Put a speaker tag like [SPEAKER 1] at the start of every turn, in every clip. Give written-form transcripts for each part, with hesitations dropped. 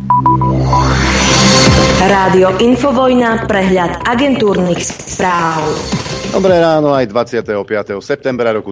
[SPEAKER 1] Rádio Infovojna, prehľad agentúrnych správ.
[SPEAKER 2] Dobré ráno, aj 25. septembra roku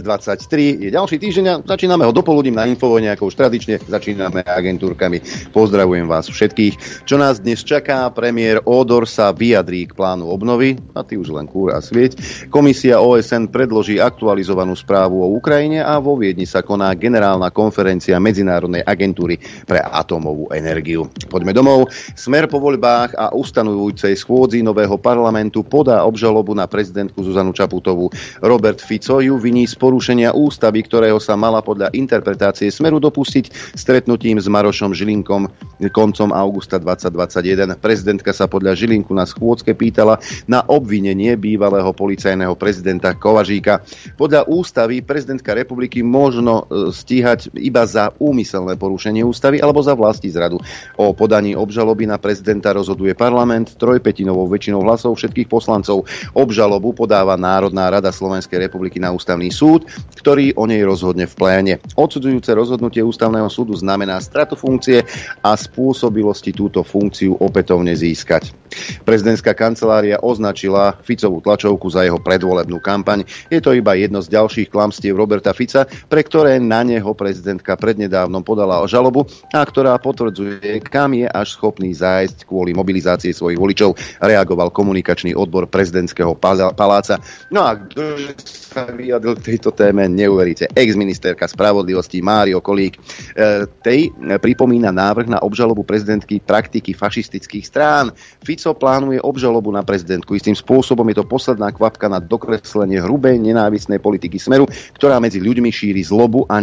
[SPEAKER 2] 2023 je ďalší týždeň a začíname ho dopoludním na Infovojne, ako už tradične začíname agentúrkami. Pozdravujem vás všetkých. Čo nás dnes čaká? Premiér Ódor sa vyjadrí k plánu obnovy, a ty už len kúra svieť. Komisia OSN predloží aktualizovanú správu o Ukrajine a vo Viedni sa koná generálna konferencia Medzinárodnej agentúry pre atómovú energiu. Poďme domov. Smer po voľbách a ustanovujúcej schôdzi nového parlamentu podá obžalobu na prezidentku Zuzanu Čaputovú. Robert Fico ju viní z porušenia ústavy, ktorého sa mala podľa interpretácie Smeru dopustiť stretnutím s Marošom Žilinkom koncom augusta 2021. Prezidentka sa podľa Žilinku na schôdzke pýtala na obvinenie bývalého policajného prezidenta Kovažíka. Podľa ústavy prezidentka republiky možno stíhať iba za úmyselné porušenie ústavy alebo za vlastizradu. O podaní obžaloby na prezidenta rozhoduje parlament trojpätinovou väčšinou hlasov všetkých poslancov. Obžalobu podáva Národná rada Slovenskej republiky na ústavný súd, ktorý o nej rozhodne v pléne. Odsudzujúce rozhodnutie ústavného súdu znamená stratu funkcie a spôsobilosti túto funkciu opätovne získať. Prezidentská kancelária označila Ficovú tlačovku za jeho predvolebnú kampaň. Je to iba jedno z ďalších klamstiev Roberta Fica, pre ktoré na neho prezidentka prednedávnom podala žalobu a ktorá potvrdzuje, kam je až schopný zájsť kvôli mobilizácii svojich voličov, reagoval komunikačný odbor prezidentského paláca. No a kto sa vyjadril k tejto téme, neuveríte. Ex-ministerka spravodlivosti Mário Kolík. Tej pripomína návrh na obžalobu prezidentky praktiky fašistických strán. Fico plánuje obžalobu na prezidentku. Istým spôsobom je to posledná kvapka na dokreslenie hrubej nenávistnej politiky Smeru, ktorá medzi ľuďmi šíri zlobu a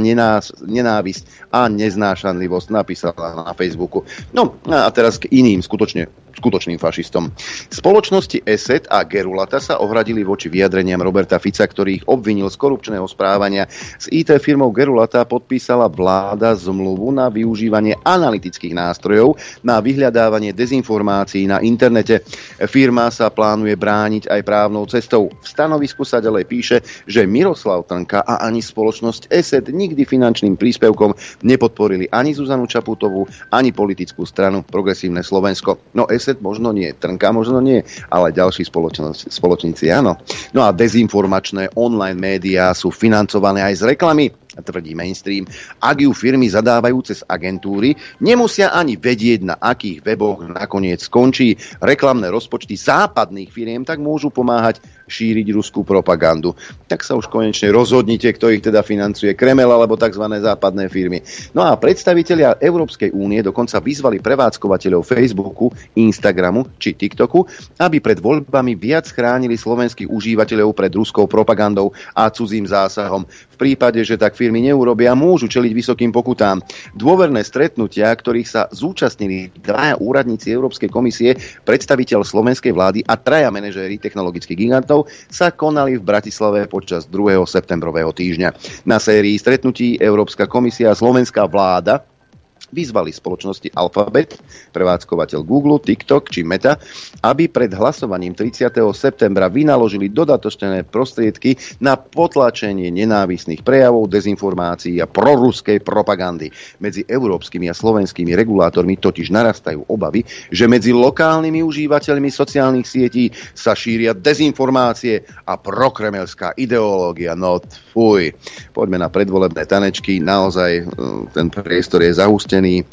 [SPEAKER 2] nenávisť a neznášanlivosť, napísala na Facebooku. No a teraz k iným skutočným fašistom. Spoločnosti ESET a Gerulata sa ohradili voči vyjadreniam Roberta Fica, ktorý ich obvinil z korupčného správania. S IT firmou Gerulata podpísala vláda zmluvu na využívanie analytických nástrojov na vyhľadávanie dezinformácií na internete. Firma sa plánuje brániť aj právnou cestou. V stanovisku sa ďalej píše, že Miroslav Trnka a ani spoločnosť ESET nikdy finančným príspevkom nepodporili ani Zuzanu Čaputovú, ani politickú stranu Progresívne Slovensko. No ESET možno nie, Trnka možno nie, ale ďalší spoločníci áno. No a dezinformačné online médiá sú financované aj z reklamy, tvrdí mainstream. Ak ju firmy zadávajú cez agentúry, nemusia ani vedieť, na akých weboch nakoniec skončí. Reklamné rozpočty západných firiem tak môžu pomáhať šíriť ruskú propagandu. Tak sa už konečne rozhodnite, kto ich teda financuje, Kremel alebo tzv. Západné firmy. No a predstavitelia Európskej únie dokonca vyzvali prevádzkovateľov Facebooku, Instagramu či TikToku, aby pred voľbami viac chránili slovenských užívateľov pred ruskou propagandou a cudzím zásahom. V prípade, že tak firmy neurobia, môžu čeliť vysokým pokutám. Dôverné stretnutia, ktorých sa zúčastnili dvaja úradníci Európskej komisie, predstaviteľ slovenskej vlády a traja manažéri technologických gigantov, sa konali v Bratislave počas 2. septembrového týždňa. Na sérii stretnutí Európska komisia a slovenská vláda vyzvali spoločnosti Alphabet, prevádzkovateľ Google, TikTok či Meta, aby pred hlasovaním 30. septembra vynaložili dodatočné prostriedky na potlačenie nenávistných prejavov, dezinformácií a proruskej propagandy. Medzi európskymi a slovenskými regulátormi totiž narastajú obavy, že medzi lokálnymi užívateľmi sociálnych sietí sa šíria dezinformácie a prokremelská ideológia. No fuj. Poďme na predvolebné tanečky. Naozaj ten priestor je zahustený.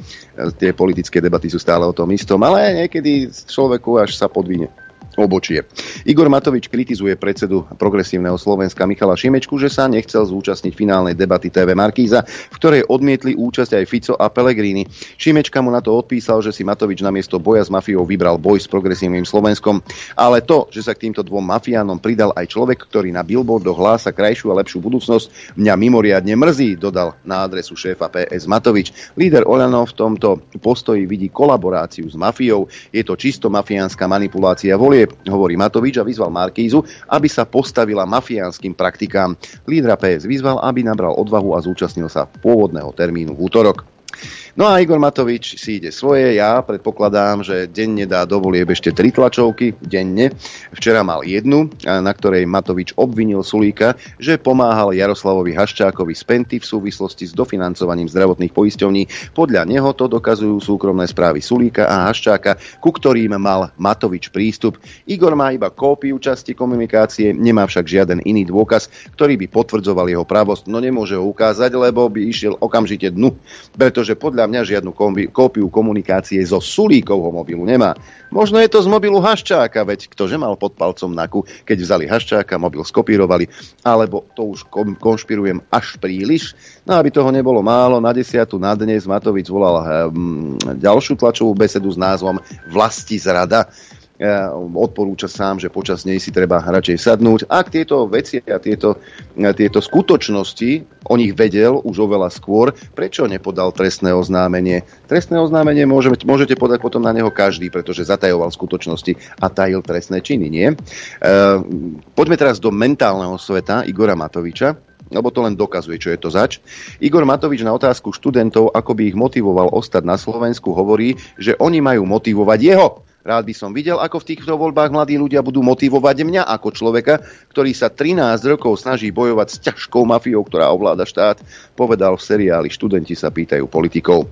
[SPEAKER 2] Tie politické debaty sú stále o tom istom, ale niekedy človeku až sa podvine obočie. Igor Matovič kritizuje predsedu Progresívneho Slovenska Michala Šimečku, že sa nechcel zúčastniť finálnej debaty TV Markíza, v ktorej odmietli účasť aj Fico a Pellegrini. Šimečka mu na to odpísal, že si Matovič namiesto boja s mafiou vybral boj s Progresívnym Slovenskom. Ale to, že sa k týmto dvom mafiánom pridal aj človek, ktorý na billboardoch hlása krajšiu a lepšiu budúcnosť, mňa mimoriadne mrzí, dodal na adresu šéfa PS Matovič. Líder Oľano v tomto postoji vidí kolaboráciu s mafiou. Je to čisto mafiánska manipulácia volieb, hovorí Matovič a vyzval Markízu, aby sa postavila mafiánskym praktikám. Lídra PS vyzval, aby nabral odvahu a zúčastnil sa pôvodného termínu v útorok. No a Igor Matovič si ide svoje. Ja predpokladám, že denne dá do volieb ešte 3 tlačovky. Denne. Včera mal jednu, na ktorej Matovič obvinil Sulíka, že pomáhal Jaroslavovi Haščákovi z Penty v súvislosti s dofinancovaním zdravotných poisťovní. Podľa neho to dokazujú súkromné správy Sulíka a Haščáka, ku ktorým mal Matovič prístup. Igor má iba kópiu časti komunikácie, nemá však žiaden iný dôkaz, ktorý by potvrdzoval jeho pravosť. No nemôže ho ukázať, lebo by išiel okamžite dnu, pretože podľa mňa žiadnu kópiu komunikácie zo Sulíkovho mobilu nemá. Možno je to z mobilu Haščáka, veď ktože mal pod palcom NAKU, keď vzali Haščáka, mobil skopírovali, alebo to už konšpirujem až príliš. No aby toho nebolo málo, na 10. na dnes Matovič volal ďalšiu tlačovú besedu s názvom Vlasti zrada. Odporúča sám, že počas nej si treba radšej sadnúť. Ak tieto veci a tieto skutočnosti o nich vedel už oveľa skôr, prečo nepodal trestné oznámenie? Trestné oznámenie môžete podať potom na neho každý, pretože zatajoval skutočnosti a tajil trestné činy, nie? Poďme teraz do mentálneho sveta Igora Matoviča, lebo to len dokazuje, čo je to zač. Igor Matovič na otázku študentov, ako by ich motivoval ostať na Slovensku, hovorí, že oni majú motivovať jeho. Rád by som videl, ako v týchto voľbách mladí ľudia budú motivovať mňa ako človeka, ktorý sa 13 rokov snaží bojovať s ťažkou mafiou, ktorá ovláda štát, povedal v seriáli Študenti sa pýtajú politikov.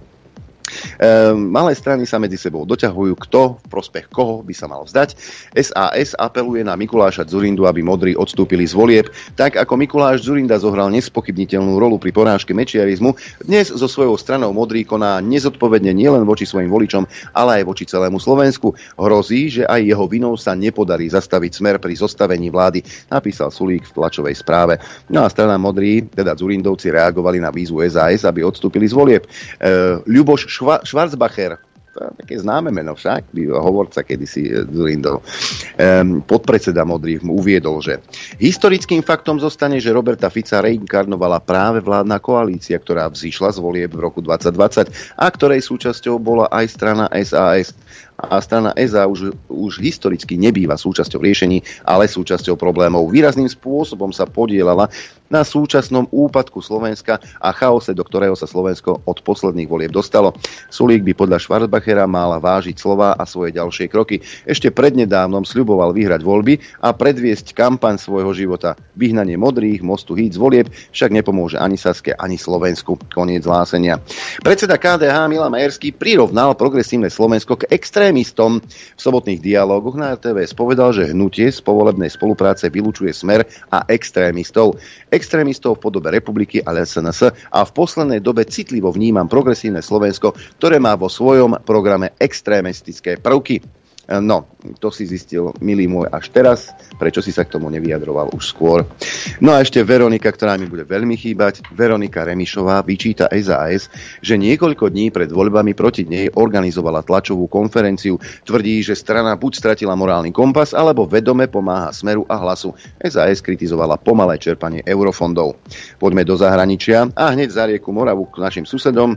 [SPEAKER 2] Malé strany sa medzi sebou doťahujú, kto v prospech koho by sa mal vzdať. SAS apeluje na Mikuláša Dzurindu, aby modrí odstúpili z volieb. Tak ako Mikuláš Dzurinda zohral nespochybniteľnú rolu pri porážke mečiarizmu, dnes so svojou stranou modrý koná nezodpovedne nielen voči svojim voličom, ale aj voči celému Slovensku. Hrozí, že aj jeho vinou sa nepodarí zastaviť Smer pri zostavení vlády, napísal Sulík v tlačovej správe. No a strana modrí, teda Dzurindovci, reagovali na výzvu SAS, aby odstúpili z volieb. Ľuboš Schwarzbacher, také známe meno však, hovorca kedysi Dzurindov, podpredseda modrých mu uviedol, že historickým faktom zostane, že Roberta Fica reinkarnovala práve vládna koalícia, ktorá vzýšla z volieb v roku 2020 a ktorej súčasťou bola aj strana SAS. A strana SA už historicky nebýva súčasťou riešení, ale súčasťou problémov. Výrazným spôsobom sa podielala na súčasnom úpadku Slovenska a chaose, do ktorého sa Slovensko od posledných volieb dostalo. Sulík by podľa Schwarzbachera mal vážiť slová a svoje ďalšie kroky. Ešte prednedávnom sľuboval vyhrať voľby a predviesť kampaň svojho života. Vyhnanie modrých, mostu hít z volieb však nepomôže ani Saske, ani Slovensku. Koniec hlásenia. Predseda KDH Milan Majerský prirovnal progresívne Slovensko k extrémistom. V sobotných dialógoch na RTVS povedal, že hnutie z povolebnej spolupráce vylučuje Smer a extrémistov. Extrémistov v podobe Republiky a SNS a v poslednej dobe citlivo vnímam progresívne Slovensko, ktoré má vo svojom programe extrémistické prvky. No, to si zistil, milý môj, až teraz, prečo si sa k tomu nevyjadroval už skôr. No a ešte Veronika, ktorá mi bude veľmi chýbať. Veronika Remišová vyčíta SAS, že niekoľko dní pred voľbami proti nej organizovala tlačovú konferenciu. Tvrdí, že strana buď stratila morálny kompas, alebo vedome pomáha Smeru a Hlasu. SAS kritizovala pomalé čerpanie eurofondov. Poďme do zahraničia a hneď za rieku Moravu k našim susedom,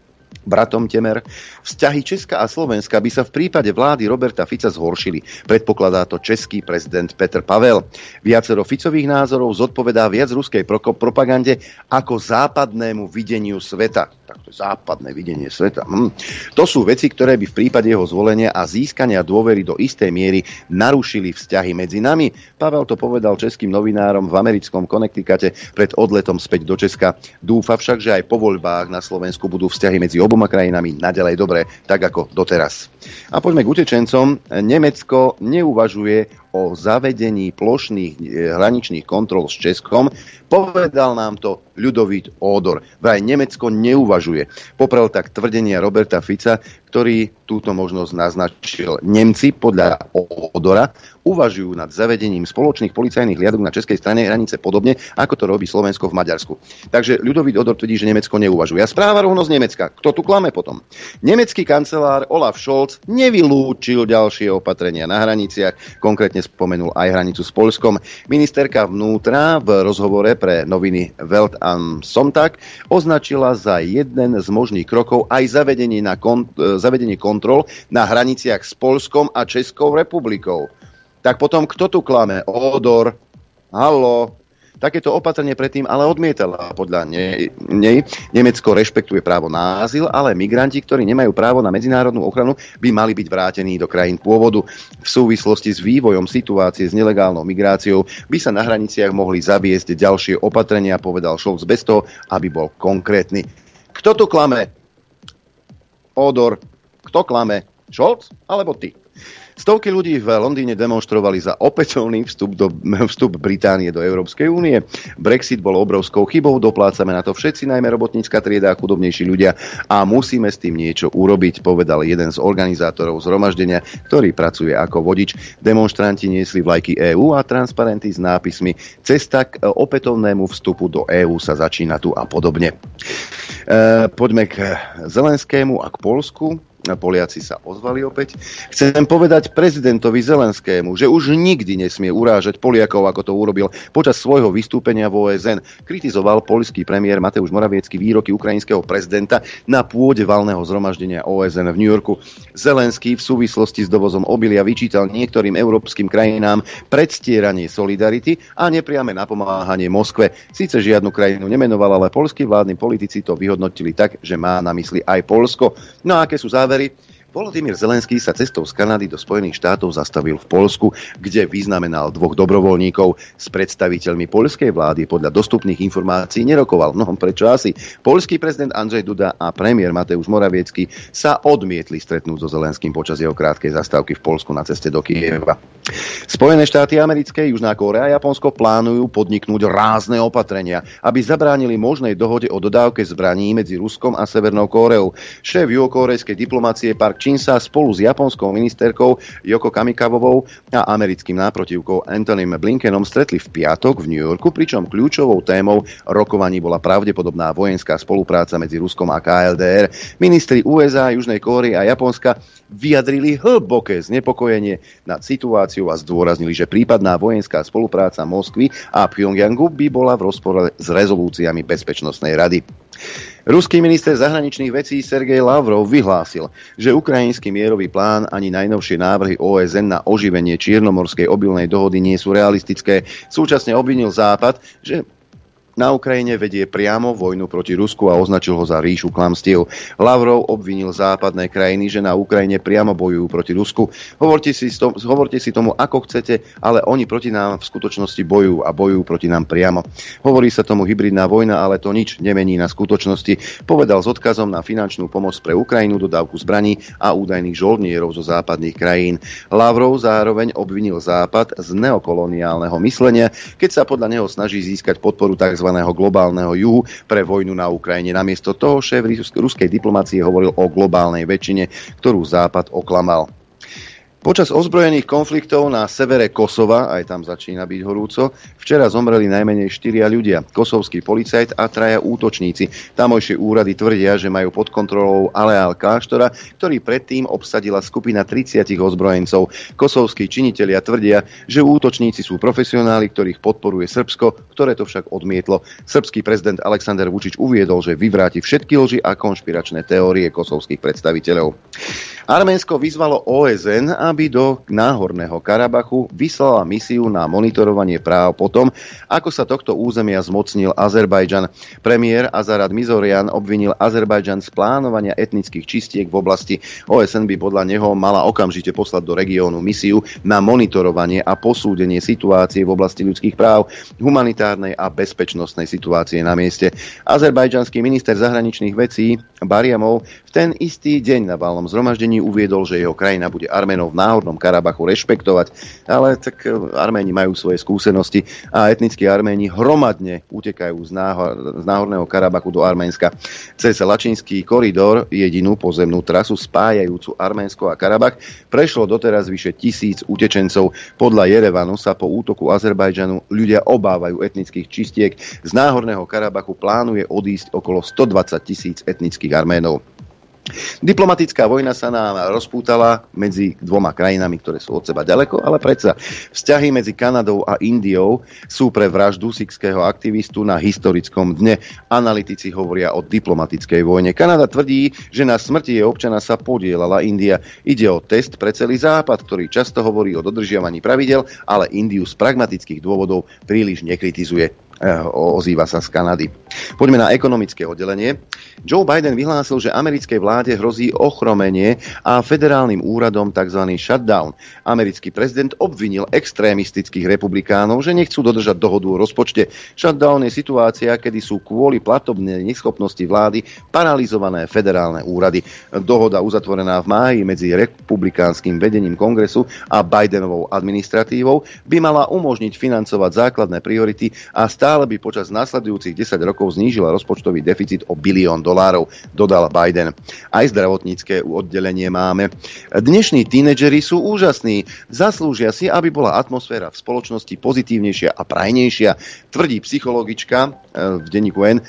[SPEAKER 2] bratom Temer. Vzťahy Česka a Slovenska by sa v prípade vlády Roberta Fica zhoršili. Predpokladá to český prezident Petr Pavel. Viacero Ficových názorov zodpovedá viac ruskej propagande ako západnému videniu sveta. Takže západné videnie sveta. To sú veci, ktoré by v prípade jeho zvolenia a získania dôvery do istej miery narušili vzťahy medzi nami. Pavel to povedal českým novinárom v americkom Connecticute pred odletom späť do Česka. Dúfa však, že aj po voľbách na Slovensku budú vzťahy medzi oboma krajinami naďalej dobré, tak ako doteraz. A poďme k utečencom. Nemecko neuvažuje o zavedení plošných hraničných kontrol s Českom. Povedal nám to Ľudovít Ódor. Vraj Nemecko neuvažuje. Poprel tak tvrdenia Roberta Fica, ktorý túto možnosť naznačil. Nemci podľa Ódora uvažujú nad zavedením spoločných policajných hliadok na českej strane hranice podobne, ako to robí Slovensko v Maďarsku. Takže Ľudovít Ódor tvrdí, že Nemecko neuvažuje. A správa rovno z Nemecka. Kto tu klame potom? Nemecký kancelár Olaf Scholz nevylúčil ďalšie opatrenia na hraniciach, konkrétne spomenul aj hranicu s Poľskom. Ministerka vnútra v rozhovore pre noviny Welt am Sonntag označila za jeden z možných krokov aj zavedenie kontrol na hraniciach s Poľskom a Českou republikou. Tak potom kto tu klame? Ódor. Haló. Takéto opatrenie predtým ale odmietala. Podľa nej Nemecko rešpektuje právo na azyl, ale migranti, ktorí nemajú právo na medzinárodnú ochranu, by mali byť vrátení do krajín pôvodu. V súvislosti s vývojom situácie s nelegálnou migráciou by sa na hraniciach mohli zaviesť ďalšie opatrenia, povedal Scholz bez toho, aby bol konkrétny. Kto tu klame? Odor. Kto klame? Scholz alebo ty? Stovky ľudí v Londýne demonštrovali za opätovný vstup Británie do Európskej únie. Brexit bol obrovskou chybou, doplácame na to všetci, najmä robotnícka trieda a chudobnejší ľudia a musíme s tým niečo urobiť, povedal jeden z organizátorov zhromaždenia, ktorý pracuje ako vodič. Demonštranti niesli vlajky EÚ a transparenty s nápismi Cesta k opätovnému vstupu do EÚ sa začína tu a podobne. Poďme k Zelenskému a k Poľsku. Poliaci sa ozvali opäť. Chcem povedať prezidentovi Zelenskému, že už nikdy nesmie urážať Poliakov, ako to urobil počas svojho vystúpenia v OSN. Kritizoval poľský premiér Mateusz Morawiecký výroky ukrajinského prezidenta na pôde valného zhromaždenia OSN v New Yorku. Zelenský v súvislosti s dovozom obilia vyčítal niektorým európskym krajinám predstieranie solidarity a nepriame napomáhanie Moskve. Síce žiadnu krajinu nemenoval, ale poľskí vládni politici to vyhodnotili tak, že má na mysli aj Poľsko. No a aké sú závery? Volodymyr Zelenský sa cestou z Kanady do Spojených štátov zastavil v Poľsku, kde vyznamenal 2 dobrovoľníkov. S predstaviteľmi poľskej vlády podľa dostupných informácií nerokoval. No prečo asi? Poľský prezident Andrzej Duda a premiér Mateusz Morawiecký sa odmietli stretnúť so Zelenským počas jeho krátkej zastávky v Poľsku na ceste do Kyjeva. Spojené štáty americké, Južná Kórea a Japonsko plánujú podniknúť rázne opatrenia, aby zabránili možnej dohode o dodávke zbraní medzi Ruskom a Severnou Kóreou. Šéf juhokórejskej diplomácie Park Chin sa spolu s japonskou ministerkou Yoko Kamikavovou a americkým náprotivkou Antonym Blinkenom stretli v piatok v New Yorku, pričom kľúčovou témou rokovaní bola pravdepodobná vojenská spolupráca medzi Ruskom a KLDR. Ministri USA, Južnej Kórey a Japonska vyjadrili hlboké znepokojenie nad situáciou a zdôraznili, že prípadná vojenská spolupráca Moskvy a Pyongyangu by bola v rozpore s rezolúciami Bezpečnostnej rady. Ruský minister zahraničných vecí Sergej Lavrov vyhlásil, že ukrajinský mierový plán ani najnovšie návrhy OSN na oživenie Čiernomorskej obilnej dohody nie sú realistické. Súčasne obvinil Západ, že na Ukrajine vedie priamo vojnu proti Rusku a označil ho za ríšu klamstiev. Lavrov obvinil západné krajiny, že na Ukrajine priamo bojujú proti Rusku. Hovorte si tomu, ako chcete, ale oni proti nám v skutočnosti bojujú a bojujú proti nám priamo. Hovorí sa tomu hybridná vojna, ale to nič nemení na skutočnosti, povedal s odkazom na finančnú pomoc pre Ukrajinu, dodávku zbraní a údajných žoldnierov zo západných krajín. Lavrov zároveň obvinil Západ z neokoloniálneho myslenia, keď sa podľa neho snaží získať podporu tzv. Globálneho juhu pre vojnu na Ukrajine. Namiesto toho šéf ruskej diplomácie hovoril o globálnej väčšine, ktorú Západ oklamal. Počas ozbrojených konfliktov na severe Kosova, aj tam začína byť horúco, včera zomreli najmenej 4 ľudia. Kosovský policajt a 3 útočníci. Tamojšie úrady tvrdia, že majú pod kontrolou Aleal kláštora, ktorý predtým obsadila skupina 30 ozbrojencov. Kosovskí činitelia tvrdia, že útočníci sú profesionáli, ktorých podporuje Srbsko, ktoré to však odmietlo. Srbský prezident Aleksandar Vučić uviedol, že vyvráti všetky lži a konšpiračné teórie kosovských predstaviteľov. Arménsko vyzvalo OSN, aby do Náhorného Karabachu vyslala misiu na monitorovanie práv potom, ako sa tohto územia zmocnil Azerbajdžan. Premiér Azarad Mizorjan obvinil Azerbajdžan z plánovania etnických čistiek v oblasti. OSN by podľa neho mala okamžite poslať do regiónu misiu na monitorovanie a posúdenie situácie v oblasti ľudských práv, humanitárnej a bezpečnostnej situácie na mieste. Azerbajdžanský minister zahraničných vecí Bariamov v ten istý deň na valnom zhromaždení uviedol, že jeho krajina bude Arménov v Náhornom Karabachu rešpektovať, ale tak Arméni majú svoje skúsenosti a etnickí Arméni hromadne utekajú z Náhorného Karabachu do Arménska. Cez Lačínsky koridor, jedinú pozemnú trasu spájajúcu Arménsko a Karabach, prešlo doteraz vyše 1000 utečencov. Podľa Jerevanu sa po útoku Azerbajdžanu ľudia obávajú etnických čistiek. Z Náhorného Karabachu plánuje odísť okolo 120 000 etnických Arménov. Diplomatická vojna sa nám rozpútala medzi dvoma krajinami, ktoré sú od seba ďaleko, ale predsa vzťahy medzi Kanadou a Indiou sú pre vraždu sikského aktivistu na historickom dne. Analytici hovoria o diplomatickej vojne. Kanada tvrdí, že na smrti jej občana sa podieľala India. Ide o test pre celý Západ, ktorý často hovorí o dodržiavaní pravidel, ale Indiu z pragmatických dôvodov príliš nekritizuje. ozýva sa z Kanady. Poďme na ekonomické oddelenie. Joe Biden vyhlásil, že americkej vláde hrozí ochromenie a federálnym úradom tzv. Shutdown. Americký prezident obvinil extrémistických republikánov, že nechcú dodržať dohodu o rozpočte. Shutdown je situácia, kedy sú kvôli platobnej neschopnosti vlády paralizované federálne úrady. Dohoda uzatvorená v máji medzi republikánskym vedením kongresu a Bidenovou administratívou by mala umožniť financovať základné priority a stále by počas nasledujúcich 10 rokov znížila rozpočtový deficit o $1 bilión, dodal Biden. Aj zdravotnícke oddelenie máme. Dnešní tínedžeri sú úžasní. Zaslúžia si, aby bola atmosféra v spoločnosti pozitívnejšia a prajnejšia, tvrdí psychologička v denníku N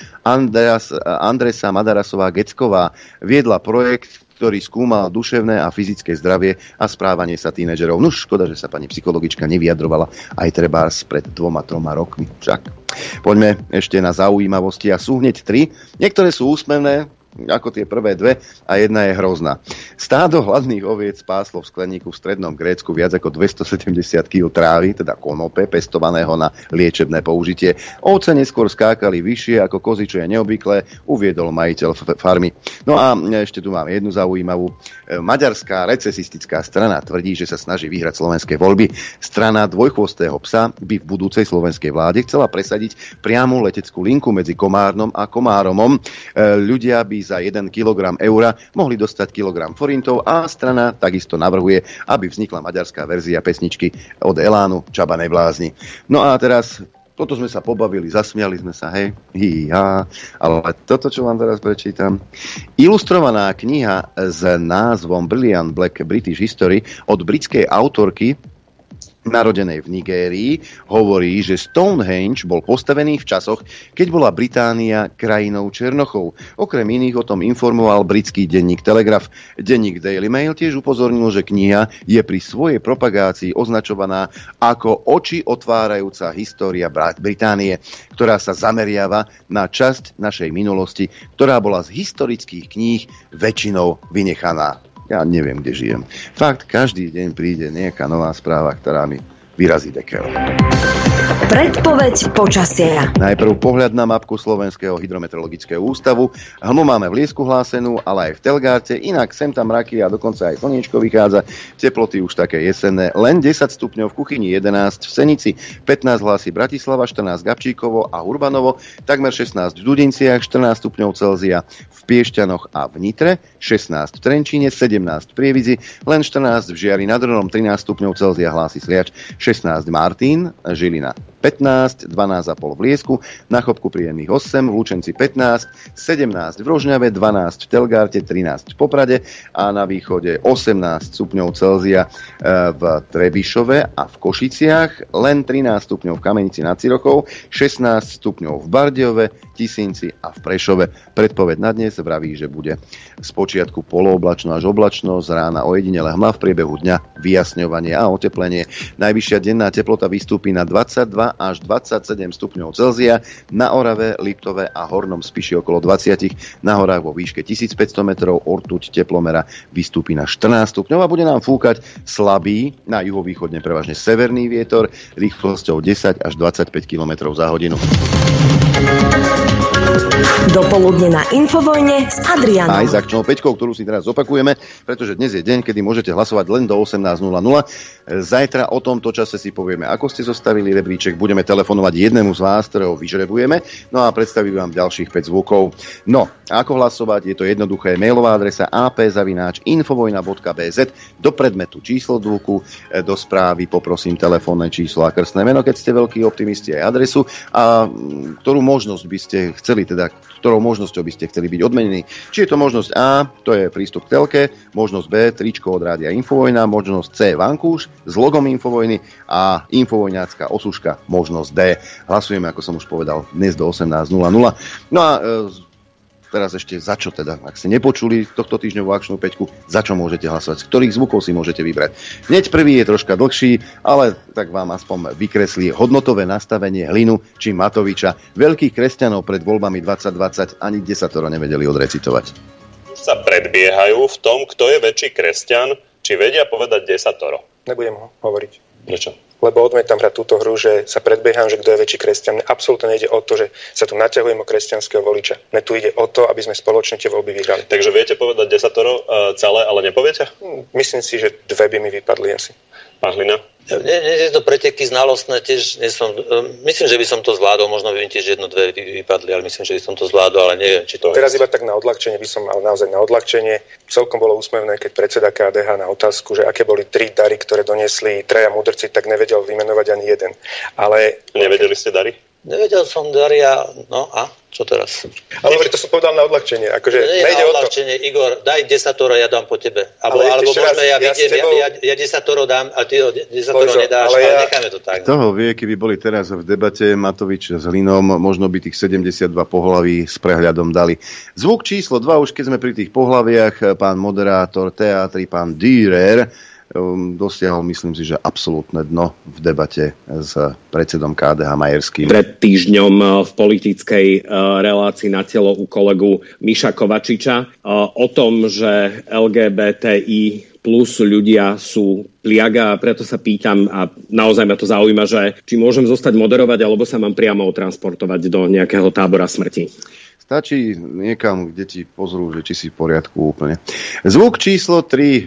[SPEAKER 2] Andresa Madarasová-Gecková. Viedla projekt, ktorý skúmal duševné a fyzické zdravie a správanie sa tínedžerov. No škoda, že sa pani psychologička nevyjadrovala aj trebárs pred 2-3 rokmi. Však. Poďme ešte na zaujímavosti a sú hneď 3. Niektoré sú úsmevné, ako tie prvé 2, a jedna je hrozná. Stádo hladných oviec páslo v skleníku v strednom Grécku viac ako 270 kg trávy, teda konope, pestovaného na liečebné použitie. Ovce neskôr skákali vyššie ako kozy, čo je neobvyklé, uviedol majiteľ farmy. No a ešte tu mám jednu zaujímavú. Maďarská recesistická strana tvrdí, že sa snaží vyhrať slovenské voľby. Strana dvojchvostého psa by v budúcej slovenskej vláde chcela presadiť priamu leteckú linku medzi Komárnom a Komáromom. Ľudia by za 1 kilogram eura mohli dostať kilogram forintov a strana takisto navrhuje, aby vznikla maďarská verzia pesničky od Elánu Čaba neblázni. No a teraz toto sme sa pobavili, zasmiali sme sa, hej, ale toto, čo vám teraz prečítam. Ilustrovaná kniha s názvom Brilliant Black British History od britskej autorky narodenej v Nigérii hovorí, že Stonehenge bol postavený v časoch, keď bola Británia krajinou černochov. Okrem iných o tom informoval britský denník Telegraph. Denník Daily Mail tiež upozornil, že kniha je pri svojej propagácii označovaná ako oči otvárajúca história Británie, ktorá sa zameriava na časť našej minulosti, ktorá bola z historických kníh väčšinou vynechaná. Ja neviem, kde žijem. Fakt, každý deň príde nejaká nová správa, ktorá mi vyrazí dekel.
[SPEAKER 1] Predpoveď počasia.
[SPEAKER 2] Najprv pohľad na mapku Slovenského hydrometeorologického ústavu. Hmlu máme v Liesku hlásenú, ale aj v Telgárte. Inak sem tam mraky a dokonca aj slniečko vychádza. Teploty už také jesenné. Len 10 stupňov v Kuchyni, 11 v Senici, 15 hlási Bratislava, 14 Gabčíkovo a Urbanovo, takmer 16 v Dudinciach, 14 stupňov Celzia v Piešťanoch a v Nitre, 16 v Trenčíne, 17 v Prievidzi, len 14 v Žiari nad Hronom, 13 stupňov Celzia hlási Sliač, 16 Martin, Žilina 15, 12,5 v Liesku, na Chopku príjemných 8, v Lučenci 15, 17 v Rožňave, 12 v Telgárte, 13 v Poprade a na východe 18 stupňov Celzia v Trebišove a v Košiciach, len 13 stupňov v Kamenici nad Cirochou, 16 stupňov v Bardejove, Tisinci a v Prešove. Predpoveď na dnes vraví, že bude spočiatku polooblačno až oblačno, z rána ojedinele hmla, v priebehu dňa vyjasňovanie a oteplenie. Najvyššia denná teplota vystúpi na 22 až 27 stupňov Celzia, na Orave, Liptove a Hornom Spiši okolo 20, na horách vo výške 1500 metrov ortuť teplomera vystúpi na 14 stupňov a bude nám fúkať slabý, na juhovýchodne prevažne severný vietor rýchlosťou 10 až 25 km za hodinu.
[SPEAKER 1] Dopoludne na Infovojne s Adrianom.
[SPEAKER 2] Aj s akčnou peťkou, ktorú si teraz opakujeme, pretože dnes je deň, kedy môžete hlasovať len do 18:00. Zajtra o tomto čase si povieme, ako ste zostavili rebríček. Budeme telefonovať jednému z vás, ktorého vyžrebujeme, no a predstavím vám ďalších 5 zvukov. No, ako hlasovať? Je to jednoduché. Mailová adresa ap@infovojna.bz, do predmetu číslo zvuku, do správy poprosím telefónne číslo a krstné meno, keď ste veľkí optimisti, aj adresu a ktorou možnosťou by ste chceli byť odmenení. Či je to možnosť A, to je prístup k telke, možnosť B, tričko od rádia Infovojna, možnosť C, vankúš s logom Infovojny a infovojňácka osuška, možnosť D. Hlasujeme, ako som už povedal, dnes do 18:00. No a teraz ešte za čo teda, ak ste nepočuli tohto týždňovú akčnú peťku, za čo môžete hlasovať, z ktorých zvukov si môžete vybrať. Hneď prvý je troška dlhší, ale tak vám aspoň vykreslí hodnotové nastavenie Hlinu či Matoviča. Veľkých kresťanov pred voľbami 2020 ani 10 nevedeli odrecitovať.
[SPEAKER 3] Sa predbiehajú v tom, kto je väčší kresťan, či vedia povedať 10.
[SPEAKER 4] Nebudem ho hovoriť.
[SPEAKER 3] Prečo?
[SPEAKER 4] lebo odmietam hrať túto hru, že sa predbieham, že kto je väčší kresťan. Absolútne nejde o to, že sa tu naťahujem o kresťanského voliča. Ne, tu ide o to, aby sme spoločne tie voľby vyhrali.
[SPEAKER 3] Takže viete povedať 10 celé, ale nepoviete?
[SPEAKER 4] Myslím si, že 2 by mi vypadli asi.
[SPEAKER 3] Pán Hlina?
[SPEAKER 5] Nie to preteky znalostné, tiež myslím, že by som to zvládol, možno by mi tiež 1-2 vypadli, ale myslím, že by som to zvládol, ale neviem, či to...
[SPEAKER 4] Teraz iba tak na odľahčenie by som mal naozaj na odľahčenie. Celkom bolo úsmevné, keď predseda KDH na otázku, že aké boli 3 dary, ktoré doniesli 3 mudrci, tak nevedel vymenovať ani jeden. Ale...
[SPEAKER 3] Nevedeli ste dary?
[SPEAKER 5] Nevedel som Daria, no a čo teraz?
[SPEAKER 4] Ale to som povedal na odľahčenie. Akože
[SPEAKER 5] nejde na odľahčenie, Igor, daj 10 ja dám po tebe. Alebo môžeme, ja 10 dám a ty 10 nedáš, ale necháme to tak.
[SPEAKER 2] Toho vie, keby boli teraz v debate Matovič s Hlinom, možno by tých 72 pohlaví s prehľadom dali. Zvuk číslo 2, už keď sme pri tých pohlaviach, pán moderátor teatri, pán Dürer, dosiahol, myslím si, že absolútne dno v debate s predsedom KDH Majerským.
[SPEAKER 6] Pred týždňom v politickej relácii Na telo u kolegu Miša Kovačiča o tom, že LGBTI plus ľudia sú pliaga, a preto sa pýtam a naozaj ma to zaujíma, že či môžem zostať moderovať, alebo sa mám priamo transportovať do nejakého tábora smrti.
[SPEAKER 2] Stačí niekam, kde ti pozrú, že či si v poriadku úplne. Zvuk číslo 3.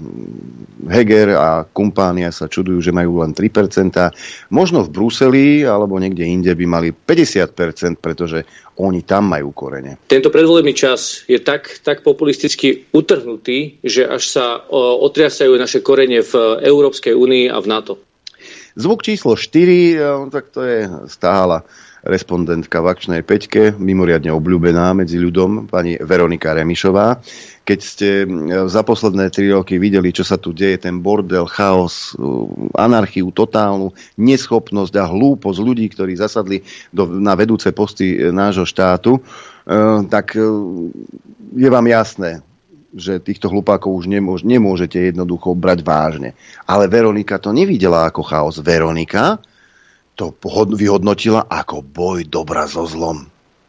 [SPEAKER 2] Heger a kumpánia sa čudujú, že majú len 3%. Možno v Bruseli alebo niekde inde by mali 50%, pretože oni tam majú korene.
[SPEAKER 7] Tento predvolebný čas je tak populisticky utrhnutý, že až sa otriasajú naše korene v Európskej únii a v NATO.
[SPEAKER 2] Zvuk číslo 4, tak to je stála respondentka v akčnej peťke, mimoriadne obľúbená medzi ľuďom, pani Veronika Remišová. Keď ste za posledné 3 roky videli, čo sa tu deje, ten bordel, chaos, anarchiu, totálnu neschopnosť a hlúposť ľudí, ktorí zasadli na vedúce posty nášho štátu, tak je vám jasné, že týchto hlupákov už nemôžete jednoducho brať vážne. Ale Veronika to nevidela ako chaos. Veronika to vyhodnotila ako boj dobra so zlom.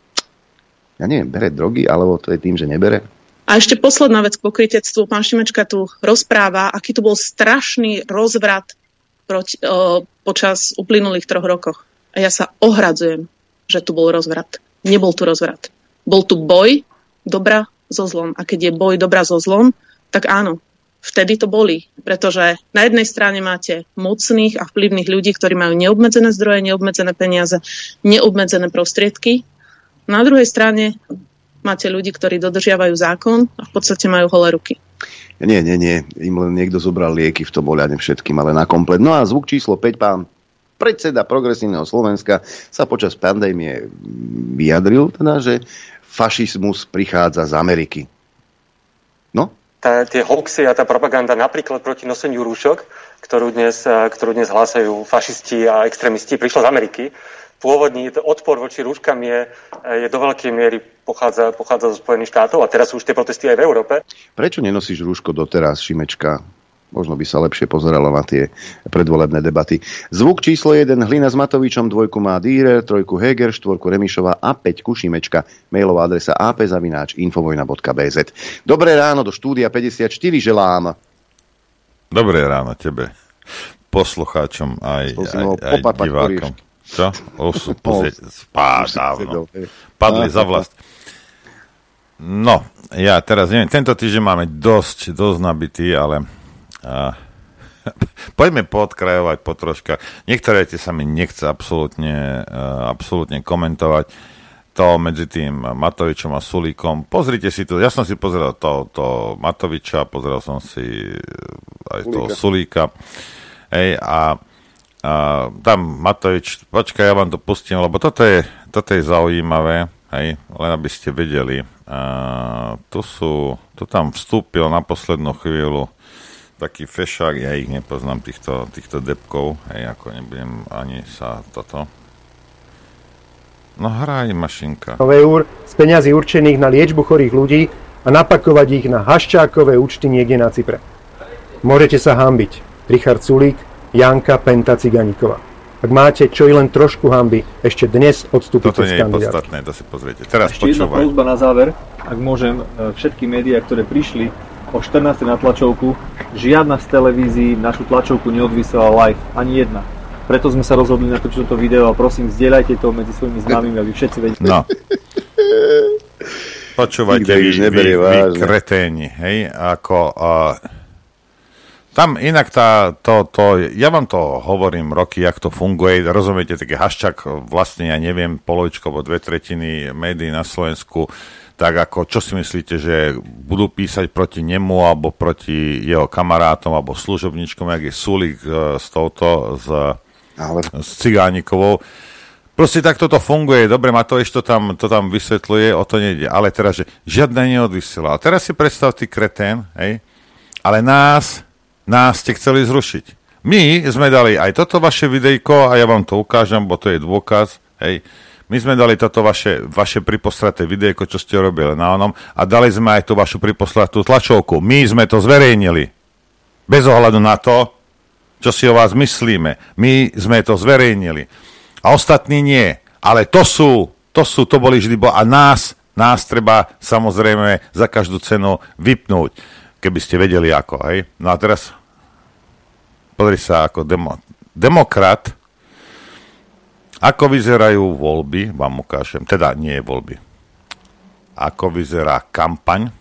[SPEAKER 2] Ja neviem, bere drogy, alebo to je tým, že nebere?
[SPEAKER 8] A ešte posledná vec k pokrytectvu. Pán Šimečka tu rozpráva, aký tu bol strašný rozvrat počas uplynulých 3 rokoch. A ja sa ohradzujem, že tu bol rozvrat. Nebol tu rozvrat. Bol tu boj dobra so zlom. A keď je boj dobra so zlom, tak áno, vtedy to bolí, pretože na jednej strane máte mocných a vplyvných ľudí, ktorí majú neobmedzené zdroje, neobmedzené peniaze, neobmedzené prostriedky. Na druhej strane máte ľudí, ktorí dodržiavajú zákon a v podstate majú holé ruky.
[SPEAKER 2] Nie. Im len niekto zobral lieky v tom ohľade všetkým, ale na komplet. No a zvuk číslo 5, pán predseda Progresívneho Slovenska sa počas pandémie vyjadril, teda, že fašizmus prichádza z Ameriky. No?
[SPEAKER 9] Tie hoaxy a tá propaganda napríklad proti noseniu rúšok, ktorú dnes hlásajú fašisti a extrémisti, prišla z Ameriky. Pôvodný odpor voči rúškam je do veľkej miery pochádza zo Spojených štátov a teraz sú už tie protesty aj v Európe. Prečo nenosíš rúško doteraz, Šimečka? Možno by sa lepšie pozeralo na tie predvolebné debaty. Zvuk číslo 1, Hlina s Matovičom, 2 má Dürer, 3 Heger, 4 Remišová a 5 Šimečka. Mailová adresa ap@infovojna.bz. Dobré ráno do štúdia 54 želám.
[SPEAKER 10] Dobré ráno tebe, poslucháčom aj divákom. Čo? Dávno. Padli za vlast. No, ja teraz neviem, tento týždeň máme dosť nabitý, ale poďme podkrajovať potroška. Niektoré tie sa mi nechce absolútne komentovať. To medzi tým Matovičom a Sulíkom. Pozrite si to. Ja som si pozeral to Matoviča, pozeral som si aj toho Sulíka. Hej, a tam Matovič, počkaj, ja vám to pustím, lebo toto je zaujímavé, hej, len aby ste vedeli. Tu tam vstúpil na poslednú chvíľu taký fešák, ja ich nepoznám, týchto debkov, hej, ako nebudem ani sa toto. No hraj, mašinka. Eur z peňazí určených na liečbu chorých ľudí a napakovať ich na haščákové účty niekde na Cypre. Môžete sa hanbiť. Richard Sulík, Janka Penta Ciganíková. Ak máte čo i len trošku hanby, ešte dnes odstúpite z kandidátky. Toto nie je podstatné, to si pozriete. Teraz ešte počúvaj. Jedna prosba na záver, ak môžem, všetky médiá, ktoré prišli o 14. na tlačovku,
[SPEAKER 11] žiadna z televízií našu tlačovku neodvysiela live, ani jedna. Preto sme sa rozhodli natočiť toto video a prosím, zdieľajte to medzi svojimi známymi, aby všetci vedeli.
[SPEAKER 10] No. Počúvajte, vy kreténi, hej, ako... Tam inak ja vám to hovorím roky, jak to funguje, rozumiete, taký Haščák vlastne, ja neviem, polovičko alebo 2/3 médií na Slovensku, tak ako, čo si myslíte, že budú písať proti nemu, alebo proti jeho kamarátom, alebo služobníčkom, jak je Sulík s Cigánikovou. Proste takto to funguje, dobre, Matovič to tam vysvetľuje, o to nejde, ale teraz, že žiadne neodvysiela. Teraz si predstav, ty kretén, hej, ale nás ste chceli zrušiť. My sme dali aj toto vaše videjko a ja vám to ukážem, bo to je dôkaz, hej. My sme dali toto vaše priposlaté videjko, čo ste robili na onom a dali sme aj tú vašu priposlatú tlačovku. My sme to zverejnili. Bez ohľadu na to, čo si o vás myslíme. My sme to zverejnili. A ostatní nie. Ale to boli vždy, a nás treba samozrejme za každú cenu vypnúť. Keby ste vedeli ako, hej. No a teraz pozri sa ako demokrat, ako vyzerajú voľby, vám ukážem, teda nie voľby, ako vyzerá kampaň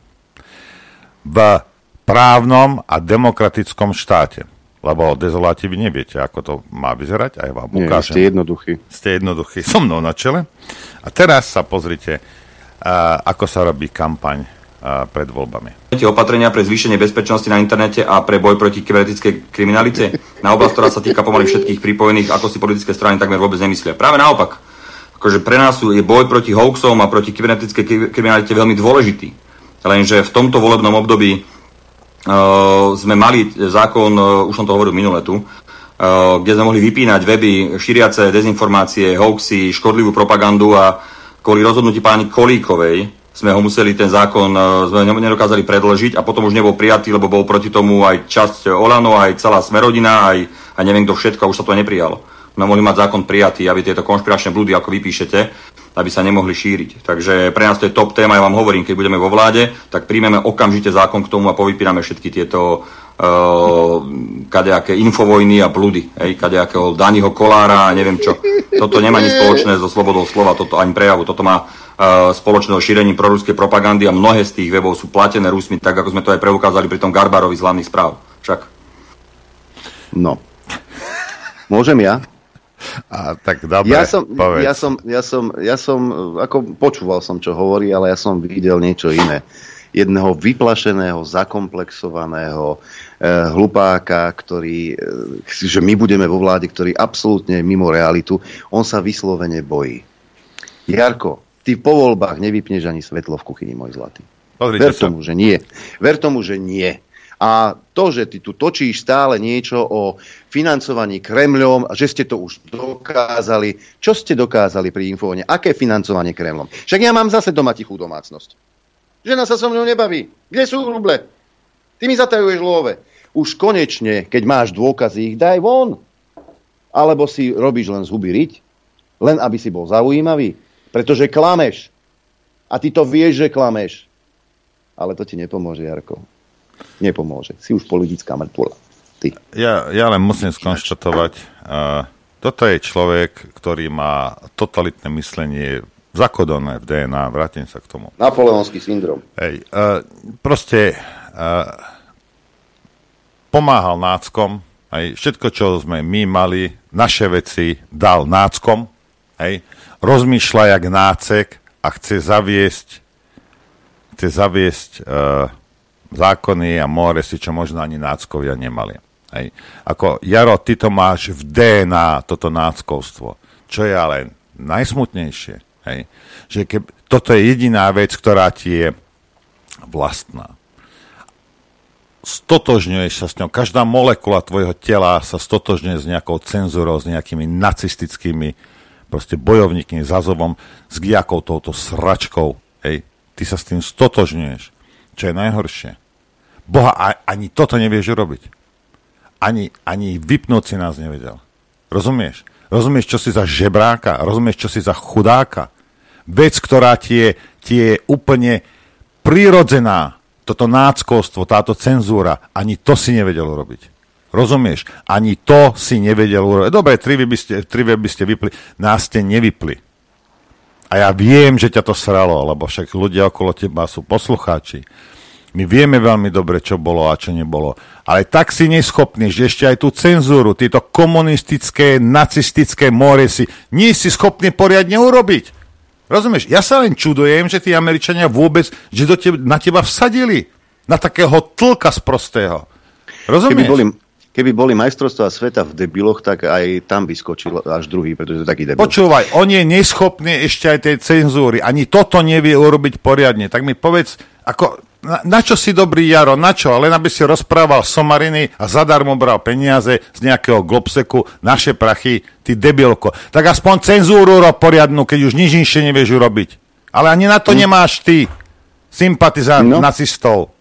[SPEAKER 10] v právnom a demokratickom štáte. Lebo dezoláti vy neviete, ako to má vyzerať, a ja vám ukážem. Ste jednoduchí. So mnou na čele. A teraz sa pozrite, ako sa robí kampaň pred voľbami.
[SPEAKER 12] Opatrenia pre zvýšenie bezpečnosti na internete a pre boj proti kybernetickej kriminalite na oblasť, ktorá sa týka pomaly všetkých pripojených, ako si politické strany takmer vôbec nemyslia. Práve naopak, akože pre nás je boj proti hoaxom a proti kybernetickej kriminalite veľmi dôležitý. Lenže v tomto volebnom období sme mali zákon, už som to hovoril minule tu, kde sme mohli vypínať weby šíriace dezinformácie, hoaxy, škodlivú propagandu a kvôli rozhodnutí pani Kolíkovej sme ho museli, ten zákon sme nedokázali predĺžiť a potom už nebol prijatý, lebo bol proti tomu aj časť Olano, aj celá Smerodina, aj neviem kto všetko, a už sa to neprijalo. No mohli mať zákon prijatý, aby tieto konšpiračné blúdy, ako vypíšete, aby sa nemohli šíriť. Takže pre nás to je top téma, ja vám hovorím, keď budeme vo vláde, tak príjmeme okamžite zákon k tomu a povypíname všetky tieto kadejaké infovojny a blúdy, kadejakého Daniho Kolára a neviem čo. Toto nemá nič spoločné so slobodou slova, toto ani prejavu, toto má spoločného šírením proruskej propagandy a mnohé z tých webov sú platené Rusmi, tak ako sme to aj preukázali pri tom Garbarovi z hlavných správ. Však.
[SPEAKER 2] No. Môžem ja?
[SPEAKER 10] A tak dobre,
[SPEAKER 2] ja som, ako počúval som, čo hovorí, ale ja som videl niečo iné. Jedného vyplašeného, zakomplexovaného hlupáka, ktorý, že my budeme vo vláde, ktorý absolútne mimo realitu, on sa vyslovene bojí. Jarko, ty po voľbách nevypneš ani svetlo v kuchyni, môj zlatý. Ver tomu, že nie. Ver tomu, že nie. A to, že ty tu točíš stále niečo o financovaní Kremľom, a že ste to už dokázali. Čo ste dokázali pri Infovojne? Aké financovanie Kremľom? Však ja mám zase doma tichú domácnosť. Žena sa so mnou nebaví. Kde sú ruble? Ty mi zatajuješ love. Už konečne, keď máš dôkazy, ich daj von. Alebo si robíš len z huby riť, len aby si bol zaujímavý. Pretože klameš. A ty to vieš, že klameš. Ale to ti nepomôže, Jarko. Nepomôže. Si už politická mŕtvola. Ty.
[SPEAKER 10] Ja len musím skonštatovať, toto je človek, ktorý má totalitné myslenie zakodané v DNA, vrátim sa k tomu.
[SPEAKER 2] Napoleonský syndrom.
[SPEAKER 10] Hej, proste pomáhal náckom, hej, všetko, čo sme my mali, naše veci dal náckom, hej, rozmýšľa jak nácek a chce zaviesť zákony a moresy, čo možno ani náckovia nemali. Hej. Ako, Jaro, ty to máš v DNA, toto náckovstvo, čo je ale najsmutnejšie. Hej. Že toto je jediná vec, ktorá ti je vlastná. Stotožňuješ sa s ňou. Každá molekula tvojho tela sa stotožňuje s nejakou cenzúrou, s nejakými nacistickými proste bojovníkmi, s Azovom, s nejakou touto sračkou. Hej. Ty sa s tým stotožňuješ. Čo je najhoršie. Boha, ani toto nevieš urobiť. Ani vypnúť si nás nevedel. Rozumieš? Rozumieš, čo si za žebráka? Rozumieš, čo si za chudáka? Vec, ktorá ti je úplne prirodzená. toto náckovstvo, táto cenzúra, ani to si nevedel urobiť. Rozumieš? Ani to si nevedel urobiť. Dobre, tri by ste vypli, nás ste nevypli. A ja viem, že ťa to sralo, lebo však ľudia okolo teba sú poslucháči. My vieme veľmi dobre, čo bolo a čo nebolo. Ale tak si neschopný, že ešte aj tú cenzúru, tieto komunistické, nacistické moresy, nie si schopný poriadne urobiť. Rozumieš? Ja sa len čudujem, že tí Američania vôbec, že na teba vsadili. Na takého tlka sprostého. Rozumieš?
[SPEAKER 2] Keby boli majstrovstvá sveta v debiloch, tak aj tam by skočil až druhý, pretože to je taký debil.
[SPEAKER 10] Počúvaj, on je neschopný ešte aj tej cenzúry. Ani toto nevie urobiť poriadne. Tak mi povedz, ako... Na čo si dobrý, Jaro? Na čo? Len aby si rozprával somariny a zadarmo bral peniaze z nejakého globseku, naše prachy, ty debilko. Tak aspoň cenzúru rob poriadnu, keď už nič inšie nevieš urobiť. Ale ani na to nemáš ty, sympatizant nacistov.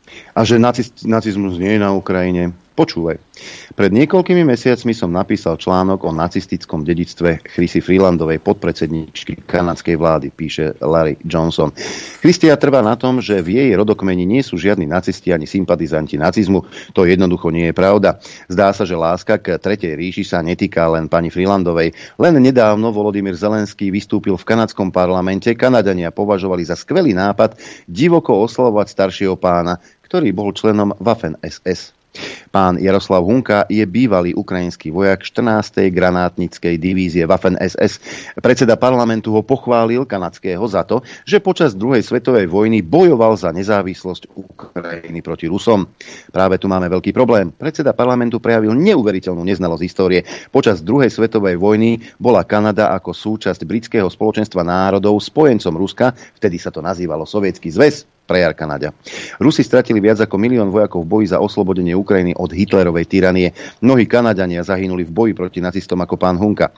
[SPEAKER 2] A že nacizmus nie je na Ukrajine. Počúvaj. Pred niekoľkými mesiacmi som napísal článok o nacistickom dedičstve Chrisy Freelandovej, podpredsedničky kanadskej vlády, píše Larry Johnson. Christia trvá na tom, že v jej rodokmeni nie sú žiadni nacisti ani sympatizanti nacizmu. To jednoducho nie je pravda. Zdá sa, že láska k Tretej ríši sa netýka len pani Freelandovej. Len nedávno Volodymyr Zelenský vystúpil v kanadskom parlamente. Kanadania považovali za skvelý nápad divoko oslavovať staršieho pána, ktorý bol členom Waffen-SS. Pán Jaroslav Hunka je bývalý ukrajinský vojak 14. granátnickej divízie Waffen-SS. Predseda parlamentu ho pochválil kanadského za to, že počas druhej svetovej vojny bojoval za nezávislosť Ukrajiny proti Rusom. Práve tu máme veľký problém. Predseda parlamentu prejavil neuveriteľnú neznalosť histórie. Počas druhej svetovej vojny bola Kanada ako súčasť britského spoločenstva národov spojencom Ruska, vtedy sa to nazývalo Sovietsky zväz. Prejar Kanaďa. Rusi stratili viac ako 1 000 000 vojakov v boji za oslobodenie Ukrajiny od Hitlerovej tyranie. Mnohí Kanaďania zahynuli v boji proti nacistom ako pán Hunka.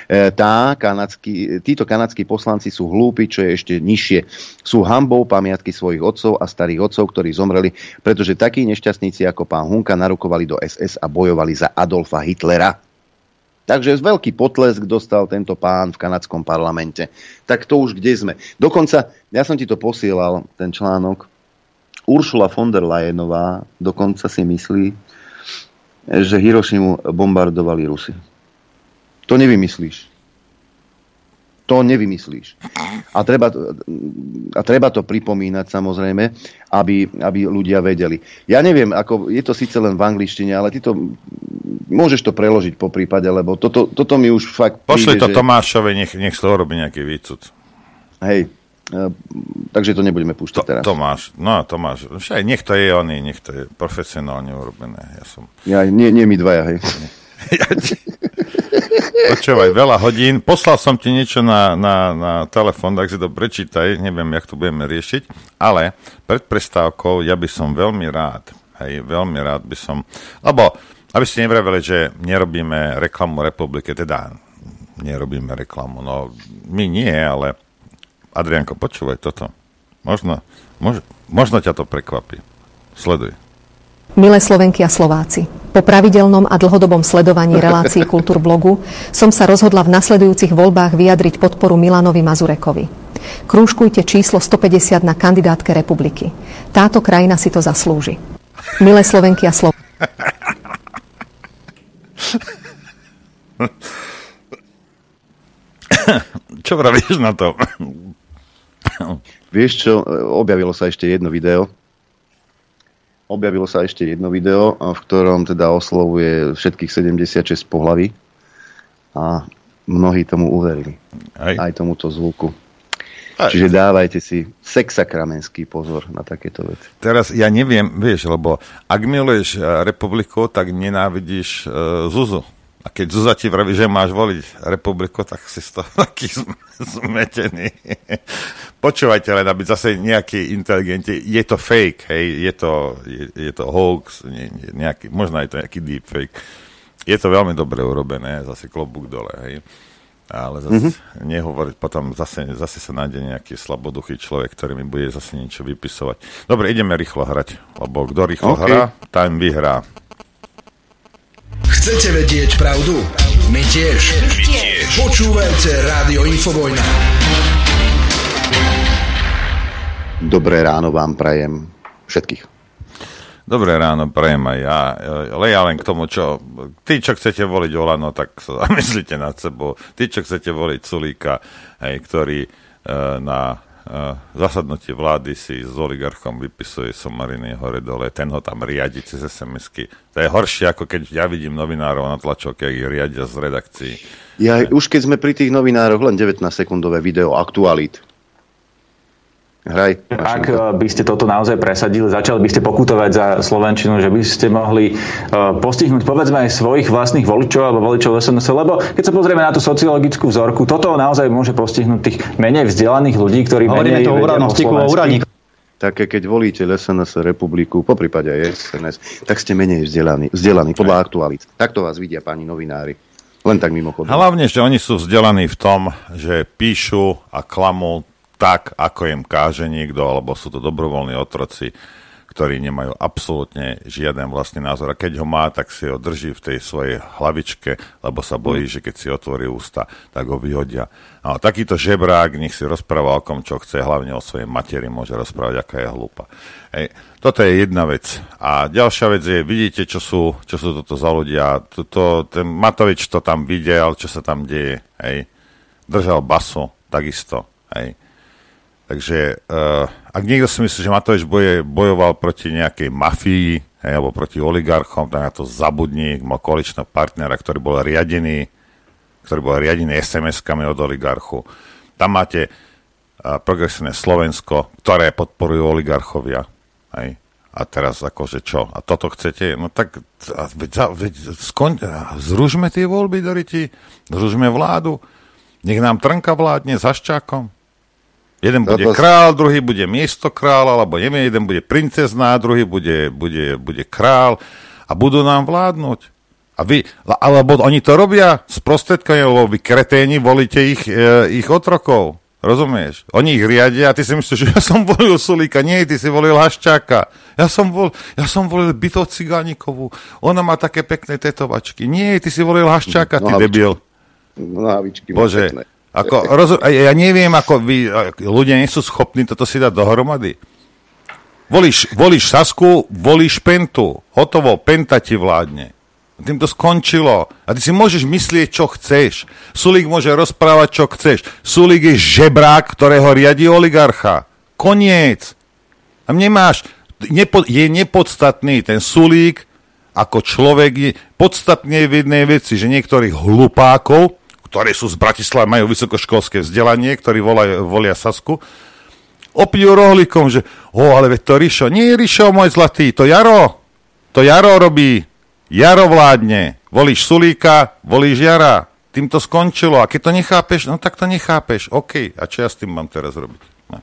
[SPEAKER 2] Títo kanadskí poslanci sú hlúpi, čo je ešte nižšie. Sú hanbou pamiatky svojich otcov a starých otcov, ktorí zomreli, pretože takí nešťastníci ako pán Hunka narukovali do SS a bojovali za Adolfa Hitlera. Takže veľký potlesk dostal tento pán v kanadskom parlamente. Tak to už kde sme. Dokonca, ja som ti to posielal, ten článok, Ursula von der Leyenová dokonca si myslí, že Hirošimu bombardovali Rusi. To nevymyslíš. To nevymyslíš. A treba to pripomínať samozrejme, aby ľudia vedeli. Ja neviem, ako je to síce len v angličtine, ale ty to môžeš to preložiť po prípade, lebo toto mi už fakt
[SPEAKER 10] pošli to Tomášovi, nech to robí nejaký výcud.
[SPEAKER 2] Hej, takže to nebudeme púšťať teraz.
[SPEAKER 10] Tomáš, však nech to je oný, nech to je profesionálne urobené.
[SPEAKER 2] Nie my dvaja, hej.
[SPEAKER 10] Počúvaj, veľa hodín. Poslal som ti niečo na telefón, tak si to prečítaj. Neviem, jak to budeme riešiť. Ale pred prestávkou ja by som veľmi rád by som, lebo aby ste nevravili, že nerobíme reklamu republike, teda nerobíme reklamu. No, my nie, ale Adriánko, počúvaj toto. Možno ťa to prekvapí. Sleduj.
[SPEAKER 13] Milé Slovenky a Slováci, po pravidelnom a dlhodobom sledovaní relácií Kultúrblogu som sa rozhodla v nasledujúcich voľbách vyjadriť podporu Milanovi Mazurekovi. Krúžkujte číslo 150 na kandidátke republiky. Táto krajina si to zaslúži. Milé Slovenky a Slováci.
[SPEAKER 10] Čo pravíš na to?
[SPEAKER 2] Vieš čo, objavilo sa ešte jedno video, v ktorom teda oslovuje všetkých 76 pohlaví a mnohí tomu uverili. Aj tomuto zvuku. Čiže dávajte si sexakramenský pozor na takéto veci.
[SPEAKER 10] Teraz ja neviem, vieš, lebo ak miluješ republiku, tak nenávidíš Zuzu. A keď Zuzá ti vraví, že máš voliť republiku, tak si z toho taký zmetený. Počúvajte len, aby zase nejaký inteligentný, je to fake, hej, je to hoax, nejaký, možno je to nejaký deepfake. Je to veľmi dobre urobené, zase klobúk dole, hej. Ale zase nehovoriť, potom zase sa nájde nejaký slaboduchý človek, ktorý mi bude zase niečo vypisovať. Dobre, ideme rýchlo hrať, lebo kto rýchlo hrá, ten vyhrá.
[SPEAKER 14] Chcete vedieť pravdu? My tiež. Počúvajte Rádio Infovojna.
[SPEAKER 2] Dobré ráno vám prajem. všetkých.
[SPEAKER 10] Dobré ráno, prajem aj ja. Ale ja len k tomu, tí, čo chcete voliť Olano, tak sa zamyslite nad sebou. Tí, čo chcete voliť Sulíka, ktorý na zasadnutie vlády si s oligarchom vypisuje somariny hore dole, ten ho tam riadi cez SMS-ky. To je horšie, ako keď ja vidím novinárov na tlačovke, jak ich riadia z redakcií.
[SPEAKER 2] Už keď sme pri tých novinároch, len 19-sekundové video aktualít.
[SPEAKER 15] Ak by ste toto naozaj presadili, začali by ste pokutovať za slovenčinu, že by ste mohli postihnúť povedzme aj svojich vlastných voličov alebo voličov SNS, lebo keď sa pozrieme na tú sociologickú vzorku, toto naozaj môže postihnúť tých menej vzdelaných ľudí, ktorí menej vedia po slovensky.
[SPEAKER 2] Také keď volíte SNS Republiku, poprípade aj SNS, tak ste menej vzdelaní podľa aktualít. Takto vás vidia páni novinári. Len tak mimochodom.
[SPEAKER 10] Hlavne, že oni sú vzdelaní v tom, že píšu a klamú tak, ako im káže niekto, alebo sú to dobrovoľní otroci, ktorí nemajú absolútne žiaden vlastný názor. A keď ho má, tak si ho drží v tej svojej hlavičke, lebo sa bojí, že keď si otvorí ústa, tak ho vyhodia. No, takýto žebrák, nech si rozpráva o kom, čo chce, hlavne o svojej materi môže rozprávať, aká je hlúpa. Toto je jedna vec. A ďalšia vec je, vidíte, čo sú toto za ľudia. Ten Matovič to tam videl, čo sa tam deje. Držal basu, takisto. Takže ak niekto si myslí, že Matovič bojoval proti nejakej mafii alebo proti oligarchom, tak na to zabudni, mal koaličného partnera, ktorý bol riadený SMS-kami od oligarchu. Tam máte Progresívne Slovensko, ktoré podporujú oligarchovia. A teraz akože čo? A toto chcete? No tak zružme tie voľby, doriti, zružme vládu, nech nám Trnka vládne za Ščákom. Jeden bude král, druhý bude miesto král, alebo neviem, jeden bude princezná, druhý bude král a budú nám vládnuť. Alebo oni to robia sprostredkovane, lebo vy kreténi volíte ich otrokov. Rozumieš? Oni ich riadia a ty si myslíš, že ja som volil Sulíka. Nie, ty si volil Haščáka. Ja som volil Bytov Cigánikovu. Ona má také pekné tetovačky. Nie, ty si volil Haščáka, ty debil.
[SPEAKER 2] Nohavičky.
[SPEAKER 10] Bože. Ja neviem, ako vy, ľudia nie sú schopní toto si dať dohromady. Volíš Sasku, volíš Pentu. Hotovo, Penta ti vládne. Tým to skončilo. A ty si môžeš myslieť, čo chceš. Sulík môže rozprávať, čo chceš. Sulík je žebrák, ktorého riadi oligarcha. Koniec. A je nepodstatný ten Sulík ako človek. Je podstatný v jednej veci, že niektorých hlupákov, ktorí sú z Bratislavy, majú vysokoškolské vzdelanie, ktorí volia Sasku, opíjú rohlíkom, že ale veď to Rišo. Nie je Rišo, môj zlatý, to Jaro robí. Jaro vládne. Volíš Sulíka, volíš Jara. Tým to skončilo. A keď to nechápeš, no tak to nechápeš. OK. A čo ja s tým mám teraz robiť? No.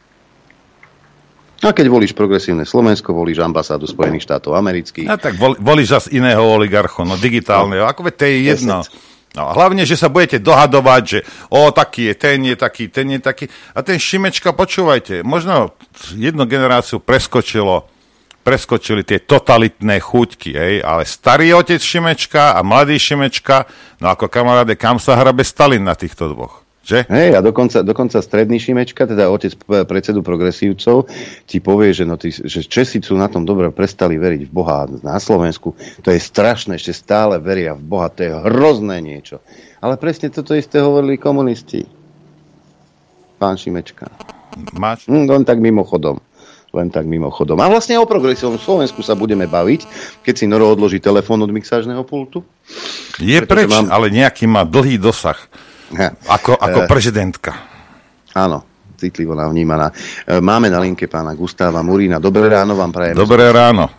[SPEAKER 2] A keď volíš Progresívne Slovensko, volíš ambasádu Spojených štátov amerických.
[SPEAKER 10] A tak volíš zas iného oligarchu, digitálneho. Ako veď to je jedno. No, hlavne, že sa budete dohadovať, že taký je ten je taký. A ten Šimečka, počúvajte, možno jednu generáciu preskočili tie totalitné chuťky, ale starý otec Šimečka a mladý Šimečka, no ako kamaráde, kam sa hrabe Stalin na týchto dvoch? Že?
[SPEAKER 2] A dokonca stredný Šimečka, teda otec predsedu progresívcov, ti povie, že Česi sú na tom dobre, prestali veriť v Boha na Slovensku. To je strašné, ešte stále veria v Boha, to je hrozné niečo. Ale presne toto isté hovorili komunisti. Pán Šimečka.
[SPEAKER 10] Máš?
[SPEAKER 2] Len tak mimochodom. A vlastne o progresívnom Slovensku sa budeme baviť, keď si Noro odloží telefón od mixážneho pultu.
[SPEAKER 10] Je preč, ale nejaký má dlhý dosah. Ako prezidentka.
[SPEAKER 2] Áno, citlivo navnímaná. Máme na linke pána Gustáva Murína. Dobré ráno vám prajem.
[SPEAKER 10] Dobré ráno.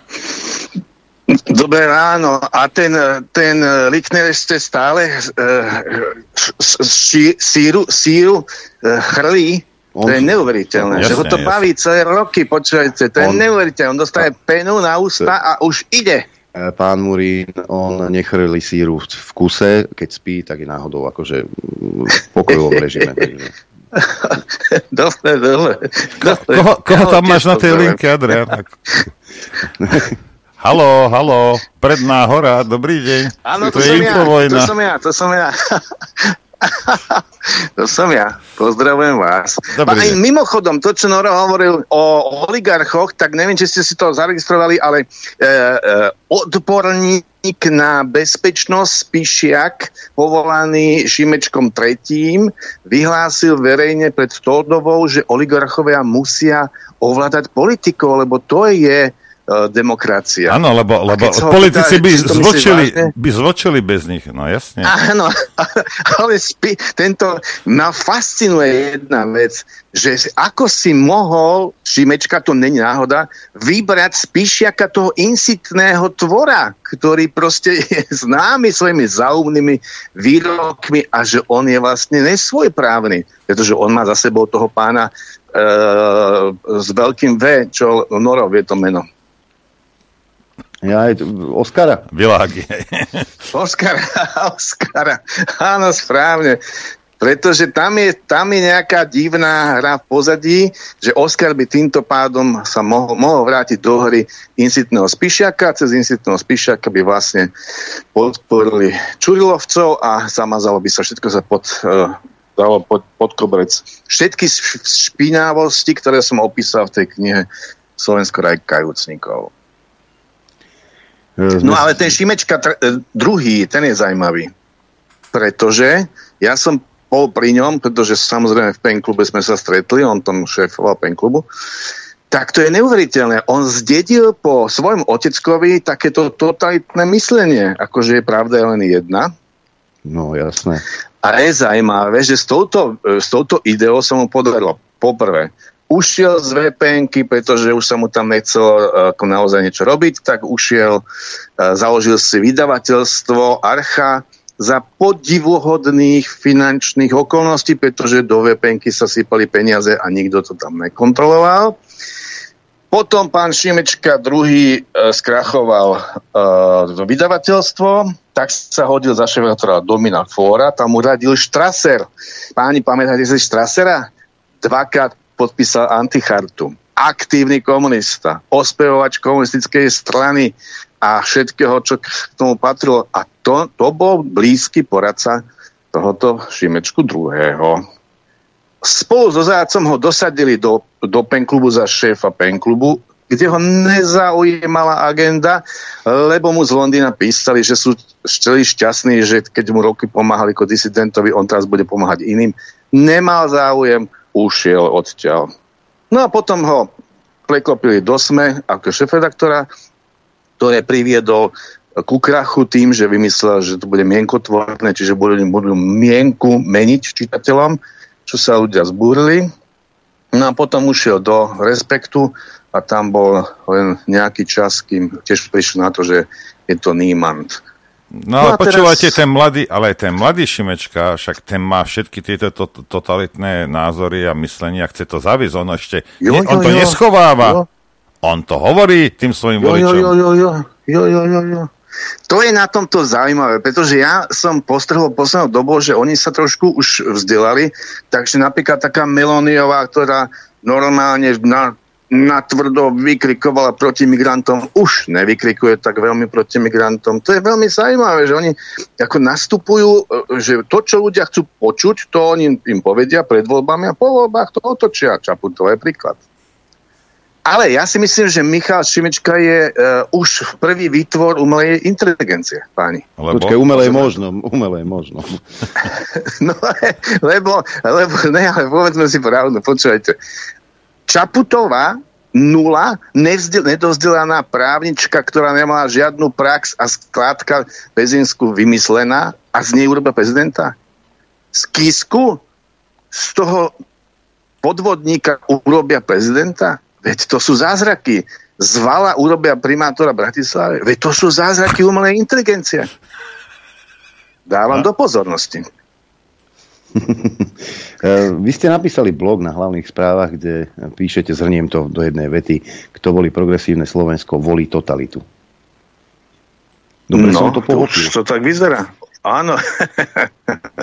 [SPEAKER 16] Dobré ráno. A ten Lichtner ešte stále síru chrlí. To je neuveriteľné. Že ho to baví celé roky, počujete. To je neuveriteľné. On dostane penu na ústa a už ide.
[SPEAKER 2] Pán Murín, on nechrli síru v kuse, keď spí, tak je náhodou akože v pokojovom režime.
[SPEAKER 16] Dobre.
[SPEAKER 10] Koho tam máš na tej linke, Adrián? Haló, Predná hora, dobrý deň.
[SPEAKER 16] Áno, to som ja. To som ja. Pozdravujem vás. Aj mimochodom, to, čo Noro hovoril o oligarchoch, tak neviem, či ste si to zaregistrovali, ale odborník na bezpečnosť Spišiak, povolaný Šimečkom III, vyhlásil verejne pred Tordovou, že oligarchovia musia ovládať politikov, lebo to je demokracia.
[SPEAKER 10] Áno, lebo politici by zvočili bez nich, no jasne.
[SPEAKER 16] Áno, ale ma fascinuje jedna vec, že ako si mohol Šimečka, to není náhoda, vybrať Spišiaka, toho insitného tvora, ktorý proste je známy svojimi záumnými výrokmi a že on je vlastne nesvojprávny, pretože on má za sebou toho pána s veľkým V, čo Noro vie to meno.
[SPEAKER 2] Ja, Oskara.
[SPEAKER 10] Világi.
[SPEAKER 16] Oskara. Áno, správne. Pretože tam je nejaká divná hra v pozadí, že Oskar by týmto pádom sa mohol vrátiť do hry insitného Spišiaka. Cez insitného Spišiaka by vlastne podporili Čurilovcov a zamazalo by sa všetko dalo pod koberec. Všetky špinavosti, ktoré som opísal v tej knihe Slovensko raj kajúcnikov. No ale ten Šimečka druhý, ten je zaujímavý. Pretože ja som bol pri ňom, pretože samozrejme v penklube sme sa stretli, on tam šéfoval penklubu. Tak to je neuveriteľné. On zdedil po svojom oteckovi takéto totalitné myslenie, akože je pravda len jedna.
[SPEAKER 2] No jasné.
[SPEAKER 16] A je zaujímavé, že s touto ideou sa mu podarilo. Poprvé, ušiel z VPN-ky, pretože už sa mu tam nechcelo naozaj niečo robiť, tak ušiel, založil si vydavateľstvo Archa za podivuhodných finančných okolností, pretože do VPN-ky sa sypali peniaze a nikto to tam nekontroloval. Potom pán Šimečka II skrachoval vydavateľstvo, tak sa hodil za šéfa Domina Fóra, tam mu radil Strasser. Páni, pamätáte si Strassera? Dvakrát podpísal antichartu. Aktívny komunista, ospevovač komunistickej strany a všetkého, čo k tomu patrilo. A to bol blízky poradca tohoto Šimečku II. Spolu so Zácom ho dosadili do penklubu za šéfa penklubu, kde ho nezaujímala agenda, lebo mu z Londýna písali, že sú šťastní, že keď mu roky pomáhali ako disidentovi, on teraz bude pomáhať iným. Nemal záujem, ušiel odtiaľ. No a potom ho preklopili do SME ako šéfredaktora, ktoré priviedol ku krachu tým, že vymyslel, že to bude mienkotvorné, čiže budú mienku meniť čitateľom, čo sa ľudia zbúrili. No a potom ušiel do Respektu a tam bol len nejaký čas, kým tiež prišiel na to, že je to Niemand.
[SPEAKER 10] No ale počúvajte, ten mladý Šimečka, však ten má všetky tieto totalitné názory a myslenia, chce to zaviesť, on ešte, on to neschováva, on to hovorí tým svojim voličom.
[SPEAKER 16] Jo. To je na tomto zaujímavé, pretože ja som postrhol poslednou dobou, že oni sa trošku už vzdelali, takže napríklad taká Meloniová, ktorá normálne natvrdo vykrikovala proti migrantom, už nevykrikuje tak veľmi proti migrantom. To je veľmi zaujímavé, že oni ako nastupujú, že to, čo ľudia chcú počuť, to oni im povedia pred voľbami a po voľbách to otočia. Čaputový príklad. Ale ja si myslím, že Michal Šimečka je už prvý výtvor umelej inteligencie, páni.
[SPEAKER 2] Počkaj, umelej možno.
[SPEAKER 16] No, lebo ne, ale povedzme si pravdu, počúvajte. Čaputová, nula, nedozdelaná právnička, ktorá nemala žiadnu prax a skládka Pezinskú vymyslená a z nej urobia prezidenta. Z Kisku, z toho podvodníka urobia prezidenta. Veď to sú zázraky. Z Vala urobia primátora Bratislavy. Veď to sú zázraky umelej inteligencie. Dávam do pozornosti.
[SPEAKER 2] Vy ste napísali blog na Hlavných správach, kde píšete, zhrniem to do jednej vety, kto volí progresívne Slovensko, volí totalitu. Dobre, som to pochopil.
[SPEAKER 16] To tak vyzerá. Áno.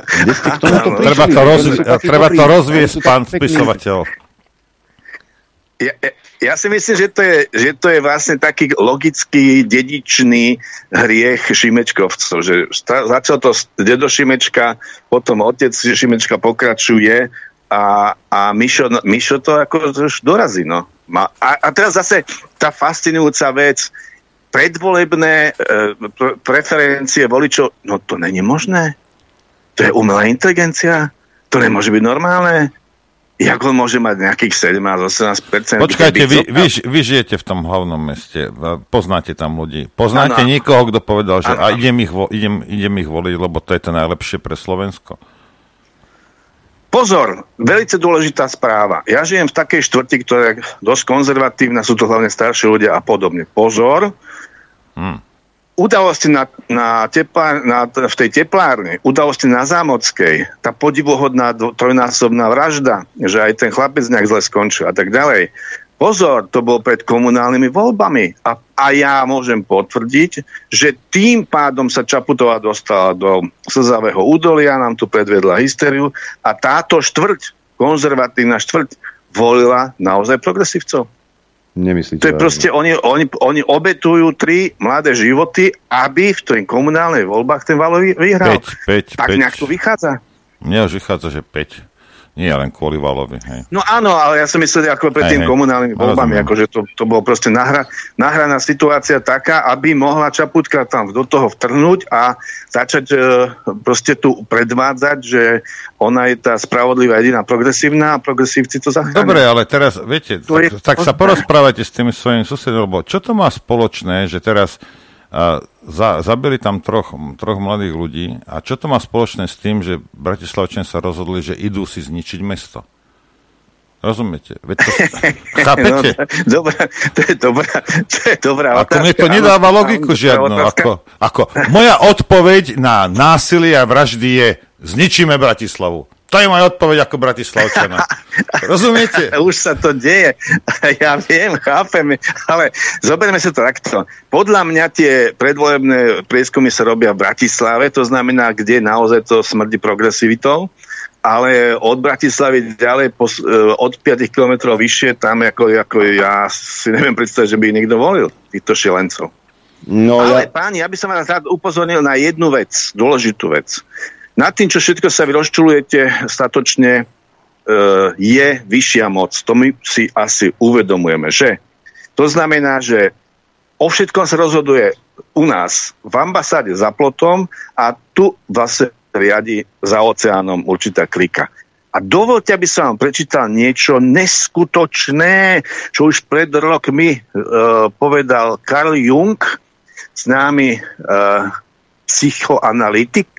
[SPEAKER 10] Treba to rozviesť, pán spisovateľ.
[SPEAKER 16] Ja si myslím, že to je vlastne taký logický dedičný hriech Šimečkovcov, že začal to dedo Šimečka, potom otec Šimečka pokračuje a Mišo to ako už dorazí. No. A teraz zase tá fascinujúca vec, predvolebné preferencie voličov, no to není možné. To je umelá inteligencia, to nemôže byť normálne. Jak on môže mať nejakých 17-18%?
[SPEAKER 10] Počkajte, vy žijete v tom hlavnom meste, poznáte tam ľudí. Poznáte niekoho, kto povedal, že idem ich voliť, lebo to je to najlepšie pre Slovensko? Pozor,
[SPEAKER 16] veľmi dôležitá správa. Ja žijem v takej štvrti, ktorá je dosť konzervatívna, sú to hlavne starší ľudia a podobne. Pozor, udalosti v tej teplárni, udalosti na Zámockej, tá podivuhodná trojnásobná vražda, že aj ten chlapec nejak zle skončil a tak ďalej. Pozor, to bolo pred komunálnymi voľbami. A ja môžem potvrdiť, že tým pádom sa Čaputová dostala do slzavého údolia, nám tu predvedla hysteriu a táto štvrť, konzervatívna štvrť, volila naozaj progresívcov.
[SPEAKER 2] Nemyslíte?
[SPEAKER 16] To je proste, oni obetujú 3 mladé životy, aby v tej komunálnej voľbách ten Valo vyhral.
[SPEAKER 10] 5.
[SPEAKER 16] Tak nejak to vychádza.
[SPEAKER 10] Mne už vychádza, že 5. Nie len kvôli Valovi. Hej.
[SPEAKER 16] No áno, ale ja som myslel ako pred tým komunálnymi voľbami, akože to bolo proste nahraná situácia taká, aby mohla Čaputka tam do toho vtrhnúť a začať proste tu predvádzať, že ona je tá spravodlivá jediná progresívna a progresívci to zachránia.
[SPEAKER 10] Dobre, ale teraz, viete, tak sa porozprávajte s tými svojimi susedmi, lebo čo to má spoločné, že teraz zabili tam troch mladých ľudí a čo to má spoločné s tým, že Bratislavčania sa rozhodli, že idú si zničiť mesto? Rozumiete? Chápete?
[SPEAKER 16] No, to je dobrá
[SPEAKER 10] otázka. Mne to nedáva logiku žiadnu. Ako moja odpoveď na násilie a vraždy je zničíme Bratislavu. To je moja odpoveď ako Bratislavčana. Rozumiete?
[SPEAKER 16] Už sa to deje. Ja viem, chápem, ale zoberme sa to takto. Podľa mňa tie predvolebné prieskumy sa robia v Bratislave, to znamená, kde naozaj to smrdí progresivitou, ale od Bratislavy ďalej, od 5 kilometrov vyššie, tam ako ja si neviem predstaviť, že by ich niekto volil, týchto šielencov. No, ale páni, ja by som vás rád upozornil na jednu vec, dôležitú vec. Nad tým, čo všetko sa vy rozčulujete statočne, je vyššia moc. To my si asi uvedomujeme, že? To znamená, že o všetkom sa rozhoduje u nás v ambasáde za plotom a tu vlastne riadi za oceánom určitá klika. A dovolte, aby som vám prečítal niečo neskutočné, čo už pred rokmi povedal Carl Jung, známy psychoanalytik,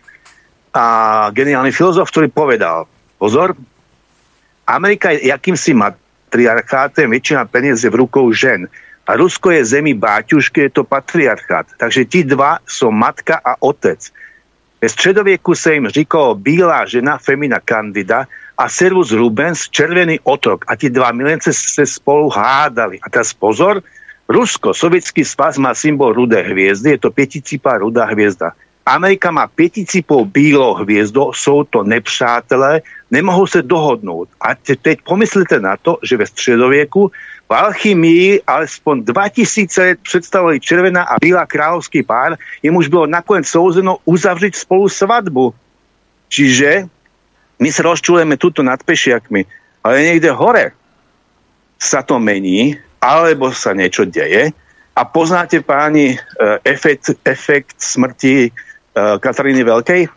[SPEAKER 16] a geniálny filozof, ktorý povedal, pozor, Amerika je jakýmsi matriarchátem, väčšina peniaz je v rukou žen. A Rusko je zemi báťušky, je to patriarchát. Takže tí dva sú matka a otec. V středovieku sa im říkalo bílá žena, femina candida a servus Rubens, červený otrok. A tí dva milence sa spolu hádali. A teraz pozor, Rusko, sovietský svaz má symbol rudé hviezdy, je to päticipá rudá hviezda. Amerika má 5 cipov bílou hviezdou, sú to nepřátelé, nemohou sa dohodnúť. A teď pomyslite na to, že ve středovieku v alchymii alespoň 2000 let predstavili červená a bílá kráľovský pár, im už bylo nakoniec souzeno uzavřiť spolu svadbu. Čiže my sa rozčulujeme tuto nad pešiakmi, ale niekde hore sa to mení, alebo sa niečo deje. A poznáte, páni, efekt smrti Kataríny Veľkej?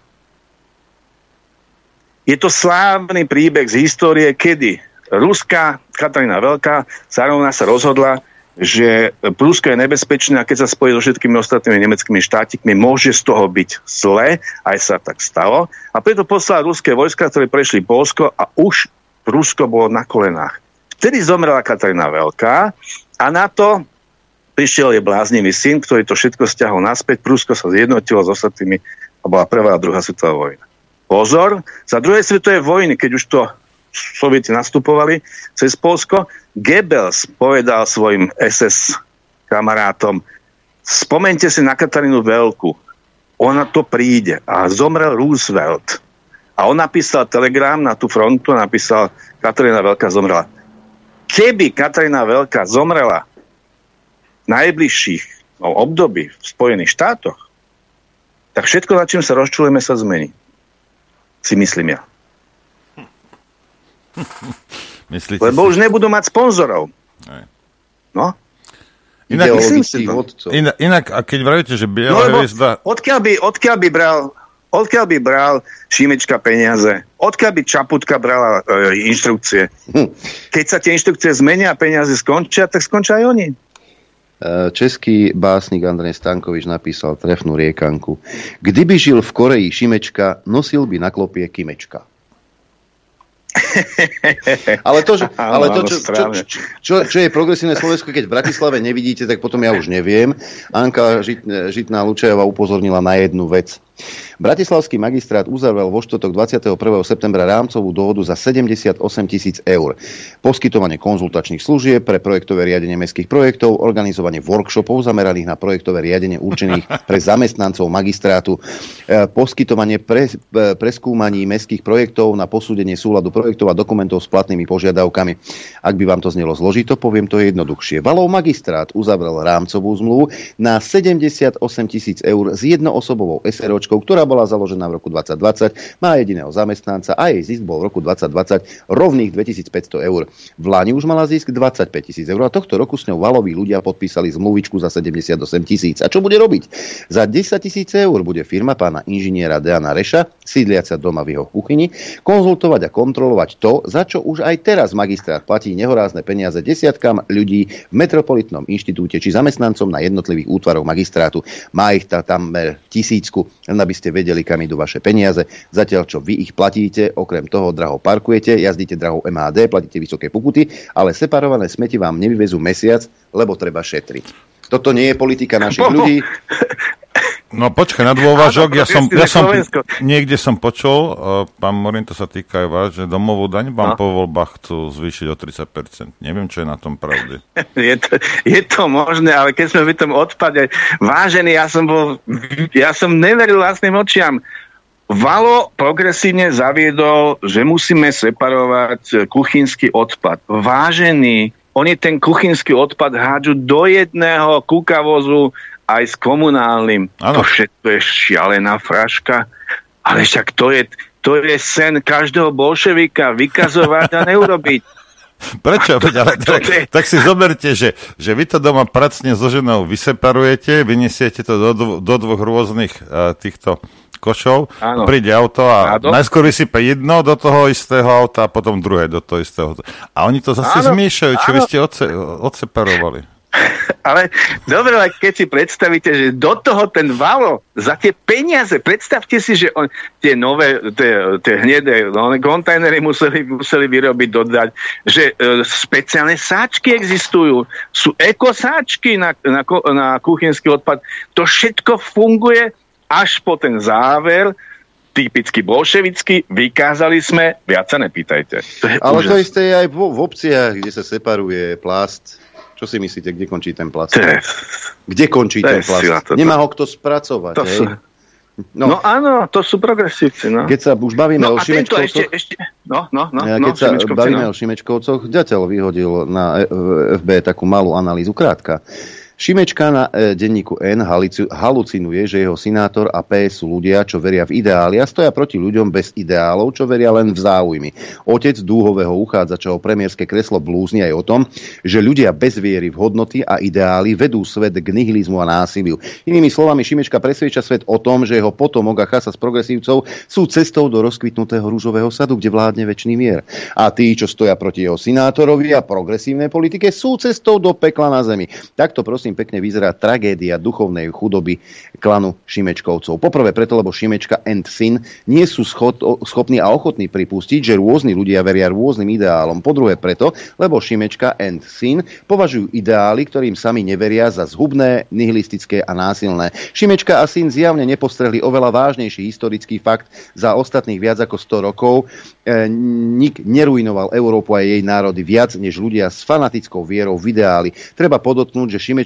[SPEAKER 16] Je to slávny príbeh z histórie, kedy ruská Katarína Veľká carovna sa rozhodla, že Prusko je nebezpečné a keď sa spojí so všetkými ostatnými nemeckými štátikmi, môže z toho byť zle, aj sa tak stalo. A preto poslala ruské vojska, ktoré prešli Poľsko a už Prusko bolo na kolenách. Vtedy zomrela Katarína Veľká a na to prišiel jej bláznivý syn, ktorý to všetko stiahol naspäť. Prusko sa zjednotilo s ostatnými a bola prvá a druhá svetová vojna. Pozor, za druhej svetovej vojny, keď už to Sovieti nastupovali cez Poľsko, Goebbels povedal svojim SS kamarátom, spomeňte si na Katarínu Veľkú, ona to príde. A zomrel Roosevelt. A on napísal telegram na tú frontu, napísal, Katarína Veľká zomrela. keby Katarína Veľká zomrela v najbližších období v Spojených štátoch, tak všetko, za čím sa rozčulujeme, sa zmení. Si myslím ja.
[SPEAKER 10] Myslíte
[SPEAKER 16] lebo už nebudú mať sponzorov. No.
[SPEAKER 10] Inak, a keď vravíte, že biela hviezda...
[SPEAKER 16] Odkiaľ by bral Šimečka peniaze? Odkiaľ by Čaputka brala inštrukcie? Keď sa tie inštrukcie zmenia a peniaze skončia, tak skončia aj oni.
[SPEAKER 2] Český básnik Andrej Stankovič napísal trefnú riekanku. Kdyby žil v Koreji Šimečka, nosil by na klopie Kimečka. Ale to, čo je progresívne Slovensko, keď v Bratislave nevidíte, tak potom ja už neviem. Anka Žitná Lučajová upozornila na jednu vec. Bratislavský magistrát uzavrel vo štvrtok 21. septembra rámcovú dohodu za 78 000 eur. Poskytovanie konzultačných služieb pre projektové riadenie mestských projektov, organizovanie workshopov zameraných na projektové riadenie určených pre zamestnancov magistrátu, poskytovanie preskúmaní mestských projektov na posúdenie súladu projektov a dokumentov s platnými požiadavkami. Ak by vám to znelo zložito, poviem to jednoduchšie. Valov magistrát uzavrel rámcovú zmluvu na 78 000 eur s jednoosobovou SROčkou, ktorá bola založená v roku 2020, má jediného zamestnanca a jej zisk bol v roku 2020 rovných 2500 eur. V Lani už mala zisk 25 000 eur a tohto roku s ňou valoví ľudia podpísali zmluvičku za 78 000. A čo bude robiť? Za 10 000 eur bude firma pána inžiniera Deana Reša, sídliaca doma v jeho kuchyni, konzultovať a kontrolovať to, za čo už aj teraz magistrát platí nehorázne peniaze desiatkam ľudí v Metropolitnom inštitúte či zamestnancom na jednotlivých útvaroch magistrátu. Má ich tam 1000, len aby ste vedeli, kam idú vaše peniaze. Zatiaľ, čo vy ich platíte, okrem toho draho parkujete, jazdíte drahou MHD, platíte vysoké pokuty, ale separované smeti vám nevyvezú mesiac, lebo treba šetriť. Toto nie je politika našich ľudí.
[SPEAKER 10] No počkaj, na dôvažok, niekde som počul, pán Morin, to sa týka aj vás, že domovú daň vám po voľbách chcú zvýšiť o 30%. Neviem, čo je na tom pravdy.
[SPEAKER 16] Je to možné, ale keď sme v tom odpade, vážený, ja som neveril vlastným očiam. Valo progresívne zaviedol, že musíme separovať kuchynský odpad. Vážený, oni ten kuchynský odpad hádžu do jedného kukavozu aj s komunálnym. Ano. To všetko je šialená fraška. Ale však to je sen každého bolševika vykazovať a neurobiť.
[SPEAKER 10] Prečo? Tak si zoberte, že vy to doma pracne so ženou vyseparujete, vyniesiete to do dvoch rôznych týchto košov, príde auto a najskôr vysype jedno do toho istého auta a potom druhé do toho istého. A oni to zase zmiešajú, čo vy ste odseparovali.
[SPEAKER 16] Ale dobre, keď si predstavíte, že do toho ten Valo za tie peniaze, predstavte si, že tie nové, tie hnedé kontajnery museli vyrobiť, dodať, že speciálne sáčky existujú, sú ekosáčky na kuchynský odpad. To všetko funguje až po ten záver, typicky bolševický, vykázali sme, viac sa nepýtajte.
[SPEAKER 2] Ale to isté je aj v obciach, kde sa separuje plast. Čo si myslíte, kde končí ten plast? Kde končí ten plast? Nemá ho kto spracovať.
[SPEAKER 16] No áno, to sú progresívci. No.
[SPEAKER 2] Keď sa už bavíme o Šimečkovcoch... Keď sa bavíme o Šimečkovcoch, Ďateľ vyhodil na FB takú malú analýzu, krátka. Šimečka na denníku N halucinuje, že jeho senátor a PS sú ľudia, čo veria v ideály a stoja proti ľuďom bez ideálov, čo veria len v záujmy. Otec dúhového uchádzača o premiérske kreslo blúzni aj o tom, že ľudia bez viery v hodnoty a ideály vedú svet k nihilizmu a násiliu. Inými slovami, Šimečka presviedča svet o tom, že jeho potomok a chasa z progresívcov sú cestou do rozkvitnutého ružového sadu, kde vládne večný mier. A tí, čo stoja proti jeho senátorovi a progresívnej politike, sú cestou do pekla na zemi. Takto prosím pekne vyzerá tragédia duchovnej chudoby klanu Šimečkovcov. Poprvé preto, lebo Šimečka and syn nie sú schopní a ochotní pripustiť, že rôzni ľudia veria rôznym ideálom. Po druhé preto, lebo Šimečka and syn považujú ideály, ktorým sami neveria, za zhubné, nihilistické a násilné. Šimečka a syn zjavne nepostrehli oveľa vážnejší historický fakt. Za ostatných viac ako 100 rokov nik neruinoval Európu a jej národy viac, než ľudia s fanatickou vierou v ideály. Treba podotknúť, že Šimečka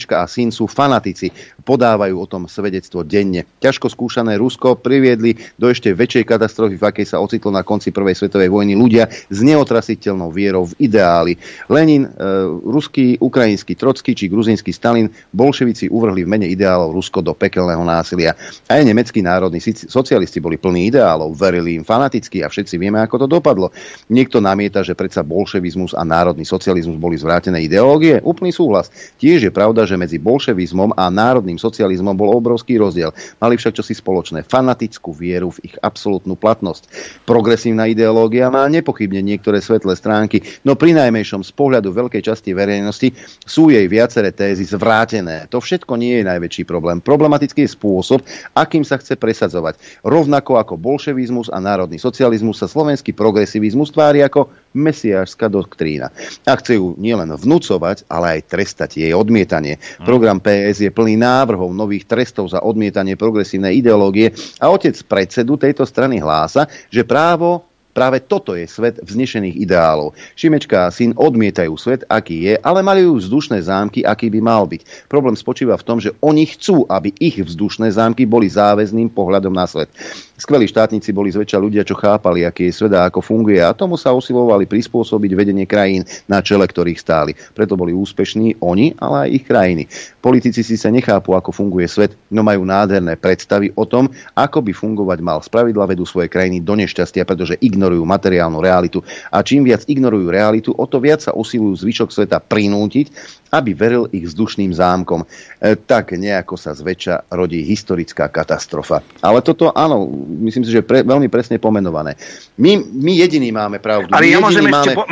[SPEAKER 2] Šimečka a syn sú fanatici, podávajú o tom svedectvo denne. Ťažko skúšané Rusko priviedli do ešte väčšej katastrofy, v akej sa ocitlo na konci prvej svetovej vojny ľudia s neotrasiteľnou vierou v ideály. Lenin, ruský, ukrajinský Trocký či gruzínsky Stalin, bolševici uvrhli v mene ideálov Rusko do pekelného násilia. Aj nemeckí národní socialisti boli plní ideálov, verili im fanaticky a všetci vieme, ako to dopadlo. Niekto namieta, že predsa bolševizmus a národný socializmus boli zvrátené ideológie. Úplný súhlas. Tiež je pravda, že medzi bolševizmom a národným socializmom bol obrovský rozdiel. Mali však čosi spoločné. Fanatickú vieru v ich absolútnu platnosť. Progresívna ideológia má nepochybne niektoré svetlé stránky, no prinajmenšom z pohľadu veľkej časti verejnosti sú jej viaceré tézy zvrátené. To všetko nie je najväčší problém. Problematický je spôsob, akým sa chce presadzovať. Rovnako ako bolševizmus a národný socializmus sa slovenský progresivizmus tvári ako mesiášska doktrína. A chce ju nielen vnúcovať, ale aj trestať jej odmietanie. Program PS je plný návrhov nových trestov za odmietanie progresívnej ideológie a otec predsedu tejto strany hlása, že práve toto je svet vznešených ideálov. Šimečka a syn odmietajú svet, aký je, ale majú vzdušné zámky, aký by mal byť. Problém spočíva v tom, že oni chcú, aby ich vzdušné zámky boli záväzným pohľadom na svet. Skvelí štátnici boli zväčša ľudia, čo chápali, aký je svet a ako funguje, a tomu sa usilovali prispôsobiť vedenie krajín, na čele ktorých stáli. Preto boli úspešní oni, ale aj ich krajiny. Politici si sa nechápu, ako funguje svet, no majú nádherné predstavy o tom, ako by fungovať mal. Spravidla vedú svoje krajiny do nešťastia, pretože ignorujú materiálnu realitu. A čím viac ignorujú realitu, o to viac sa usilujú zvyšok sveta prinútiť, aby veril ich vzdušným zámkom. Tak nejako sa zväčša rodí historická katastrofa. Ale toto, áno, myslím si, že veľmi presne pomenované. My jediní máme pravdu.
[SPEAKER 16] Ale ja môžem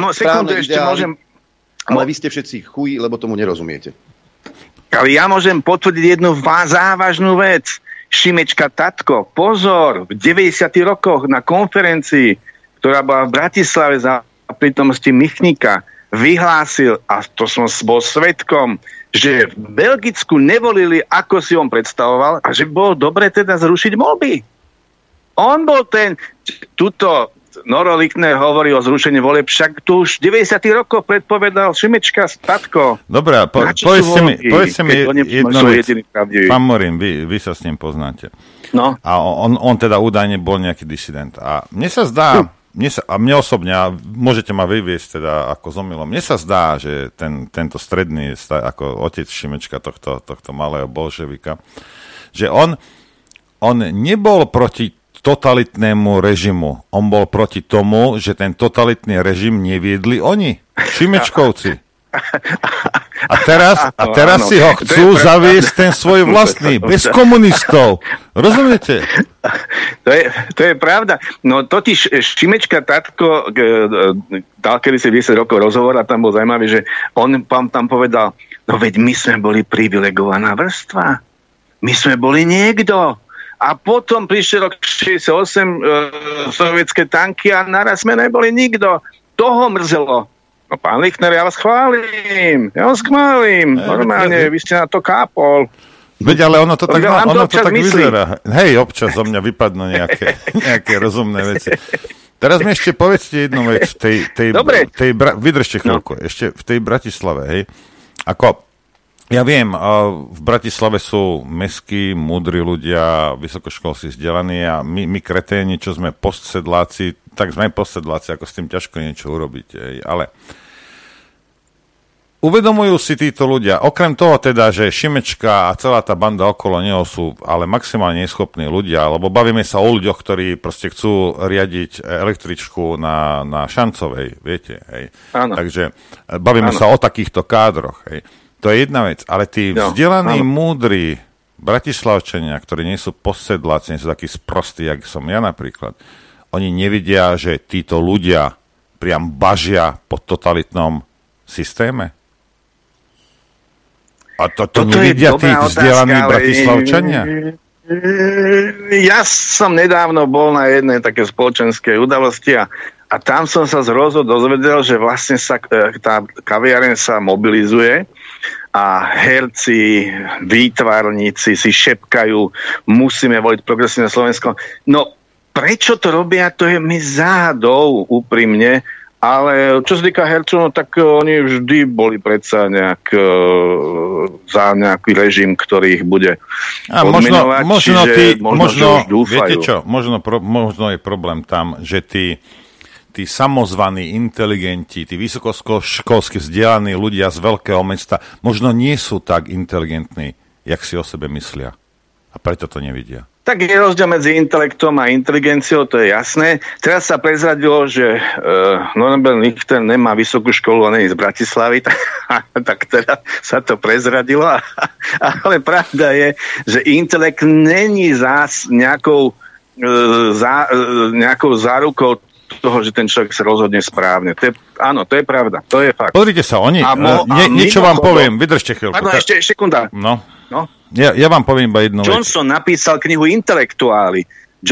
[SPEAKER 16] ešte
[SPEAKER 2] ale vy ste všetci chuji, lebo tomu nerozumiete.
[SPEAKER 16] Ale ja môžem potvrdiť jednu závažnú vec. Šimečka tatko, pozor, v 90. rokoch na konferencii, ktorá bola v Bratislave za prítomnosti Michnika, vyhlásil, a to som bol svedkom, že v Belgicku nevolili, ako si on predstavoval, a že bolo dobre teda zrušiť voľby. On bol ten, tuto Noro Lichtner hovorí o zrušení volieb, však tu už v 90. rokoch predpovedal Šimečka tatko.
[SPEAKER 10] Dobre, povedzte mi jednu vec. Pán Morín, vy sa s ním poznáte.
[SPEAKER 16] No.
[SPEAKER 10] A on teda údajne bol nejaký disident. A mne sa zdá, mne osobne, a môžete ma vyviesť teda ako s omylom, mne sa zdá, že tento stredný, ako otec Šimečka tohto malého bolševika, že on nebol proti totalitnému režimu. On bol proti tomu, že ten totalitný režim neviedli oni, Šimečkovci. A teraz si ho chcú zaviesť ten svoj vlastný, bez komunistov. Rozumiete?
[SPEAKER 16] To je pravda. No totiž Šimečka tatko dal kedysi 10 rokov rozhovor a tam bol zaujímavý, že on tam povedal, no veď my sme boli privilegovaná vrstva. My sme boli niekto. A potom prišiel rok 68 sovietské tanky a naraz sme neboli nikto. Toho mrzelo. No pán Lichtner, ja vás chválim. Normálne, vy ste na to kápol.
[SPEAKER 10] Veď, ale ono to tak vyzerá. Hej, občas zo mňa vypadnú nejaké rozumné veci. Teraz mi ešte povedzte jednu vec. Vydržte chvíľku. Ešte v tej Bratislave, hej. Ja viem, v Bratislave sú mestskí, múdri ľudia, vysokoškolsky vzdelaní a my kreténi, čo sme postsedláci, tak sme postsedláci, ako s tým ťažko niečo urobiť. Ale uvedomujú si títo ľudia, okrem toho teda, že Šimečka a celá tá banda okolo neho sú ale maximálne neschopní ľudia, lebo bavíme sa o ľuďoch, ktorí proste chcú riadiť električku na Šancovej, viete. Hej. Takže bavíme sa o takýchto kádroch, hej. To je jedna vec, ale tí vzdelaní, múdri Bratislavčania, ktorí nie sú postsedláci, nie sú takí sprostí, jak som ja napríklad, oni nevidia, že títo ľudia priam bažia po totalitnom systéme? A to nevidia tí vzdelaní Bratislavčania?
[SPEAKER 16] Ja som nedávno bol na jednej také spoločenskej udalosti a tam som sa z rozhodu dozvedel, že vlastne tá kaviareň sa mobilizuje a herci, výtvarníci si šepkajú, musíme voliť progresívne Slovensko. No, prečo to robia, to je mi záhadou úprimne Ale čo sa týka hercov, no tak oni vždy boli predsa za nejaký režim, ktorý ich bude odminovať. Možno
[SPEAKER 10] viete čo, možno je problém tam, že tí samozvaní inteligenti, tí vysokoškolsky vzdelaní ľudia z veľkého mesta možno nie sú tak inteligentní, jak si o sebe myslia. A preto to nevidia.
[SPEAKER 16] Tak je rozdiel medzi intelektom a inteligenciou, to je jasné. Teraz sa prezradilo, že Norbert Richter nemá vysokú školu a nie je z Bratislavy, tak teda sa to prezradilo. Ale pravda je, že intelekt není nejakou zárukou toho, že ten človek sa rozhodne správne. Áno, to je pravda, to je fakt.
[SPEAKER 10] Pozrite sa, niečo vám poviem, vydržte chvíľku.
[SPEAKER 16] Pardon, ešte sekunda.
[SPEAKER 10] No. Ja vám poviem iba jednu vec.
[SPEAKER 16] Johnson napísal knihu Intelektuáli,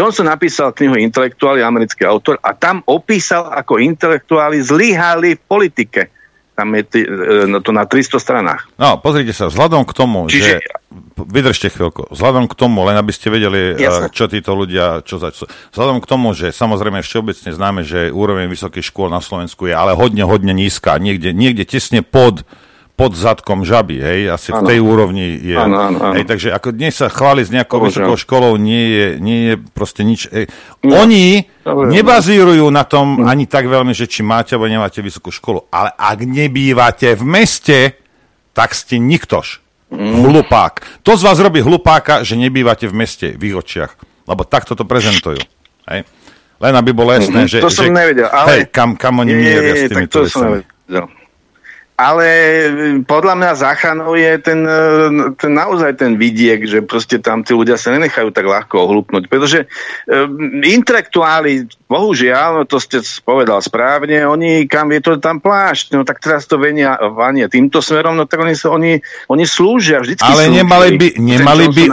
[SPEAKER 16] americký autor, a tam opísal, ako intelektuáli zlyhali v politike. Tam je to na 300 stranách.
[SPEAKER 10] No, pozrite sa, vzhľadom k tomu, že... Vydržte chvíľku. Vzhľadom k tomu, len aby ste vedeli, čo títo ľudia... Vzhľadom k tomu, že samozrejme všeobecne známe, že úroveň vysokých škôl na Slovensku je ale hodne nízka. Niekde tesne pod zadkom žaby, hej, asi v tej úrovni je. Áno. Hej, takže ako dnes sa chváli s nejakou vysokou školou, nie je proste nič. Oni nebazírujú na tom ani tak veľmi, že či máte alebo nemáte vysokú školu, ale ak nebývate v meste, tak ste niktož. Hlupák. To z vás robí hlupáka, že nebývate v meste, v ich očiach. Lebo takto to prezentujú. Hej. Len aby bolo jasné, že...
[SPEAKER 16] To som nevedel, ale...
[SPEAKER 10] Hej, kam oni mieria s týmito vecami.
[SPEAKER 16] Ale podľa mňa záchranou je naozaj ten vidiek, že proste tam tí ľudia sa nenechajú tak ľahko ohlúpnuť. Pretože intelektuáli, bohužiaľ, to ste povedal správne, oni kam je to tam plášť, no tak teraz to vania týmto smerom, no tak oni slúžia, vždycky
[SPEAKER 10] ale
[SPEAKER 16] slúžia.
[SPEAKER 10] nemali by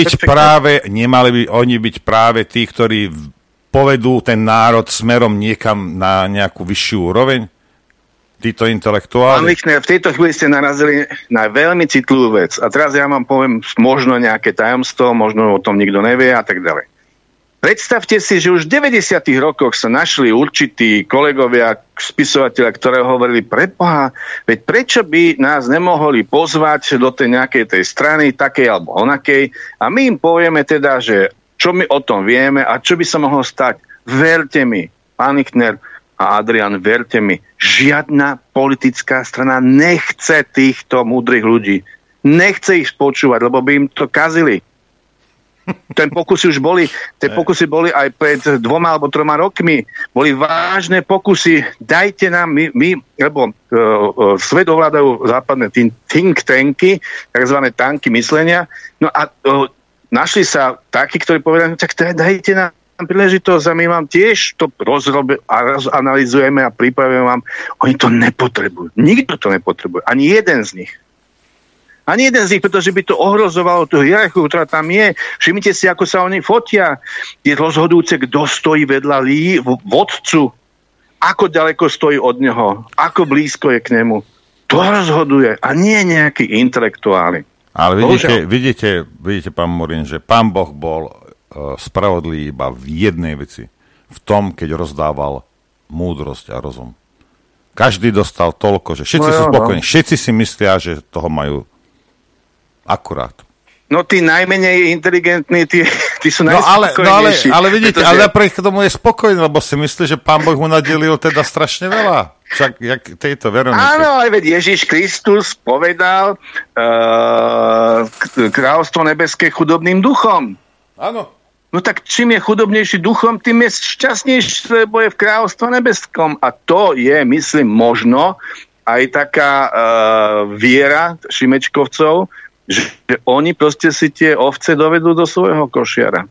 [SPEAKER 10] oni byť práve tí, ktorí povedú ten národ smerom niekam na nejakú vyššiu úroveň? Títo intelektuáli.
[SPEAKER 16] Pán Lichner, v tejto chvíli ste narazili na veľmi citlivú vec. A teraz ja vám poviem možno nejaké tajomstvo, možno o tom nikto nevie a tak ďalej. Predstavte si, že už v 90. rokoch sa našli určití kolegovia, spisovatelia, ktoré hovorili, preboha, veď prečo by nás nemohli pozvať do tej nejakej tej strany, takej alebo onakej, a my im povieme teda, že čo my o tom vieme a čo by sa mohlo stať. Verte mi, pán Lichner a Adrian, verte mi, žiadna politická strana nechce týchto múdrych ľudí. Nechce ich počúvať, lebo by im to kazili. Tie pokusy boli aj pred 2 alebo 3 rokmi. Boli vážne pokusy. Dajte nám, lebo svet ovládajú západné think tanky, takzvané tanky myslenia. No a našli sa takí, ktorí povedali, no tak dajte nám príležitosť a my vám tiež to rozanalizujeme a pripravíme vám. Oni to nepotrebujú. Nikto to nepotrebuje. Ani jeden z nich. Pretože by to ohrozovalo tú hierarchiu, ktorá tam je. Všimnite si, ako sa oni fotia. Je rozhodujúce, kto stojí vedľa vodcu. Ako ďaleko stojí od neho. Ako blízko je k nemu. To rozhoduje. A nie nejakí intelektuáli.
[SPEAKER 10] Ale vidíte, pán Morin, že pán Boh bol spravodlivý iba v jednej veci. V tom, keď rozdával múdrosť a rozum. Každý dostal toľko, že všetci sú spokojní. Všetci si myslia, že toho majú akurát.
[SPEAKER 16] No tí najmenej inteligentní, tí sú najspokojnejší.
[SPEAKER 10] Ale vidíte, ale napriek tomu je spokojný, lebo si myslí, že pán Boh mu nadelil teda strašne veľa. Však jak tejto Veronike.
[SPEAKER 16] Áno, aj veď Ježiš Kristus povedal kráľovstvo nebeské chudobným duchom.
[SPEAKER 10] Áno.
[SPEAKER 16] No tak čím je chudobnejší duchom, tým je šťastnejší, lebo je v kráľovstve nebeskom. A to je, myslím, možno aj taká viera Šimečkovcov, že oni proste si tie ovce dovedú do svojho košiara.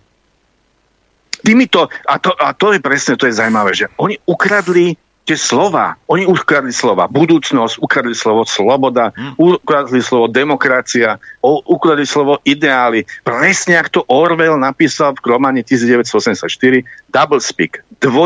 [SPEAKER 16] A to je presne, to je zaujímavé, že oni ukradli tie slova. Oni ukradli slova budúcnosť, ukradli slovo sloboda, ukradli slovo demokracia, ukradli slovo ideály. Presne ako to Orwell napísal v románe 1984, doublespeak,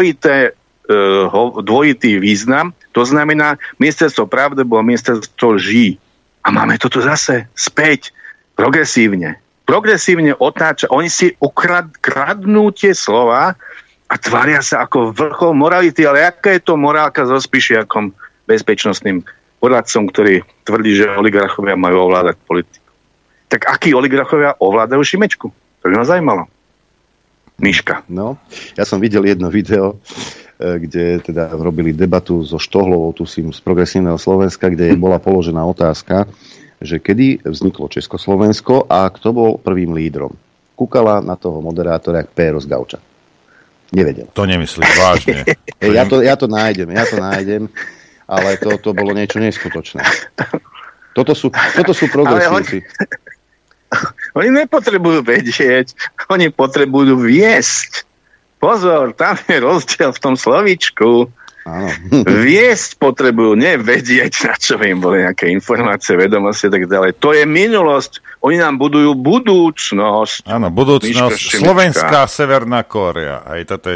[SPEAKER 16] dvojitý význam, to znamená, ministerstvo pravdy bolo ministerstvo lží. A máme toto zase späť progresívne otáča. Oni si kradnú tie slova a tvária sa ako vrchol morality, ale aká je to morálka so Spišiakom, bezpečnostným poradcom, ktorý tvrdí, že oligarchovia majú ovládať politiku. Tak akí oligarchovia ovládajú Šimečku? To by ma zaujímalo. Miška.
[SPEAKER 2] No, ja som videl jedno video, kde teda robili debatu so Štohlovou, z Progresívneho Slovenska, kde bola položená otázka, že kedy vzniklo Československo a kto bol prvým lídrom. Kúkala na toho moderátora jak péro z gauča. Nevedel.
[SPEAKER 10] To nemyslíš vážne.
[SPEAKER 2] Ja to nájdem, ale to bolo niečo neskutočné. Toto sú progresívci.
[SPEAKER 16] Oni nepotrebujú vedieť, oni potrebujú viesť. Pozor, tam je rozdiel v tom slovíčku.
[SPEAKER 2] Áno.
[SPEAKER 16] Viesť potrebujú, nevedieť, na čo im boli nejaké informácie, vedomosti a tak ďalej. To je minulosť. Oni nám budujú budúcnosť.
[SPEAKER 10] Áno, budúcnosť. Slovenská Severná Kórea. Aj toto je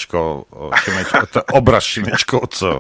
[SPEAKER 10] obraz Šimečkovcov.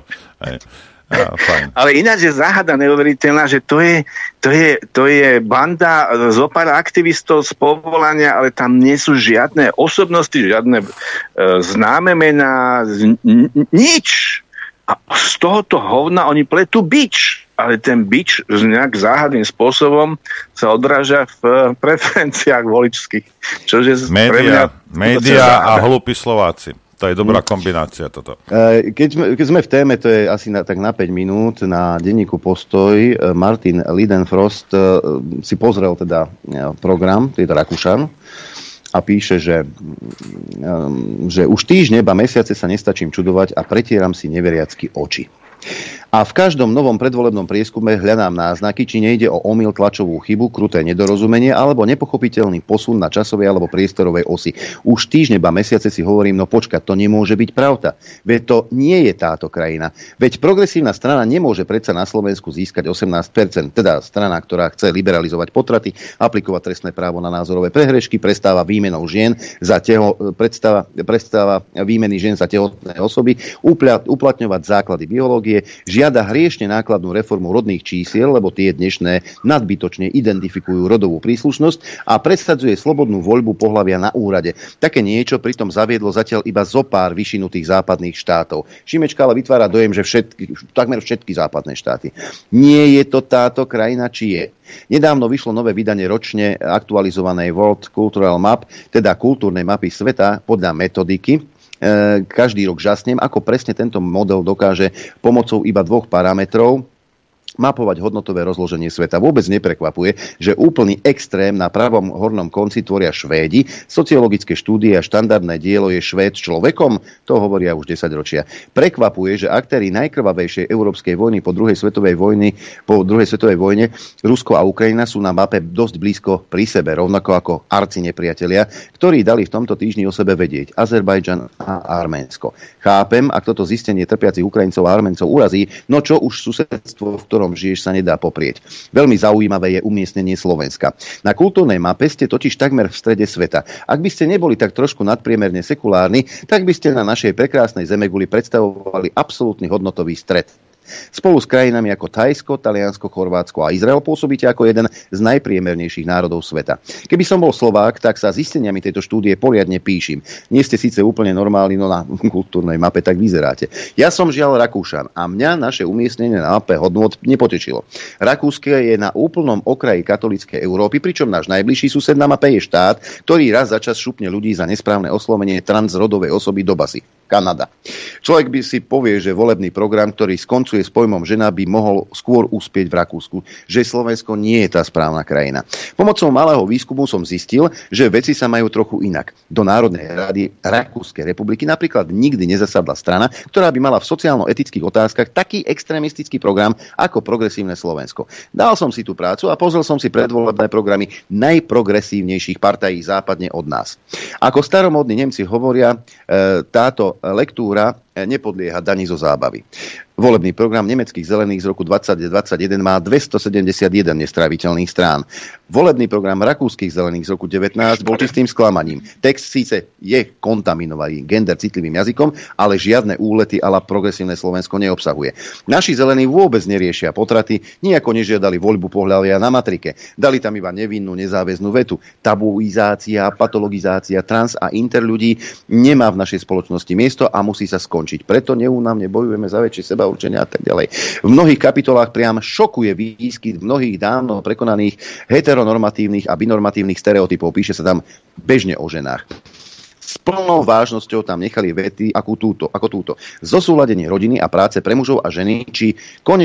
[SPEAKER 16] Ale ináč je záhada neuveriteľná, že to je banda zopár aktivistov z povolania, ale tam nie sú žiadne osobnosti, žiadne známe mená, nič. A z tohoto hovna oni pletú bič. Ale ten bič nejak záhadným spôsobom sa odráža v preferenciách voličských. Čože
[SPEAKER 10] média a hlúpi Slováci. To je dobrá kombinácia toto.
[SPEAKER 2] Keď sme v téme, to je asi tak na 5 minút, na denníku Postoj, Martin Lidenfrost si pozrel teda program, je to Rakúšan, a píše, že už týždne, ba mesiace sa nestačím čudovať a pretieram si neveriacky oči. A v každom novom predvolebnom prieskume hľadám náznaky, či nejde o omyl, tlačovú chybu, kruté nedorozumenie alebo nepochopiteľný posun na časovej alebo priestorovej osi. Už týždne, ba mesiace si hovorím, no počkať, to nemôže byť pravda. Veď to nie je táto krajina. Veď progresívna strana nemôže predsa na Slovensku získať 18%, teda strana, ktorá chce liberalizovať potraty, aplikovať trestné právo na názorové prehrešky, prestáva výmenou žien za prestáva výmeny žien za tehotné osoby, uplatňovať základy biológie, žiada hriešne nákladnú reformu rodných čísiel, lebo tie dnešné nadbytočne identifikujú rodovú príslušnosť a presadzuje slobodnú voľbu pohlavia na úrade. Také niečo pritom zaviedlo zatiaľ iba zopár vyšinutých západných štátov. Šimečka ale vytvára dojem, že takmer všetky západné štáty. Nie je to táto krajina, či je. Nedávno vyšlo nové vydanie ročne aktualizovanej World Cultural Map, teda kultúrnej mapy sveta podľa metodiky. Každý rok žasnem, ako presne tento model dokáže pomocou iba 2 parametrov mapovať hodnotové rozloženie sveta. Vôbec neprekvapuje, že úplný extrém na pravom hornom konci tvoria Švédi. Sociologické štúdie a štandardné dielo je Švéd s človekom, to hovoria už 10 ročia. Prekvapuje, že aktéri najkrvavejšej európskej vojny po druhej svetovej vojne Rusko a Ukrajina sú na mape dosť blízko pri sebe, rovnako ako arci nepriatelia, ktorí dali v tomto týždni o sebe vedieť Azerbajdžan a Arménsko. Chápem, ak toto zistenie trpiacich Ukrajincov a Arméncov urazí, no čo už susedstvo, v ktorom žiješ, sa nedá poprieť. Veľmi zaujímavé je umiestnenie Slovenska. Na kultúrnej mape ste totiž takmer v strede sveta. Ak by ste neboli tak trošku nadpriemerne sekulárni, tak by ste na našej prekrásnej zemeguli predstavovali absolútny hodnotový stred. Spolu s krajinami ako Thajsko, Taliansko, Chorvátsko a Izrael pôsobíte ako jeden z najpriemernejších národov sveta. Keby som bol Slovák, tak sa zisteniami tejto štúdie poriadne píšim. Nie ste síce úplne normálni, no na kultúrnej mape tak vyzeráte. Ja som žiaľ Rakúšan a mňa naše umiestnenie na mape hodnôt nepotešilo. Rakúske je na úplnom okraji katolíckej Európy, pričom náš najbližší sused na mape je štát, ktorý raz za čas šupne ľudí za nesprávne oslovenie transrodovej osoby do basy. Kanada. Človek by si povie, že volebný program, ktorý skoncuje s pojmom žena, by mohol skôr uspieť v Rakúsku, že Slovensko nie je tá správna krajina. Pomocou malého výskumu som zistil, že veci sa majú trochu inak. Do Národnej rady Rakúskej republiky napríklad nikdy nezasadla strana, ktorá by mala v sociálno-etických otázkach taký extrémistický program ako Progresívne Slovensko. Dal som si tú prácu a pozrel som si predvolebné programy najprogresívnejších partají západne od nás. Ako staromódni Nemci hovoria, táto lektúra nepodlieha daní zo zábavy. Volebný program nemeckých zelených z roku 2021 má 271 nestráviteľných strán. Volebný program rakúskych zelených z roku 19 bol čistým sklamaním. Text síce je kontaminovaný gender citlivým jazykom, ale žiadne úlety a la progresívne Slovensko neobsahuje. Naši zelení vôbec neriešia potraty, nijako nežiadali voľbu pohľavia na matrike. Dali tam iba nevinnú nezáväznú vetu. Tabuizácia, patologizácia trans a inter ľudí nemá v našej spoločnosti miesto a musí sa skončiť. Preto neúnavne bojujeme za väčšie sebaurčenia a tak ďalej. V mnohých kapitolách priam šokuje výskyt mnohých dávno prekonaných heteronormatívnych a binormatívnych stereotypov. Píše sa tam bežne o ženách. S plnou vážnosťou tam nechali vety ako túto. Zosúladenie rodiny a práce pre mužov a ženy, či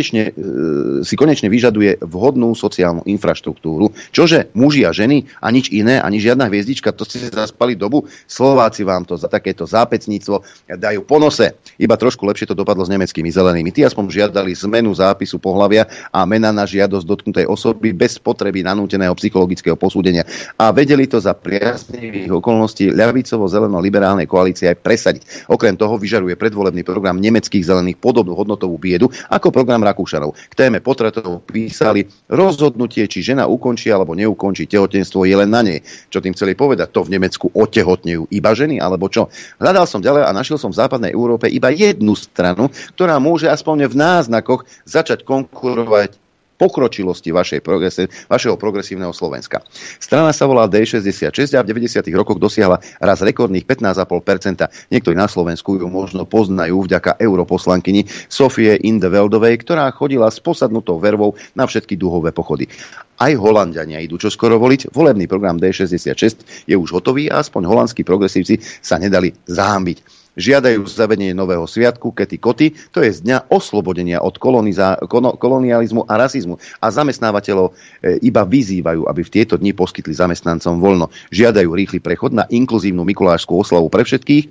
[SPEAKER 2] si konečne vyžaduje vhodnú sociálnu infraštruktúru. Čože muži a ženy a nič iné, ani žiadna hviezdička, to ste zaspali dobu. Slováci vám to za takéto zápecníctvo dajú po nose. Iba trošku lepšie to dopadlo s nemeckými zelenými. Tí aspoň žiadali zmenu zápisu pohlavia a mena na žiadosť dotknutej osoby bez potreby nanúteného psychologického posúdenia. A vedeli to za priaznivých okolností ľavicovo zeleno-liberálnej koalície aj presadiť. Okrem toho vyžaruje predvolebný program nemeckých zelených podobnú hodnotovú biedu ako program Rakúšanov. K téme potratov písali: rozhodnutie, či žena ukončí alebo neukončí tehotenstvo, je len na nej. Čo tým chceli povedať? To v Nemecku otehotnejú iba ženy alebo čo? Hľadal som ďalej a našiel som v západnej Európe iba jednu stranu, ktorá môže aspoň v náznakoch začať konkurovať pokročilosti vašeho progresívneho Slovenska. Strana sa volá D66 a v 90. rokoch dosiahla raz rekordných 15,5%. Niektorí na Slovensku ju možno poznajú vďaka europoslankyni Sofie Indeveldovej, ktorá chodila s posadnutou vervou na všetky duhové pochody. Aj Holanďania idú čoskoro voliť. Volebný program D66 je už hotový a aspoň holandskí progresívci sa nedali zahambiť. Žiadajú zavedenie nového sviatku Kety Koty, to je z dňa oslobodenia od kolonializmu a rasizmu. A zamestnávateľov iba vyzývajú, aby v tieto dni poskytli zamestnancom voľno. Žiadajú rýchly prechod na inkluzívnu mikulášskú oslavu pre všetkých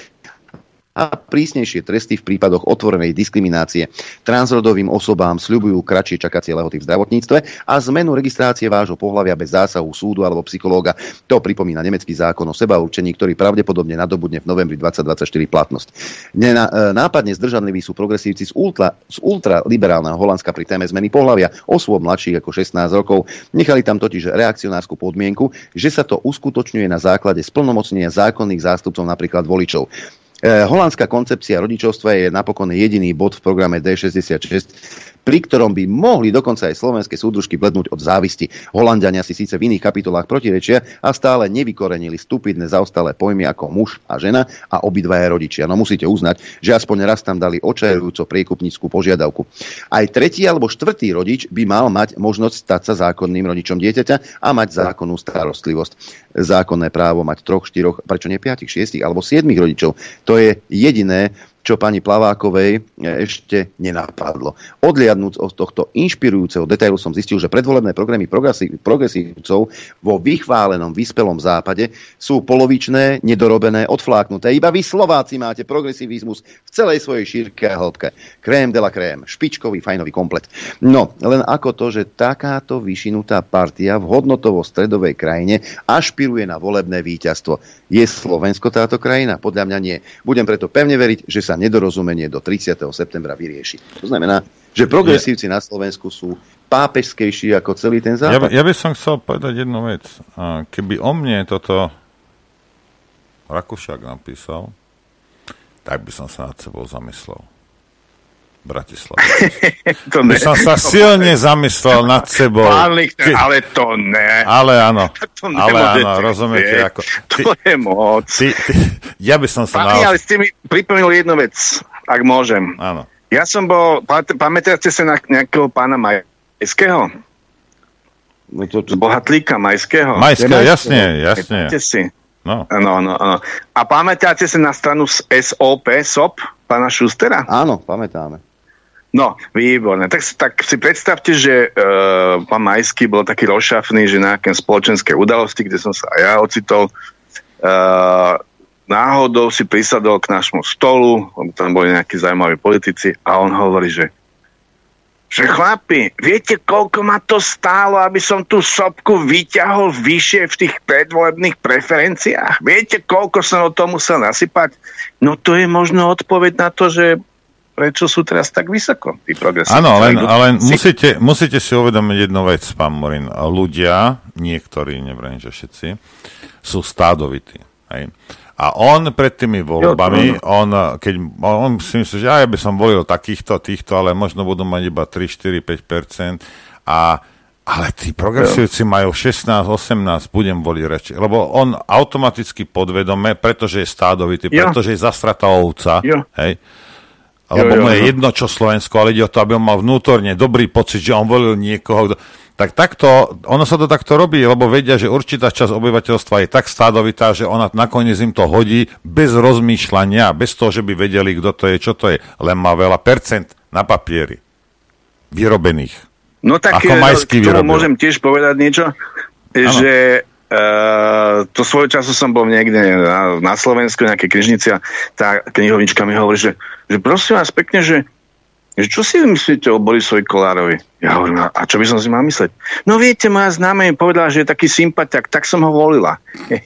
[SPEAKER 2] a prísnejšie tresty v prípadoch otvorenej diskriminácie. Transrodovým osobám sľubujú kratšie čakacie lehoty v zdravotníctve a zmenu registrácie vášho pohlavia bez zásahu súdu alebo psychológa. To pripomína nemecký zákon o sebaurčení, ktorý pravdepodobne nadobudne v novembri 2024 platnosť. Nápadne zdržanliví sú progresívci z ultraliberálneho Holandska pri téme zmeny pohlavia osôb mladších ako 16 rokov. Nechali tam totiž reakcionárskú podmienku, že sa to uskutočňuje na základe splnomocnenia zákonných zástupcov, napríklad voličov. Holandská koncepcia rodičovstva je napokon jediný bod v programe D66, pri ktorom by mohli dokonca aj slovenské súdružky blednúť od závisti. Holanďania si síce v iných kapitolách protirečia a stále nevykorenili stupidné zaostalé pojmy ako muž a žena a obidvaja rodičia. No musíte uznať, že aspoň raz tam dali očarujúco priekupnícku požiadavku. Aj tretí alebo štvrtý rodič by mal mať možnosť stať sa zákonným rodičom dieťaťa a mať zákonnú starostlivosť. Zákonné právo mať 3, 4, prečo nie 5, 6 alebo 7 rodičov. To je jediné, čo pani Plavákovej ešte nenapadlo. Odliadnúc od tohto inšpirujúceho detailu som zistil, že predvolebné programy progresívcov vo vychválenom vyspelom západe sú polovičné, nedorobené, odfláknuté. Iba vy Slováci máte progresivizmus v celej svojej šírke a hĺbke. Krém de la krém, špičkový, fajnový komplet. No, len ako to, že takáto vyšinutá partia v hodnotovo-stredovej krajine ašpiruje na volebné víťazstvo. Je Slovensko táto krajina? Podľa mňa nie. Budem preto pevne veriť, že sa nedorozumenie do 30. septembra vyrieši. To znamená, že progresívci na Slovensku sú pápežskejší ako celý ten západ.
[SPEAKER 10] Ja by som chcel povedať jednu vec. Keby o mne toto Rakúšák napísal, tak by som sa nad sebou zamyslel. Bratislava. By som sa silne zamyslel nad sebou.
[SPEAKER 16] Pán Lichter, ale to ne.
[SPEAKER 10] Ale áno, rozumiete.
[SPEAKER 16] To je moc.
[SPEAKER 10] Ja by som sa...
[SPEAKER 16] Ale ste mi pripomenuli jednu vec, ak môžem.
[SPEAKER 10] Áno.
[SPEAKER 16] Ja som bol, pamätáte sa na nejakého pána Majského? Z Bohatlíka Majského.
[SPEAKER 10] Majského, jasne.
[SPEAKER 16] Pamätáte si?
[SPEAKER 10] No.
[SPEAKER 16] No. A pamätáte sa na stranu SOP, pána Šustera?
[SPEAKER 2] Áno, pamätáme.
[SPEAKER 16] No, výborné. Tak si predstavte, že pán Majský bol taký rozšafný, že na nejaké spoločenské udalosti, kde som sa aj ja ocitol, náhodou si prisadol k nášmu stolu, lebo tam boli nejakí zaujímaví politici a on hovorí, že že chlapi, viete, koľko ma to stálo, aby som tú sopku vyťahol vyššie v tých predvolebných preferenciách? Viete, koľko som o tom musel nasypať? No to je možno odpoveď na to, že prečo sú teraz tak vysoko tí progresívni.
[SPEAKER 10] Áno, ale musíte si uvedomiť jednu vec, pán Morin. Ľudia, niektorí, neviem, že všetci, sú stádovití. Hej? A on pred tými voľbami, on si myslí, že ja by som volil týchto, ale možno budú mať iba 3, 4, 5%. Ale tí progresívci majú 16, 18, budem voliť reči. Lebo on automaticky podvedome, pretože je stádovitý, pretože je zastratá ovca, hej, lebo mu je jedno, čo Slovensko, ale ide o to, aby on mal vnútorne dobrý pocit, že on volil niekoho. Tak takto, ono sa to takto robí, lebo vedia, že určitá časť obyvateľstva je tak stádovitá, že ona nakoniec im to hodí bez rozmýšľania, bez toho, že by vedeli, kto to je, čo to je. Len má veľa percent na papieri vyrobených.
[SPEAKER 16] No tak môžem tiež povedať niečo, že to svojho času som bol niekde na Slovensku, nejaké knižnici a tá knihovnička mi hovorí, že prosím vás pekne, že čo si myslíte o Borisovi Kollárovi? Ja hovorím, a čo by som si mal mysleť? No viete, moja známa mi povedala, že je taký sympatiak, tak som ho volila.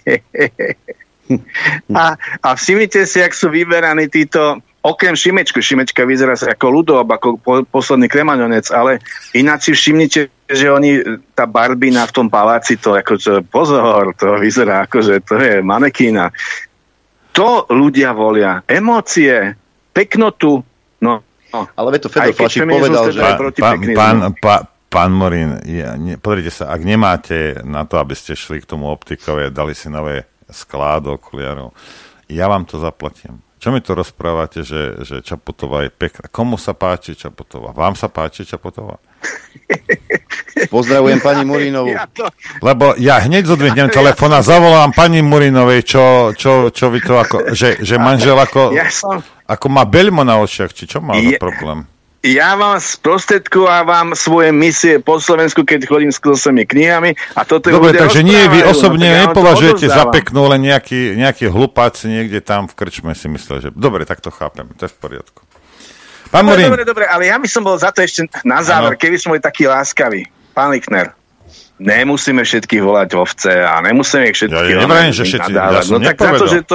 [SPEAKER 16] a všimnite si, jak sú vyberaní títo, okrem Šimečka vyzerá sa ako ľudov, ako posledný Kremaňonec, ale ináč si všimnite, že tá Barbína v tom paláci, to akože pozor, to vyzerá ako, že to je manekína. To ľudia volia. Emócie, peknotu, no.
[SPEAKER 2] Ale to Fedor Flašík povedal, že...
[SPEAKER 10] Pán Morin, pozrite sa, ak nemáte na to, aby ste šli k tomu optikovi a dali si nové sklá do okuliarov, ja vám to zaplatím. Čo mi to rozprávate, že Čaputová je pekná? Komu sa páči Čaputová? Vám sa páči Čaputová?
[SPEAKER 2] Pozdravujem pani Murinovú.
[SPEAKER 10] Lebo ja hneď zodvihnem telefón a zavolám pani Murinovej, čo vy to ako... Že manžel ako... Ako má beľmo na očiach, či čo má za problém?
[SPEAKER 16] Ja vám sprostredkujem svoje misie po Slovensku, keď chodím s svojimi knihami a toto
[SPEAKER 10] dobre, takže nie, vy osobne nepovažujete za peknú, len nejaký hlupáci niekde tam v krčme si myslel, že... Dobre, tak to chápem, to je v poriadku. Pán Morin.
[SPEAKER 16] Dobre, ale ja by som bol za to ešte na záver, keby som bol taký láskavý. Pán Lichner, nemusíme všetkých volať ovce a nemusíme ich všetkých...
[SPEAKER 10] Ja nevrajím, že všetci, ja som nepovedal.
[SPEAKER 16] Tak za to, že to...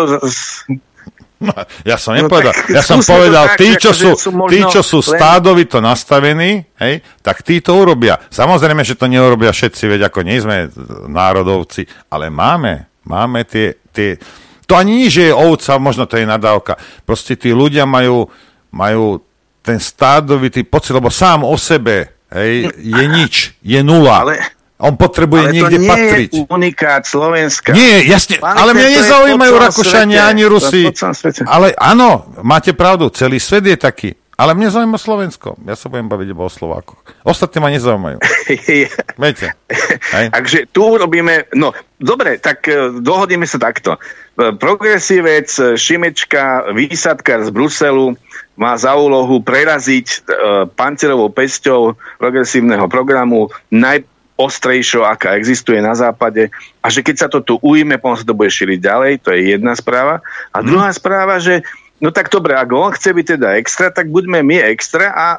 [SPEAKER 10] Ja som nepovedal. Ja som povedal, tí, čo sú stádovito nastavení, hej, tak tí to urobia. Samozrejme, že to neurobia všetci, veď ako nie sme národovci, ale máme tie... To ani nie, že je ovca, možno to je nadávka. Proste tí ľudia majú ten stádovitý pocit, lebo sám o sebe, hej, je nič, je nula. On potrebuje niekde patriť.
[SPEAKER 16] Ale to nie je unikát Slovenska.
[SPEAKER 10] Nie, jasne, ale mňa nezaujímajú Rakúšania ani Rusi. Ale áno, máte pravdu, celý svet je taký. Ale mňa zaujíma Slovensko. Ja sa budem baviť iba o Slovákoch. Ostatní ma nezaujímajú. Viete?
[SPEAKER 16] Takže tu urobíme... No, dobre, tak dohodíme sa takto. Progresívec, Šimečka, výsadkár z Bruselu má za úlohu preraziť pancerovou pesťou progresívneho programu ostrejšou, aká existuje na západe, a že keď sa to tu ujme, potom sa to bude šíriť ďalej, to je jedna správa. A druhá správa, že no tak dobre, ak on chce byť teda extra, tak buďme my extra a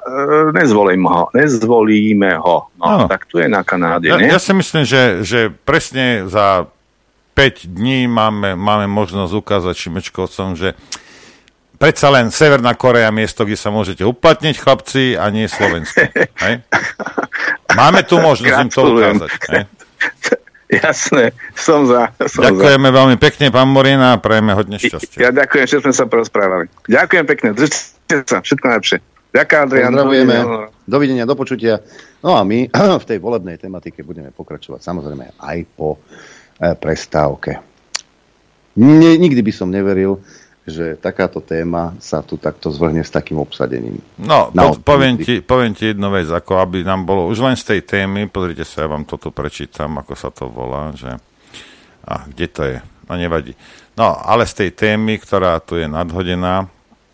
[SPEAKER 16] nezvolíme ho. No, tak tu je na Kanáde, nie?
[SPEAKER 10] Ja si myslím, že presne za 5 dní máme možnosť ukázať Šimečkovcom, že predsa len Severná Korea miesto, kde sa môžete uplatniť, chlapci, a nie Slovensko. Hej? Máme tu možnosť im to ukázať. Hej?
[SPEAKER 16] Jasné, som za.
[SPEAKER 10] Ďakujeme veľmi pekne, pán Morin, a prajeme hodne šťastia.
[SPEAKER 16] Ja ďakujem, že sme sa porozprávali. Ďakujem pekne, držte sa, všetko najlepšie. Ďakujem, Adrián.
[SPEAKER 2] Pozdravujeme, dovidenia, do počutia. No a my v tej volebnej tematike budeme pokračovať samozrejme aj po prestávke. Nikdy by som neveril, že takáto téma sa tu takto zvrhne s takým obsadením.
[SPEAKER 10] No, poviem ti jednu vec, ako aby nám bolo, už len z tej témy, pozrite sa, ja vám toto prečítam, ako sa to volá, že... kde to je? No, nevadí. No, ale z tej témy, ktorá tu je nadhodená,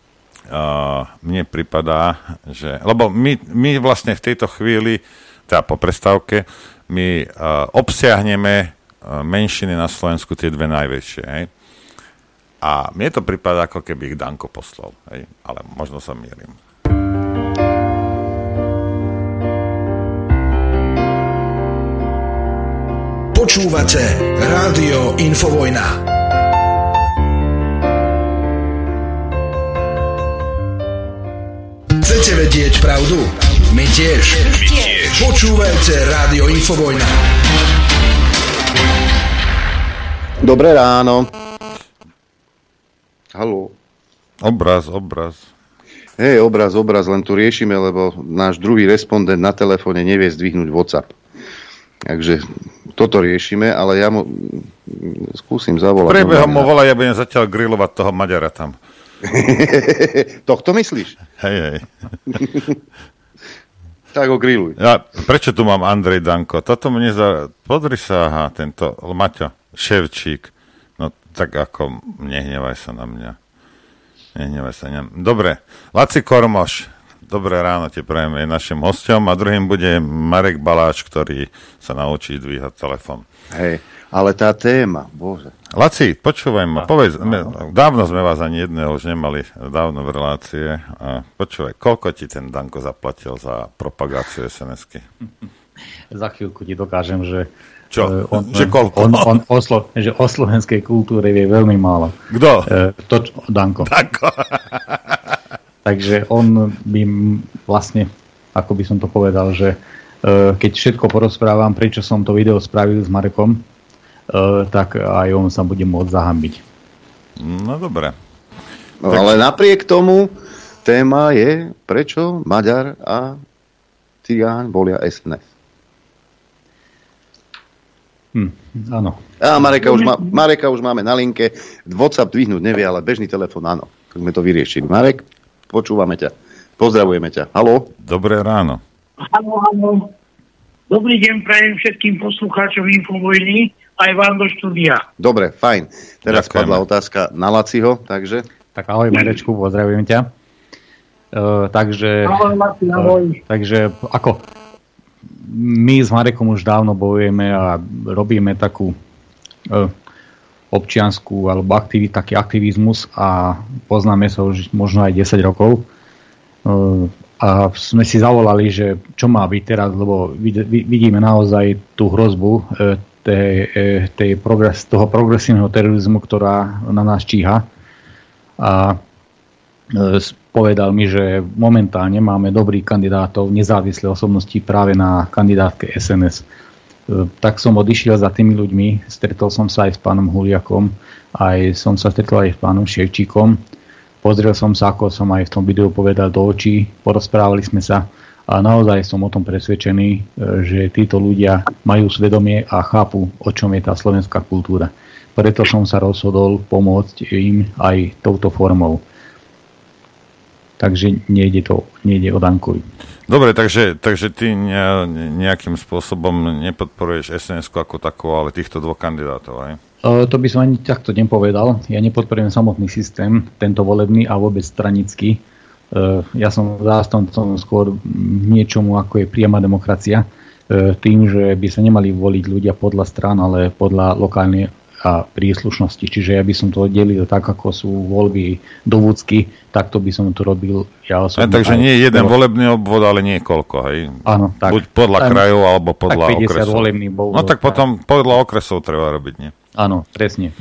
[SPEAKER 10] mne pripadá, že... Lebo my vlastne v tejto chvíli, teda po prestávke, my obsiahneme menšiny na Slovensku, tie dve najväčšie, hej? A mne to prípada, ako keby ich Danko poslal. Hej? Ale možno sa mýlim.
[SPEAKER 14] Počúvate Rádio Infovojna. Chcete vedieť pravdu? My tiež. Počúvajte Rádio Infovojna.
[SPEAKER 2] Dobré ráno. Haló.
[SPEAKER 10] Obraz.
[SPEAKER 2] Hej, obraz, len tu riešime, lebo náš druhý respondent na telefóne nevie zdvihnúť WhatsApp. Takže toto riešime, ale ja mu skúsim zavolať.
[SPEAKER 10] Prebehom mu volá, ja budem zatiaľ grilovať toho Maďara tam.
[SPEAKER 2] Tohto myslíš?
[SPEAKER 10] Hej.
[SPEAKER 2] Tak ho grilluj.
[SPEAKER 10] Ja, prečo tu mám Andrej Danko? Toto mne Podri sa, tento Maťo Ševčík. No tak ako, nehnevaj sa na mňa. Dobre, Laci Kormoš. Dobré ráno ti prajem, je našim hosťom a druhým bude Marek Baláč, ktorý sa naučí dvíhať telefón.
[SPEAKER 2] Hej, ale tá téma, bože.
[SPEAKER 10] Laci, počúvaj ma, povedz, dávno sme vás ani jedného už nemali, dávno v relácie. A počúvaj, koľko ti ten Danko zaplatil za propagáciu SNS-ky?
[SPEAKER 17] Za chvíľku ti dokážem, že
[SPEAKER 10] čo? Že koľko?
[SPEAKER 17] Že o slovenskej kultúre vie veľmi málo.
[SPEAKER 10] Kto?
[SPEAKER 17] Danko. Takže on by vlastne, ako by som to povedal, že keď všetko porozprávam, prečo som to video spravil s Marekom, tak aj on sa bude môcť zahambiť.
[SPEAKER 10] No dobre.
[SPEAKER 2] No, ale napriek tomu téma je, prečo Maďar a Cigán volia SNS.
[SPEAKER 17] Áno.
[SPEAKER 2] A Mareka už máme na linke. WhatsApp dvihnúť nevie, ale bežný telefón áno. Tak sme to vyriešili. Marek, počúvame ťa. Pozdravujeme ťa. Haló?
[SPEAKER 10] Dobré ráno.
[SPEAKER 18] Haló. Dobrý deň prajem všetkým poslucháčom Infovojny, aj vám do štúdia.
[SPEAKER 2] Dobre, fajn. Teraz padla otázka na Laciho, takže...
[SPEAKER 17] Tak ahoj Marečku, pozdravujem ťa.
[SPEAKER 18] Ahoj Laci, ahoj.
[SPEAKER 17] Takže ako... My s Marekom už dávno bojujeme a robíme takú občiansku alebo taký aktivizmus a poznáme sa už možno aj 10 rokov. A sme si zavolali, že čo má byť teraz, lebo vidíme naozaj tú hrozbu toho progresívneho terorizmu, ktorá na nás číha. A povedal mi, že momentálne máme dobrých kandidátov, nezávislé osobnosti práve na kandidátke SNS. Tak som odišiel za tými ľuďmi, stretol som sa aj s pánom Huliakom, som sa stretol aj s pánom Ševčíkom, pozrel som sa, ako som aj v tom videu povedal, do očí, porozprávali sme sa a naozaj som o tom presvedčený, že títo ľudia majú svedomie a chápu, o čom je tá slovenská kultúra. Preto som sa rozhodol pomôcť im aj touto formou. Takže nejde o Dankovi.
[SPEAKER 10] Dobre, takže ty nejakým spôsobom nepodporuješ SNS-ku ako takú, ale týchto dvoch kandidátov, aj?
[SPEAKER 17] To by som ani takto nepovedal. Ja nepodporujem samotný systém, tento volebný a vôbec stranický. Ja som zástancom skôr niečomu, ako je priama demokracia, tým, že by sa nemali voliť ľudia podľa strán, ale podľa lokálnej a príslušnosti. Čiže ja by som to delil tak, ako sú voľby do Vúcky, takto by som to robil ja osobne.
[SPEAKER 10] Takže nie je jeden volebný obvod, ale niekoľko, hej?
[SPEAKER 17] Áno, tak.
[SPEAKER 10] Buď podľa krajov, alebo podľa okresov.
[SPEAKER 17] Volebných obvodov.
[SPEAKER 10] No tak potom podľa okresov treba robiť, nie?
[SPEAKER 17] Áno, presne.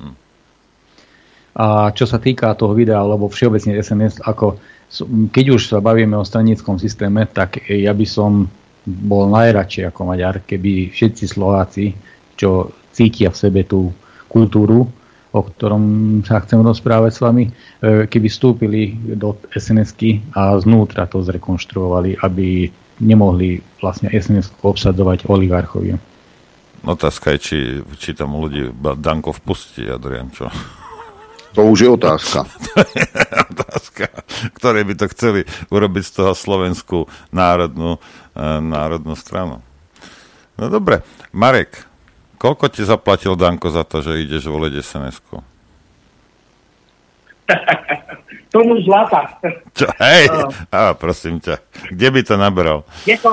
[SPEAKER 17] A čo sa týka toho videa, alebo všeobecne SNS, keď už sa bavíme o stranickom systéme, tak ja by som bol najradšej ako Maďar, keby všetci Slováci, čo cítia v sebe tú kultúru, o ktorom sa chcem rozprávať s vami, keby vstúpili do SNS-ky a znútra to zrekonštruovali, aby nemohli vlastne SNS-ku obsadzovať oligarchovia.
[SPEAKER 10] Otázka je, či tam ľudí Danko vpustí, Adrian, čo?
[SPEAKER 2] To už je otázka.
[SPEAKER 10] To je otázka, ktoré by to chceli urobiť z toho slovenskú národnú stranu. No dobre, Marek, koľko ti zaplatil Danko za to, že ideš voliť SNS-ku?
[SPEAKER 18] Tomu zlata.
[SPEAKER 10] Čo? Hej, prosím ťa. Kde by to naberal?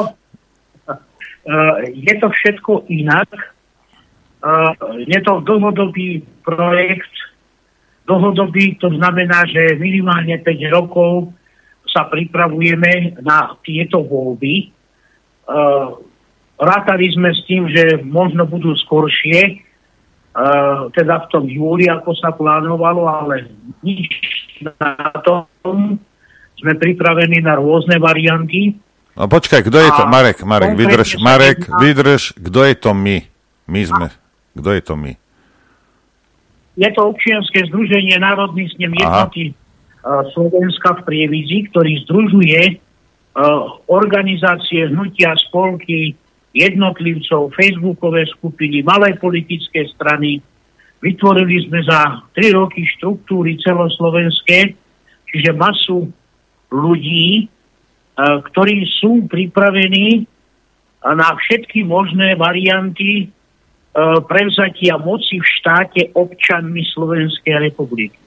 [SPEAKER 18] Je to všetko inak. Je to dlhodobý projekt. Dlhodobý, to znamená, že minimálne 5 rokov sa pripravujeme na tieto voľby. Rátali sme s tým, že možno budú skoršie, teda v tom júli, ako sa plánovalo, ale nič na tom. Sme pripravení na rôzne varianty.
[SPEAKER 10] No počkaj, kto je to? Marek, vydrž, kto je to my? Kto je to my?
[SPEAKER 18] Je to občianske združenie Národný snem jednoty Slovenska v Prievidzi, ktorý združuje organizácie, hnutia, spolky, jednotlivcov, facebookové skupiny, malé politické strany. Vytvorili sme za 3 roky štruktúry celoslovenské, čiže masu ľudí, ktorí sú pripravení na všetky možné varianty prevzatia moci v štáte občanmi Slovenskej republiky.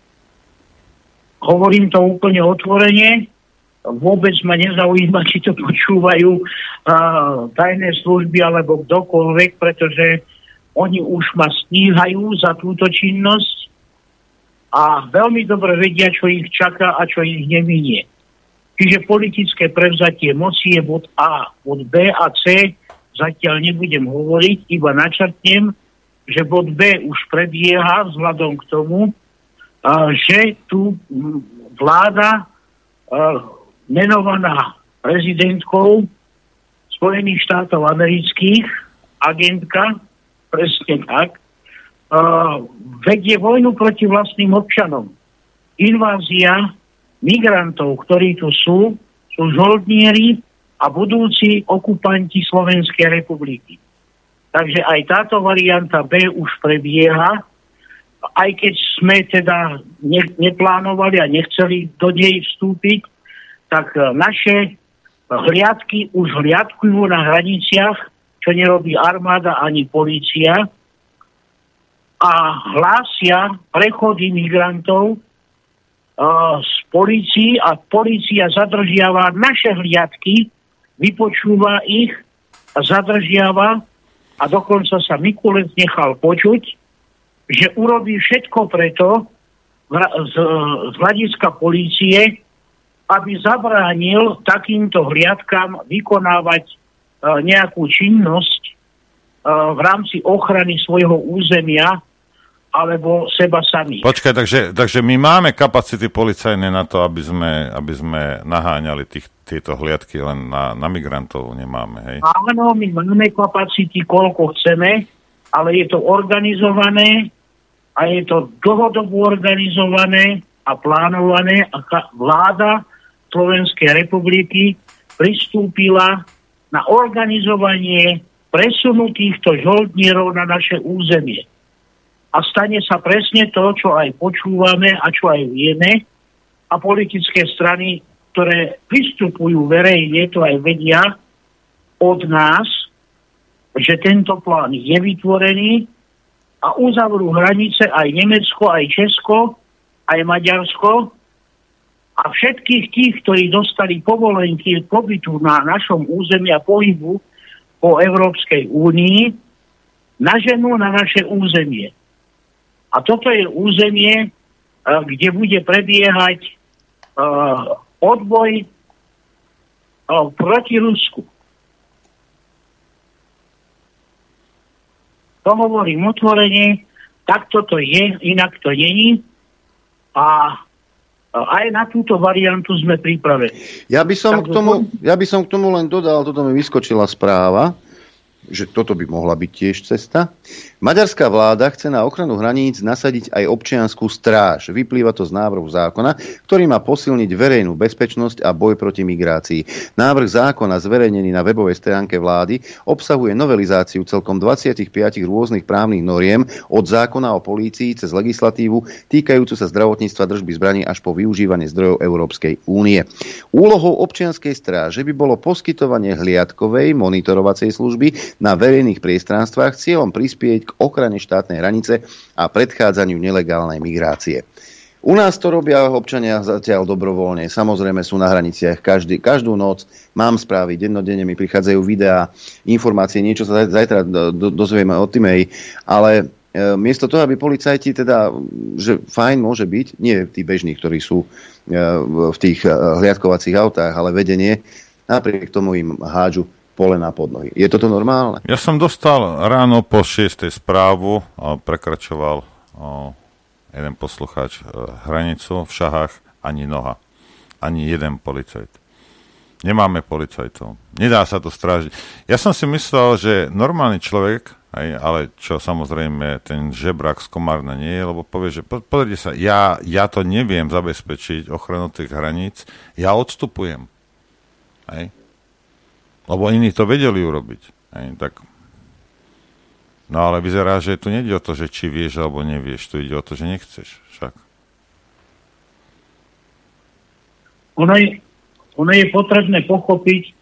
[SPEAKER 18] Hovorím to úplne otvorene, vôbec ma nezaujíma, či to počúvajú tajné služby alebo kdokoľvek, pretože oni už ma stíhajú za túto činnosť a veľmi dobre vedia, čo ich čaká a čo ich neminie. Čiže politické prevzatie moci je bod A. Bod B a C zatiaľ nebudem hovoriť, iba načrtnem, že bod B už prebieha vzhľadom k tomu, že tu vláda menovaná prezidentkou Spojených štátov amerických, agentka, presne tak, vedie vojnu proti vlastným občanom. Invázia migrantov, ktorí tu sú žoldnieri a budúci okupanti Slovenskej republiky. Takže aj táto varianta B už prebieha, aj keď sme teda neplánovali a nechceli do nej vstúpiť, tak naše hliadky už hliadkujú na hraniciach, čo nerobí armáda ani polícia, a hlásia prechody migrantov z polícií a polícia zadržiava naše hliadky, vypočúva ich a zadržiava a dokonca sa Mikulec nechal počuť, že urobí všetko preto z hľadiska polície, aby zabránil takýmto hliadkám vykonávať nejakú činnosť v rámci ochrany svojho územia alebo seba samých.
[SPEAKER 10] Počkaj, takže my máme kapacity policajné na to, aby sme naháňali tieto hliadky, len na migrantov nemáme, hej?
[SPEAKER 18] Áno, my máme kapacity, koľko chceme, ale je to organizované a je to dlhodobo organizované a plánované a vláda Slovenskej republiky pristúpila na organizovanie presunu týchto žoldnierov na naše územie. A stane sa presne to, čo aj počúvame a čo aj vieme. A politické strany, ktoré pristupujú verejne, to aj vedia od nás, že tento plán je vytvorený a uzavrú hranice aj Nemecko, aj Česko, aj Maďarsko. A všetkých tých, ktorí dostali povolenky pobytu na našom území a pohybu po Európskej únii, naženú na naše územie. A toto je územie, kde bude prebiehať odboj proti Rusku. To hovorím otvorene, takto to je, inak to není. A aj na túto variantu sme pripravení.
[SPEAKER 2] Ja by som k tomu len dodal, toto mi vyskočila správa, že toto by mohla byť tiež cesta. Maďarská vláda chce na ochranu hraníc nasadiť aj občiansku stráž. Vyplýva to z návrhu zákona, ktorý má posilniť verejnú bezpečnosť a boj proti migrácii. Návrh zákona zverejnený na webovej stránke vlády obsahuje novelizáciu celkom 25 rôznych právnych noriem od zákona o polícii cez legislatívu týkajúcu sa zdravotníctva, držby zbraní až po využívanie zdrojov Európskej únie. Úlohou občianskej stráže by bolo poskytovanie hliadkovej monitorovacej služby na verejných priestranstvách s cieľom prispieť k ochrane štátnej hranice a predchádzaniu nelegálnej migrácie. U nás to robia občania zatiaľ dobrovoľne. Samozrejme sú na hraniciach každú noc. Mám správy, dennodenne mi prichádzajú videá, informácie, niečo sa zajtra dozvieme o Timej, ale miesto toho, aby policajti teda, že fajn môže byť, nie tí bežní, ktorí sú v tých hliadkovacích autách, ale vedenie, napriek tomu im hádžu polena pod nohy. Je toto normálne?
[SPEAKER 10] Ja som dostal ráno po 6. správu, prekračoval jeden poslucháč hranicu v Šahách, ani noha. Ani jeden policajt. Nemáme policajtov. Nedá sa to strážiť. Ja som si myslel, že normálny človek, ale čo samozrejme ten žebrak z Komárna nie je, lebo povie, že pozrite sa, ja to neviem zabezpečiť ochranu tých hraníc, ja odstupujem. Lebo iní to vedeli urobiť. Tak. No ale vyzerá, že tu nejde o to, že či vieš alebo nevieš, tu ide o to, že nechceš však.
[SPEAKER 18] Ono je potrebné pochopiť,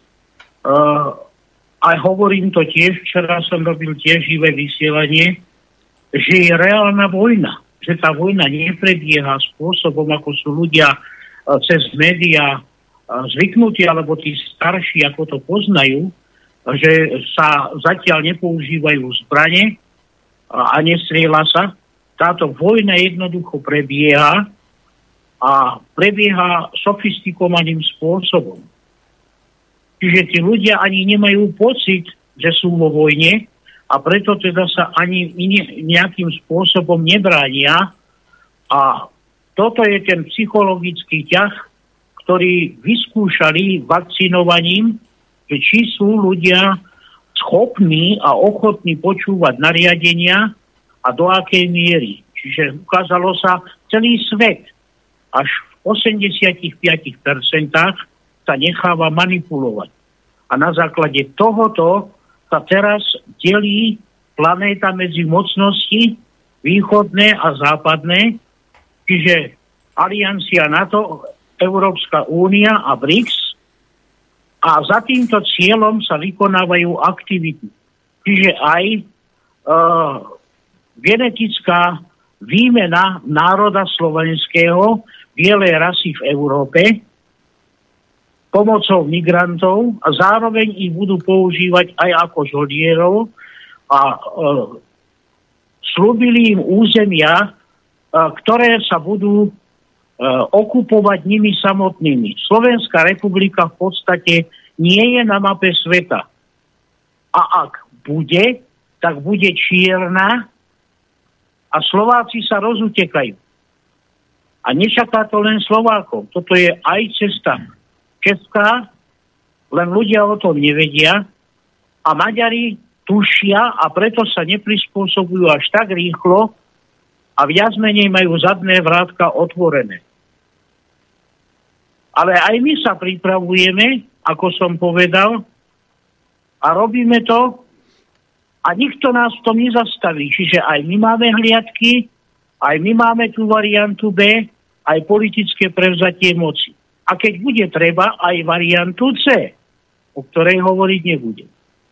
[SPEAKER 18] a hovorím to tiež, včera som robil tiež živé vysielanie, že je reálna vojna. Že tá vojna neprebieha spôsobom, ako sú ľudia cez médiá zvyknutí, alebo tí starší, ako to poznajú, že sa zatiaľ nepoužívajú zbrane a nestrieľa sa. Táto vojna jednoducho prebieha a prebieha sofistikovaným spôsobom. Čiže tí ľudia ani nemajú pocit, že sú vo vojne a preto teda sa ani nejakým spôsobom nebránia. A toto je ten psychologický ťah, ktorý vyskúšali vakcinovaním, že či sú ľudia schopní a ochotní počúvať nariadenia a do akej miery. Čiže ukázalo sa celý svet až v 85% sa necháva manipulovať. A na základe tohoto sa teraz delí planéta medzi mocnosti východné a západné, čiže Aliancia NATO, Európska únia a BRICS, a za týmto cieľom sa vykonávajú aktivity. Čiže aj genetická výmena národa slovenského, bielej rasy v Európe, pomocou migrantov a zároveň ich budú používať aj ako žoldierov a slúbili im územia, ktoré sa budú okupovať nimi samotnými. Slovenská republika v podstate nie je na mape sveta. A ak bude, tak bude čierna a Slováci sa rozutekajú. A nečaká to len Slovákov. Toto je aj cesta česká, len ľudia o tom nevedia a Maďari tušia a preto sa neprispôsobujú až tak rýchlo a viac menej majú zadné vrátka otvorené. Ale aj my sa pripravujeme, ako som povedal, a robíme to a nikto nás v tom nezastaví. Čiže aj my máme hliadky, aj my máme tú variantu B, aj politické prevzatie moci. A keď bude treba, aj variantu C, o ktorej hovoriť nebudem.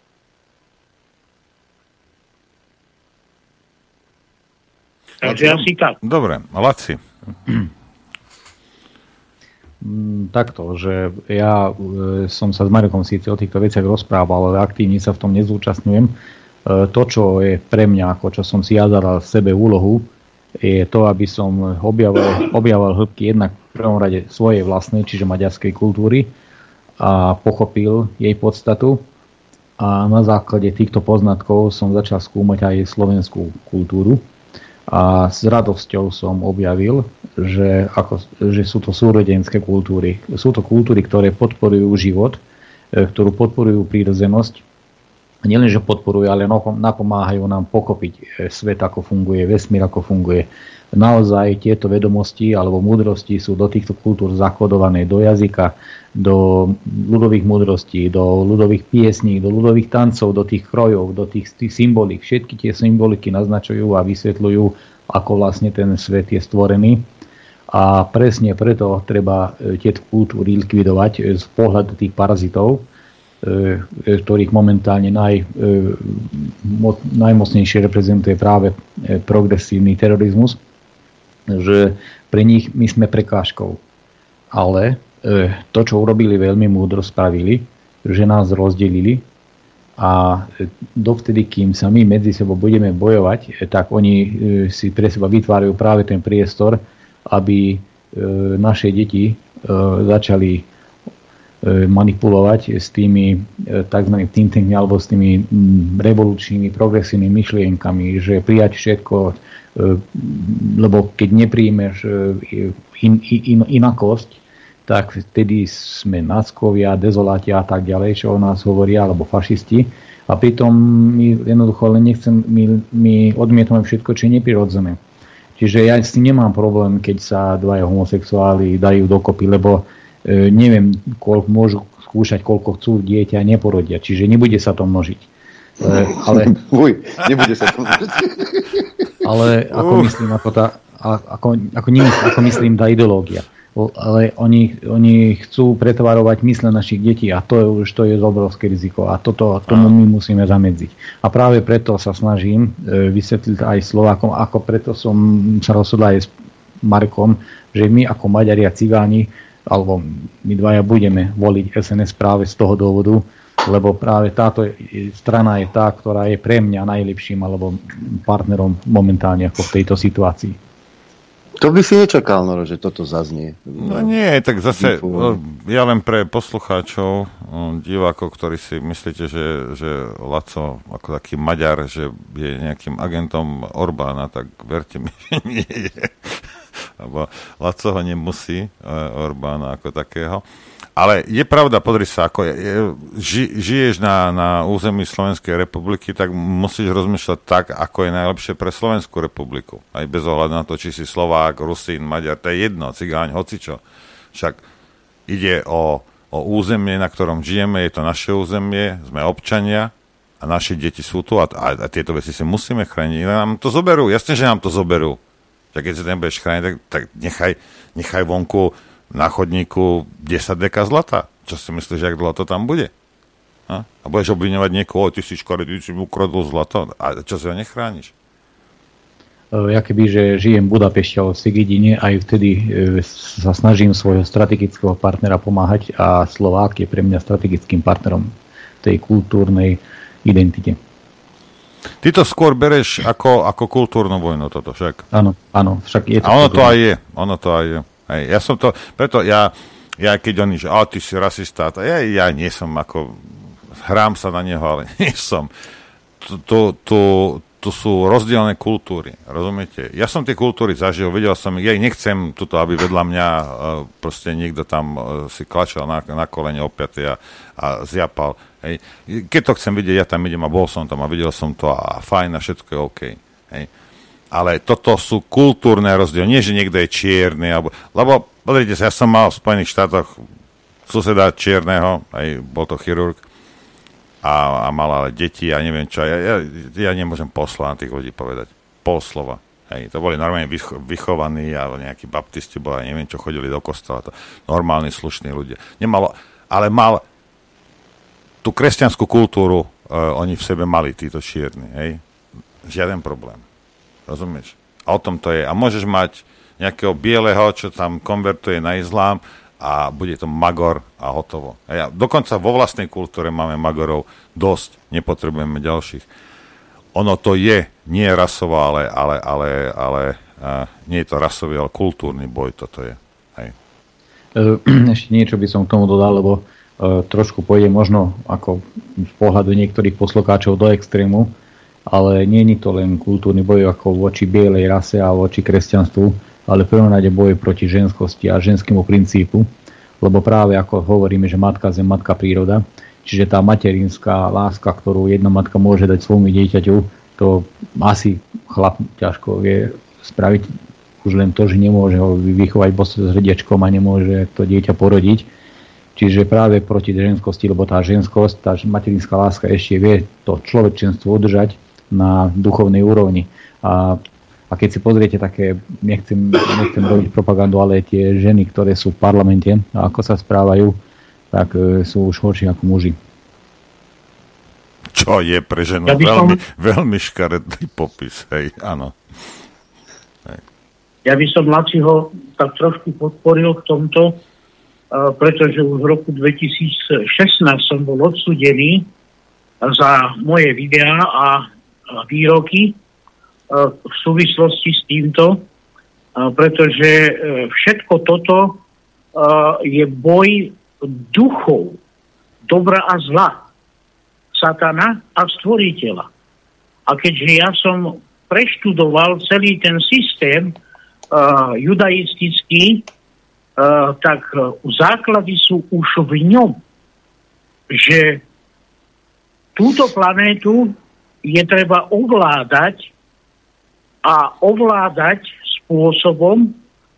[SPEAKER 18] Takže asi tak.
[SPEAKER 10] Dobre, Laci.
[SPEAKER 17] Takto, že ja som sa s Marekom síce o týchto veciach rozprával, ale aktívne sa v tom nezúčastňujem. To, čo je pre mňa, ako čo som si ja zadal sebe úlohu, je to, aby som objavoval hĺbky jednak v prvom rade svojej vlastnej, čiže maďarskej kultúry a pochopil jej podstatu. A na základe týchto poznatkov som začal skúmať aj slovenskú kultúru. A s radosťou som objavil, že sú to súrodenské kultúry. Sú to kultúry, ktoré podporujú život, ktorú podporujú prírodzenosť. Nielenže podporujú, ale napomáhajú nám pochopiť svet, ako funguje, vesmír, ako funguje. Naozaj tieto vedomosti alebo múdrosti sú do týchto kultúr zakodované do jazyka, do ľudových múdrostí, do ľudových piesní, do ľudových tancov, do tých krojov, do tých symbolík. Všetky tie symboliky naznačujú a vysvetľujú, ako vlastne ten svet je stvorený. A presne preto treba tieto kultúry likvidovať z pohľadu tých parazitov, ktorých momentálne najmocnejšie reprezentuje práve progresívny terorizmus, že pre nich my sme prekážkou. Ale to, čo urobili, veľmi múdro spravili, že nás rozdelili a dovtedy, kým sa my medzi sebou budeme bojovať, tak oni si pre seba vytvárajú práve ten priestor, aby naše deti začali manipulovať s tými tzv. Think tankmi alebo s tými revolučnými, progresívnymi myšlienkami, že prijať všetko, lebo keď nepríjmeš inakosť, tak vtedy sme nackovia, dezoláti a tak ďalej, čo o nás hovoria, alebo fašisti. A pritom my jednoducho len my odmietame všetko, čo je neprirodzené. Čiže ja s tým nemám problém, keď sa dvaja homosexuáli dajú dokopy, lebo neviem, môžu skúšať, koľko chcú dieťa a neporodia. Čiže nebude sa to množiť.
[SPEAKER 2] Nebude sa to množiť.
[SPEAKER 17] Ale ako myslím, ako myslím tá ideológia. Ale oni chcú pretvarovať mysle našich detí a to je obrovské riziko a tomu my musíme zamedziť. A práve preto sa snažím vysvetliť aj Slovákom, ako preto som sa rozhodol aj s Markom, že my ako Maďari a Cigáni, alebo my dvaja budeme voliť SNS práve z toho dôvodu, lebo práve táto strana je tá, ktorá je pre mňa najlepším alebo partnerom momentálne ako v tejto situácii.
[SPEAKER 2] To by si nečakal, Noro, že toto zaznie.
[SPEAKER 10] No nie, tak zase ja len pre poslucháčov, divákov, ktorí si myslíte, že Laco ako taký Maďar, že je nejakým agentom Orbána, tak verte mi, že nie je. Lebo Laco ho nemusí, Orbána ako takého. Ale je pravda, podri sa, ako žiješ na území Slovenskej republiky, tak musíš rozmýšľať tak, ako je najlepšie pre Slovenskú republiku. Aj bez ohľadu na to, či si Slovák, Rusín, Maďar, to je jedno, Cigáň, hocičo. Však ide o územie, na ktorom žijeme, je to naše územie, sme občania a naši deti sú tu a tieto veci si musíme chrániť. Nám to zoberú, jasne, že nám to zoberú. Tak keď si nebudeš chrániť, tak nechaj vonku na chodníku 10 deka zlata. Čo si myslíš, jak dlho to tam bude? A budeš obviňovať niekoho, ty si škaredý, si mu ukradol zlato. A čo si ho nechrániš?
[SPEAKER 17] Ja kebyže žijem v Budapešti alebo v Sigidine, aj vtedy sa snažím svojho strategického partnera pomáhať a Slovák je pre mňa strategickým partnerom tej kultúrnej identite.
[SPEAKER 10] Ty to skôr bereš ako kultúrnu vojnu, toto však?
[SPEAKER 17] Áno, však je to.
[SPEAKER 10] A ono to aj je. Hej, ja som to, preto ja keď oni, že ty si rasista, ja nie som ako, hrám sa na neho, ale nie som. Tu sú rozdielne kultúry, rozumiete? Ja som tie kultúry zažil, videl som ich, ja nechcem tuto, aby vedľa mňa proste niekto tam si klačal na kolene opäť a zjapal. Hej. Keď to chcem vidieť, ja tam idem a bol som tam a videl som to a fajn a všetko je OK. Hej. Ale toto sú kultúrne rozdiely. Nie, že niekto je čierny, lebo pozrite sa, ja som mal v Spojených štátoch suseda čierneho, aj bol to chirurg a mal ale deti a neviem čo. Ja nemôžem poslať na tých ľudí povedať. Pol slova. Hej, to boli normálne vychovaní a nejakí baptisti boli, neviem čo, chodili do kostola. To normálni, slušní ľudia. Ale mal tú kresťanskú kultúru, oni v sebe mali, títo čierni. Hej. Žiaden problém. Rozumieš? A o tom to je. A môžeš mať nejakého bieleho, čo tam konvertuje na islám a bude to magor a hotovo. A dokonca vo vlastnej kultúre máme magorov dosť. Nepotrebujeme ďalších. Ono to je, nie rasovo, ale nie je to rasový, ale kultúrny boj, toto je. Hej.
[SPEAKER 17] Ešte niečo by som k tomu dodal, lebo trošku pôjde možno ako z pohľadu niektorých poslucháčov do extrému, ale nie je to len kultúrny boj ako voči bielej rase a voči kresťanstvu, ale v prvom rade boj proti ženskosti a ženskému princípu, lebo práve ako hovoríme, že matka zem, matka príroda, čiže tá materinská láska, ktorú jedna matka môže dať svojmu dieťaťu, to asi chlap ťažko vie spraviť, už len to, že nemôže ho vychovať s hrdiačkom a nemôže to dieťa porodiť. Čiže práve proti ženskosti, lebo tá ženskosť, tá materinská láska ešte vie to človečenstvo udržať na duchovnej úrovni. A keď si pozriete také, nechcem robiť propagandu, ale tie ženy, ktoré sú v parlamente a ako sa správajú, tak sú už horšie ako muži.
[SPEAKER 10] Čo je pre ženu veľmi škaredný popis, hej, áno. Hej.
[SPEAKER 18] Ja by som Laciho tak trošku podporil v tomto, pretože už v roku 2016 som bol odsúdený za moje videá a výroky v súvislosti s týmto, pretože všetko toto je boj duchov dobra a zla, satana a stvoriteľa. A keďže ja som preštudoval celý ten systém judaistický, tak základy sú už v ňom, že túto planétu je treba ovládať a ovládať spôsobom,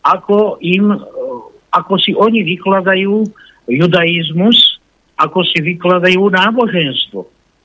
[SPEAKER 18] ako si oni vykladajú judaizmus, ako si vykladajú náboženstvo.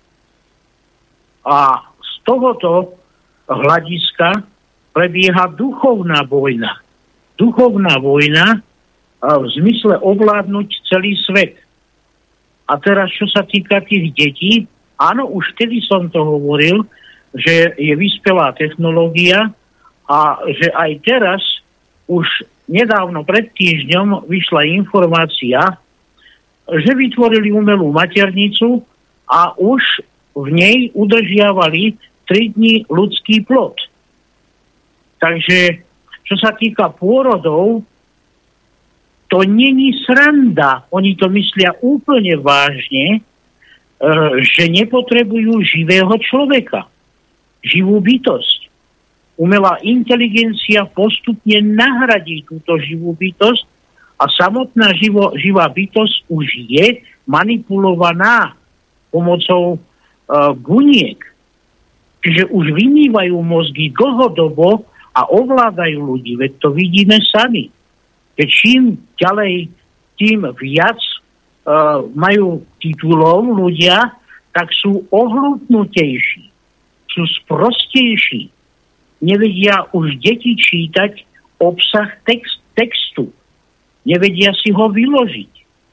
[SPEAKER 18] A z tohoto hľadiska prebieha duchovná vojna. Duchovná vojna v zmysle ovládnuť celý svet. A teraz, čo sa týka tých detí, áno, už vtedy som to hovoril, že je vyspelá technológia a že aj teraz, už nedávno pred týždňom vyšla informácia, že vytvorili umelú maternicu a už v nej udržiavali 3 dní ľudský plod. Takže, čo sa týka pôrodov, to není sranda. Oni to myslia úplne vážne, že nepotrebujú živého človeka, živú bytosť. Umelá inteligencia postupne nahradí túto živú bytosť a samotná živá bytosť už je manipulovaná pomocou buniek. Čiže už vymývajú mozgy dlhodobo a ovládajú ľudí. Veď to vidíme sami. Keď čím ďalej, tým viac majú titulov ľudia, tak sú ohlúpnutejší, sú sprostejší. Nevedia už deti čítať obsah textu. Nevedia si ho vyložiť.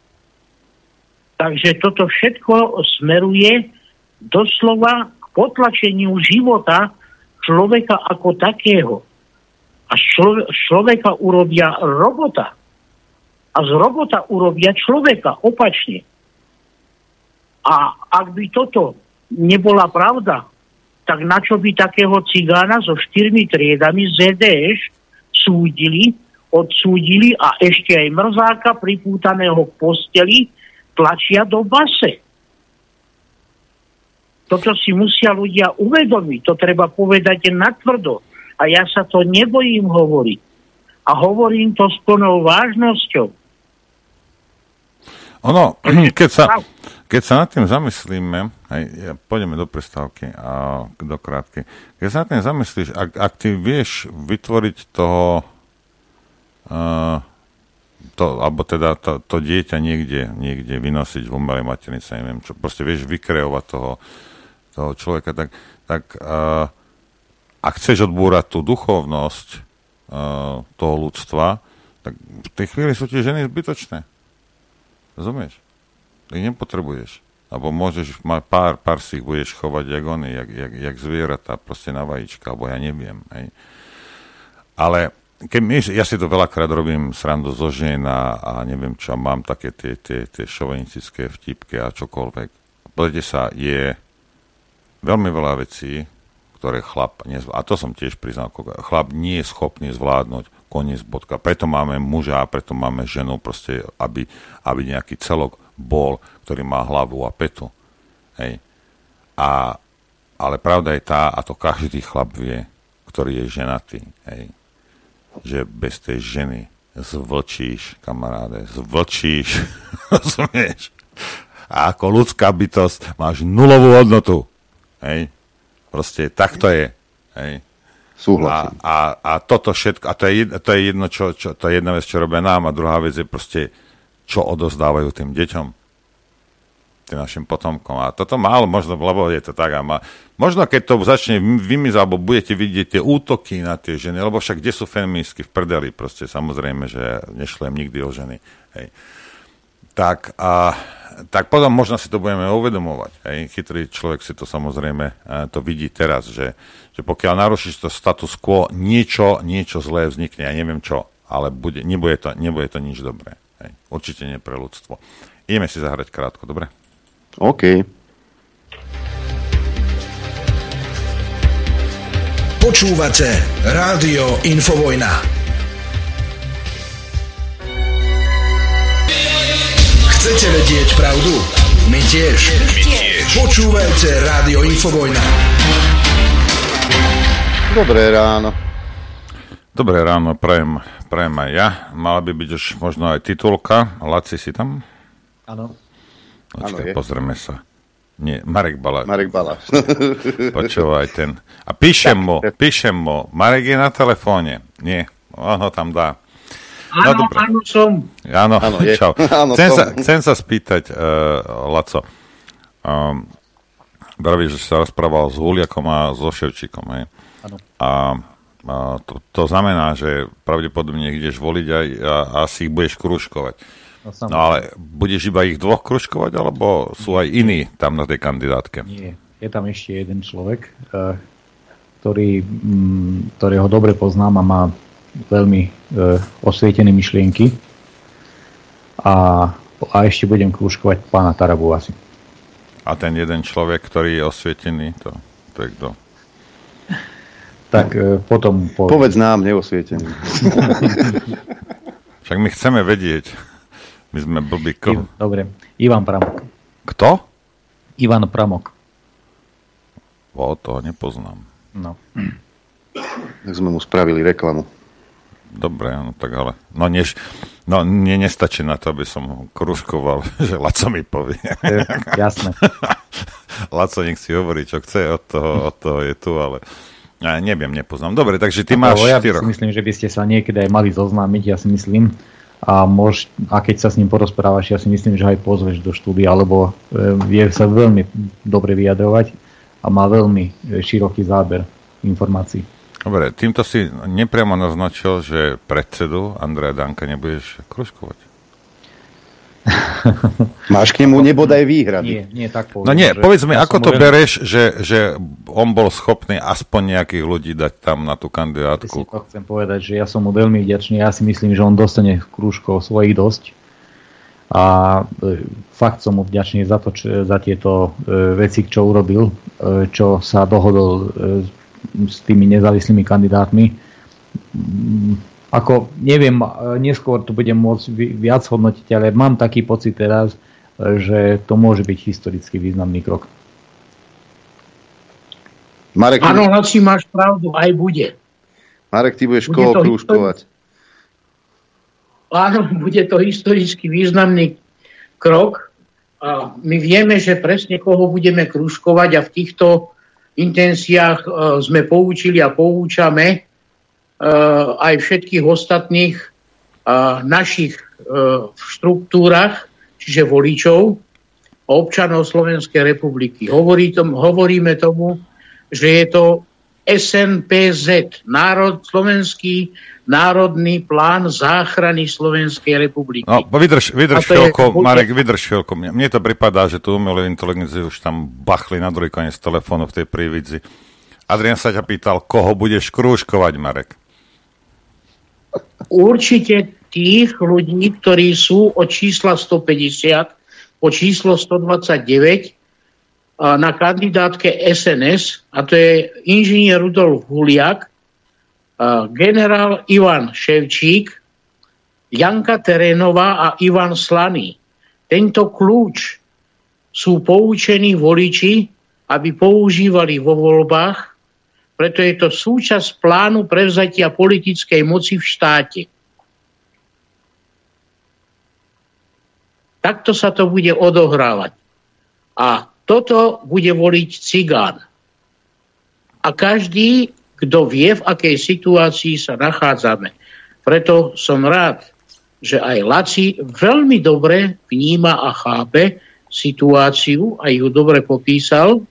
[SPEAKER 18] Takže toto všetko smeruje doslova k potlačeniu života človeka ako takého. A z človeka urobia robota. A z robota urobia človeka opačne. A ak by toto nebola pravda, tak na čo by takého cigána so 4 triedami ZDŠ odsúdili a ešte aj mrzáka pripútaného k posteli tlačia do base. Toto si musia ľudia uvedomiť. To treba povedať natvrdo. A ja sa to nebojím hovoriť. A hovorím to s plnou vážnosťou.
[SPEAKER 10] Ono, keď sa nad tým zamyslíme, pôjdeme do prestávky a do krátkej. Keď sa nad tým zamyslíš, ak ty vieš vytvoriť toho alebo teda to dieťa niekde vynosiť v umelej maternici, neviem čo, proste vieš vykreovať toho človeka, tak ak chceš odbúrať tú duchovnosť toho ľudstva, tak v tej chvíli sú tie ženy zbytočné. Rozumieš? Ty ich nepotrebuješ. Alebo môžeš mať pár si ich budeš chovať jak oni, jak zvieratá, proste na vajíčka, alebo ja neviem. Hej. Ale ja si to veľakrát robím srandu zo žien a neviem čo, mám také tie šovinistické vtipky a čokoľvek. Pozrite sa, je veľmi veľa vecí, ktoré chlap nezvládne. A to som tiež priznal, chlap nie je schopný zvládnuť, koniec bodka. Preto máme muža a preto máme ženu, proste, aby nejaký celok bol, ktorý má hlavu a petu. Hej. Ale pravda je tá, a to každý chlap vie, ktorý je ženatý, hej, že bez tej ženy zvlčíš, kamaráde, rozumieš? A ako ľudská bytosť máš nulovú hodnotu. Hej. Proste tak to je. Hej.
[SPEAKER 2] Súhlasím.
[SPEAKER 10] A toto všetko, a to je jedno, čo to je jedna vec, čo robia nám, a druhá vec je proste, čo odozdávajú tým deťom, tým našim potomkom. A toto málo, možno, lebo je to tak, možno keď to začne vymizať, alebo budete vidieť tie útoky na tie ženy, lebo však kde sú feministky v prdeli, proste samozrejme, že nešlem nikdy o ženy. Hej. Tak potom možno si to budeme uvedomovať. Hej. Chytrý človek si to samozrejme to vidí teraz, že pokiaľ narušíš to status quo, niečo zlé vznikne, ja neviem čo, ale nebude to nič dobré. Hej. Určite nie pre ľudstvo. Ideme si zahrať krátko, dobre?
[SPEAKER 2] OK.
[SPEAKER 14] Počúvate Rádio Infovojna. Chcete vedieť pravdu? My tiež. Počúvajte Rádio Infovojna.
[SPEAKER 10] Dobré ráno, prajem aj ja. Mala by byť už možno aj titulka. Laci, si tam?
[SPEAKER 11] Áno.
[SPEAKER 10] Počkaj, pozrieme sa. Nie, Marek Baláš. Počúvaj ten. A píšem mu. Marek je na telefóne. Nie, on ho tam dá.
[SPEAKER 18] Áno, som.
[SPEAKER 10] Áno, čau. Chcem sa spýtať, Laco. Vravíš, že sa rozprával s Huliakom a so Ševčíkom, hej?
[SPEAKER 11] Áno.
[SPEAKER 10] A to znamená, že pravdepodobne ideš voliť a asi ich budeš kružkovať. No ale budeš iba ich dvoch kružkovať, alebo sú aj iní tam na tej kandidátke?
[SPEAKER 17] Nie, je tam ešte jeden človek, ktorého dobre poznám a má veľmi osvietené myšlienky. A ešte budem kružkovať pána Tarabu asi.
[SPEAKER 10] A ten jeden človek, ktorý je osvietený, to je kto?
[SPEAKER 17] Tak potom...
[SPEAKER 2] Povedz nám, neosvietený.
[SPEAKER 10] Však my chceme vedieť. My sme blbí.
[SPEAKER 17] Dobre, Ivan Pramok.
[SPEAKER 10] Kto?
[SPEAKER 17] Ivan Pramok.
[SPEAKER 10] Toho nepoznám.
[SPEAKER 17] No.
[SPEAKER 2] Tak sme mu spravili reklamu.
[SPEAKER 10] Dobre, no tak ale... nestačí na to, aby som ho kružkoval, že Laco mi povie.
[SPEAKER 17] Jasné.
[SPEAKER 10] Laco nech si hovorí, čo chce, od toho je tu, ale... Ja neviem, nepoznám. Dobre, takže ty máš 4.
[SPEAKER 17] Ja si myslím, že by ste sa niekedy aj mali zoznámiť, ja si myslím... A keď sa s ním porozprávaš, ja si myslím, že aj pozveš do štúdia, lebo vie sa veľmi dobre vyjadrovať a má veľmi široký záber informácií.
[SPEAKER 10] Dobre, týmto si nepriamo naznačil, že predsedu Andreja Danka nebudeš kružkovať.
[SPEAKER 2] Máš k nemu nebodaj výhrady.
[SPEAKER 17] Nie, tak poviem.
[SPEAKER 10] No nie, povedz mi, ako to bereš, že on bol schopný aspoň nejakých ľudí dať tam na tú kandidátku?
[SPEAKER 17] To chcem povedať, že ja som mu veľmi vďačný. Ja si myslím, že on dostane krúžkov svojich dosť. A fakt som mu vďačný za tieto veci, čo urobil, čo sa dohodol s tými nezávislými kandidátmi. Ako, neviem, neskôr to budem môcť viac hodnotiť, ale mám taký pocit teraz, že to môže byť historicky významný krok.
[SPEAKER 18] Marek, áno, Laci, máš pravdu, aj bude.
[SPEAKER 2] Marek, ty budeš koho krúžkovať?
[SPEAKER 18] Áno, bude to historicky významný krok. A my vieme, že presne koho budeme krúžkovať a v týchto intenciách sme poučili a poučame aj všetkých ostatných našich štruktúrach, čiže voličov a občanov Slovenskej republiky. Hovoríme tomu, že je to SNPZ, Slovenský národný plán záchrany Slovenskej republiky.
[SPEAKER 10] No, vydrž chvíľku, Marek, vydrž chvíľku. Mne to pripadá, že tu umelú inteligenciu už tam bachli na druhý koniec telefónu v tej prívidzi. Adrián sa ťa pýtal, koho budeš krúžkovať, Marek?
[SPEAKER 18] Určite tých ľudí, ktorí sú od čísla 150 po číslo 129 na kandidátke SNS, a to je inžinier Rudolf Huliak, generál Ivan Ševčík, Janka Terénová a Ivan Slaný. Tento kľúč sú poučení voliči, aby používali vo voľbách, preto je to súčasť plánu prevzatia politickej moci v štáte. Takto sa to bude odohrávať. A toto bude voliť cigán. A každý, kto vie, v akej situácii sa nachádzame. Preto som rád, že aj Laci veľmi dobre vníma a chápe situáciu a ju dobre popísal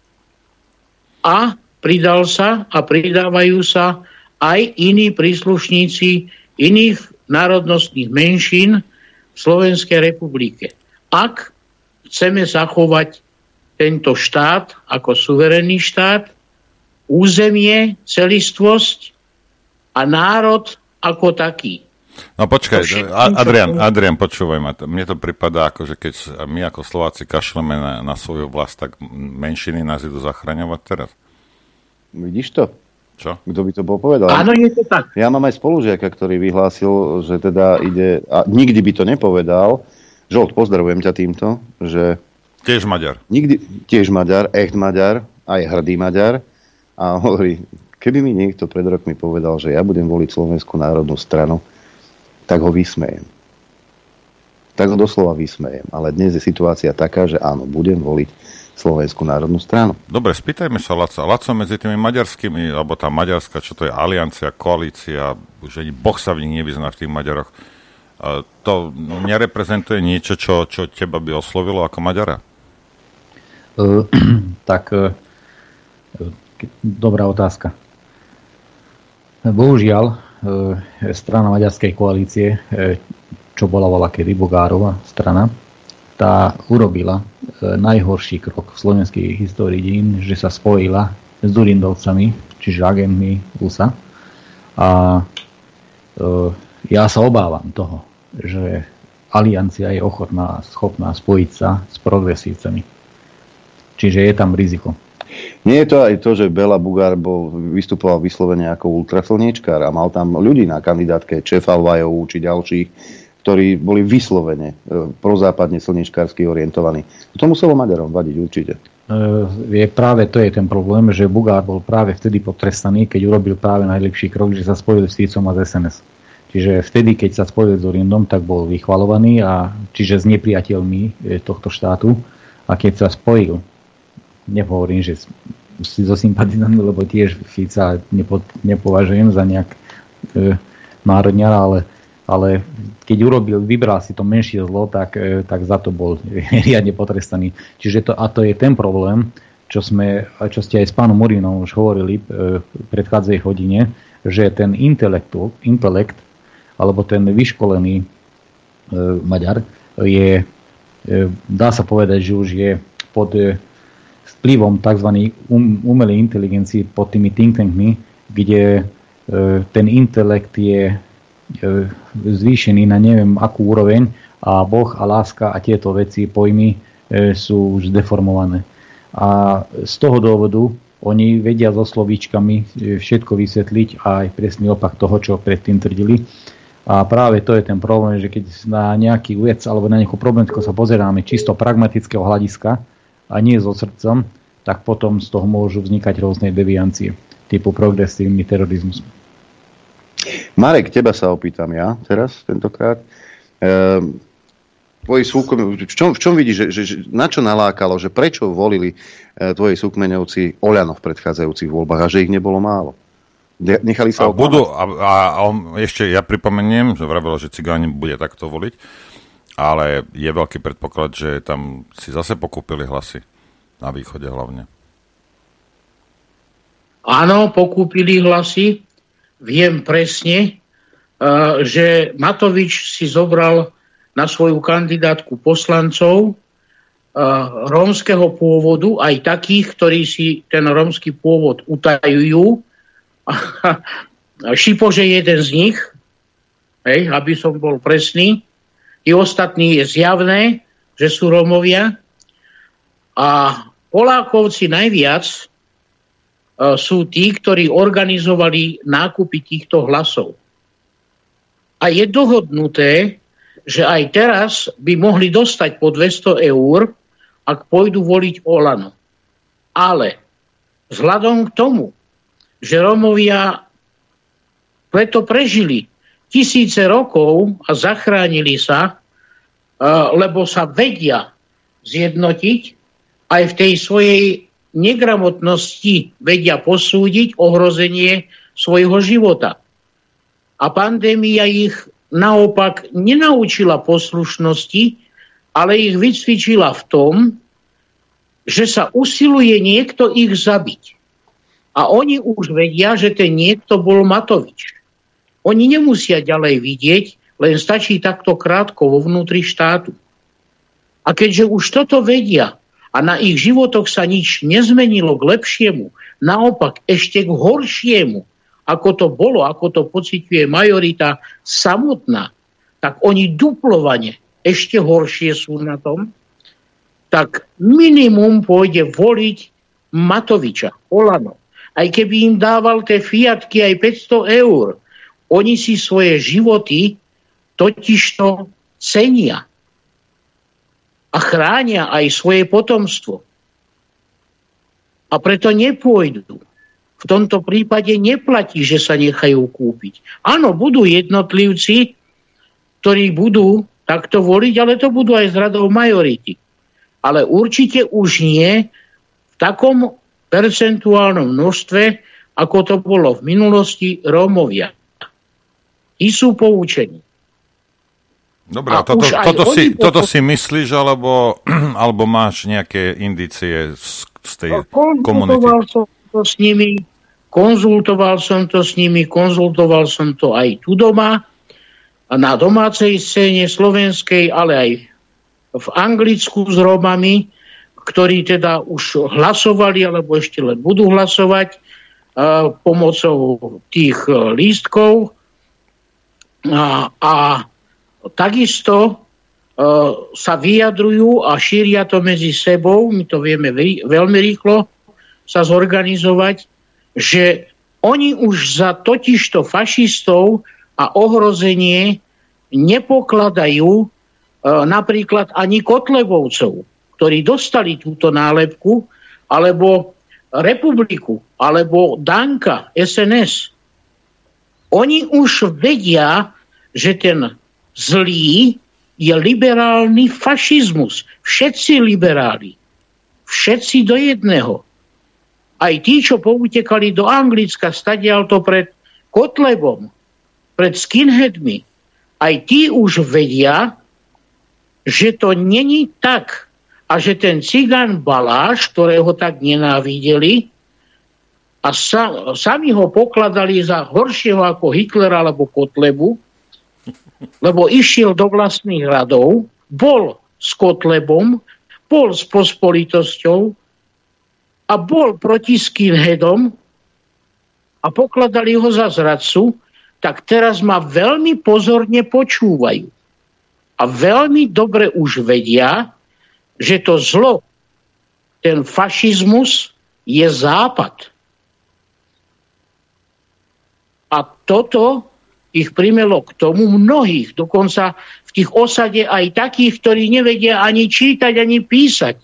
[SPEAKER 18] a pridal sa a pridávajú sa aj iní príslušníci iných národnostných menšín v Slovenskej republike. Ak chceme zachovať tento štát ako suverénny štát, územie, celistvosť a národ ako taký.
[SPEAKER 10] No počkaj, Adrián, počúvaj ma. Mne to pripadá, ako, že keď my ako Slováci kašleme na svoju vlast, tak menšiny nás idú zachraňovať teraz.
[SPEAKER 2] Vidíš to?
[SPEAKER 10] Čo?
[SPEAKER 2] Kto by to bol povedal?
[SPEAKER 18] Áno, je to tak.
[SPEAKER 2] Ja mám aj spolužiaka, ktorý vyhlásil, že teda ide, a nikdy by to nepovedal, Žolt, pozdravujem ťa týmto, že...
[SPEAKER 10] Tiež Maďar.
[SPEAKER 2] Tiež Maďar, echt Maďar, aj hrdý Maďar. A hovorí, keby mi niekto pred rokmi povedal, že ja budem voliť Slovenskú národnú stranu, tak ho vysmejem. Tak ho doslova vysmejem. Ale dnes je situácia taká, že áno, budem voliť Slovenskú národnú stranu.
[SPEAKER 10] Dobre, spýtajme sa Laca. Laco, medzi tými maďarskými, alebo tá maďarská, čo to je aliancia, koalícia, že Boh sa v nich nevyzná v tých Maďaroch. To nereprezentuje niečo, čo teba by oslovilo ako Maďara?
[SPEAKER 17] Dobrá otázka. Bohužiaľ, strana maďarskej koalície, čo bola kedy Bogárova strana, tá urobila najhorší krok v slovenskej histórii dejín, že sa spojila s Durindovcami, čiže agentmi USA. A ja sa obávam toho, že aliancia je schopná spojiť sa s progresívcami. Čiže je tam riziko.
[SPEAKER 2] Nie je to aj to, že Béla Bugár vystupoval vyslovene ako ultraslniečkár a mal tam ľudí na kandidátke, Čefalvajovú či ďalších, ktorí boli vyslovene prozápadne slniečkársky orientovaní. To muselo Maďarom vadiť určite.
[SPEAKER 17] Práve to je ten problém, že Bugár bol práve vtedy potrestaný, keď urobil práve najlepší krok, že sa spojil s Ficom a s SNS. Čiže vtedy, keď sa spojil s Orindom, tak bol vychvalovaný, a čiže s nepriateľmi tohto štátu. A keď sa spojil, nehovorím, že si so sympatizantmi, lebo tiež Fica nepovažujem za nejak národňara, ale keď vybral si to menšie zlo, tak za to bol riadne potrestaný. Čiže to je ten problém, čo ste aj s pánom Morinom už hovorili v predchádzajúcej hodine, že ten intelekt alebo ten vyškolený Maďar je, dá sa povedať, že už je pod vplyvom tzv. Umelej inteligencii, pod tými think tankmi, kde ten intelekt je zvýšený na neviem akú úroveň a Boh a láska a tieto veci, pojmy sú už zdeformované. A z toho dôvodu oni vedia so slovíčkami všetko vysvetliť a aj presný opak toho, čo predtým tvrdili. A práve to je ten problém, že keď na nejaký vec alebo na nejakú problematiku sa pozeráme čisto pragmatického hľadiska a nie so srdcom, tak potom z toho môžu vznikať rôzne deviancie typu progresívny terorizmus.
[SPEAKER 2] Marek, teba sa opýtam ja teraz, tentokrát. Tvoji súkmeňovci, v čom vidíš, že na čo nalákalo, že prečo volili tvoji súkmeňovci Oľano v predchádzajúcich voľbách a že ich nebolo málo? Nechali sa
[SPEAKER 10] ešte ja pripomeniem, že vravilo, že Cigáni bude takto voliť, ale je veľký predpoklad, že tam si zase pokúpili hlasy na východe hlavne.
[SPEAKER 18] Áno, pokúpili hlasy. Viem presne, že Matovič si zobral na svoju kandidátku poslancov rómskeho pôvodu, aj takých, ktorí si ten rómsky pôvod utajujú. Šipože jeden z nich, aby som bol presný, tí ostatní je zjavné, že sú Rómovia. A Polákovci najviac sú tí, ktorí organizovali nákupy týchto hlasov. A je dohodnuté, že aj teraz by mohli dostať po 200 eur, ak pôjdu voliť Olano. Ale vzhľadom k tomu, že Rómovia preto prežili tisíce rokov a zachránili sa, lebo sa vedia zjednotiť, aj v tej svojej negramotnosti vedia posúdiť ohrozenie svojho života. A pandémia ich naopak nenaučila poslušnosti, ale ich vycvičila v tom, že sa usiluje niekto ich zabiť. A oni už vedia, že ten niekto bol Matovič. Oni nemusia ďalej vidieť, len stačí takto krátko vo vnútri štátu. A keďže už toto vedia a na ich životoch sa nič nezmenilo k lepšiemu, naopak ešte k horšiemu, ako to bolo, ako to pociťuje majorita samotná, tak oni duplovane ešte horšie sú na tom, tak minimum pôjde voliť Matoviča, Olano. Aj keby im dával tie fiatky aj 500 eur, oni si svoje životy totižto cenia. a chránia aj svoje potomstvo. A preto nepôjdu. V tomto prípade neplatí, že sa nechajú kúpiť. Áno, budú jednotlivci, ktorí budú takto voliť, ale to budú aj z radov majority. Ale určite už nie v takom percentuálnom množstve, ako to bolo v minulosti Rómovia. Tí sú poučení.
[SPEAKER 10] Dobre, a toto si myslíš, alebo máš nejaké indície z tej komunity?
[SPEAKER 18] Konzultoval som to aj tu doma, na domácej scéne slovenskej, ale aj v Anglicku s Rómami, ktorí teda už hlasovali, alebo ešte len budú hlasovať pomocou tých lístkov. A takisto sa vyjadrujú a šíria to medzi sebou, my to vieme veľmi rýchlo sa zorganizovať, že oni už za totižto fašistov a ohrozenie nepokladajú napríklad ani Kotlebovcov, ktorí dostali túto nálepku, alebo Republiku, alebo Danka, SNS. Oni už vedia, že ten zlý je liberálny fašizmus. Všetci liberáli. Všetci do jedného. Aj tí, čo poutekali do Anglicka, stadiaľto pred Kotlebom, pred skinheadmi, aj tí už vedia, že to není tak a že ten cigán Baláš, ktorého tak nenávideli a sami ho pokladali za horšieho ako Hitlera alebo Kotlebu, lebo išiel do vlastných radov, bol s Kotlebom, bol s pospolitosťou a bol proti skinheadom a pokladali ho za zradcu, tak teraz ma veľmi pozorne počúvajú. A veľmi dobre už vedia, že to zlo, ten fašizmus je Západ. A toto ich primelo k tomu mnohých, dokonca v tých osade aj takých, ktorí nevedia ani čítať, ani písať.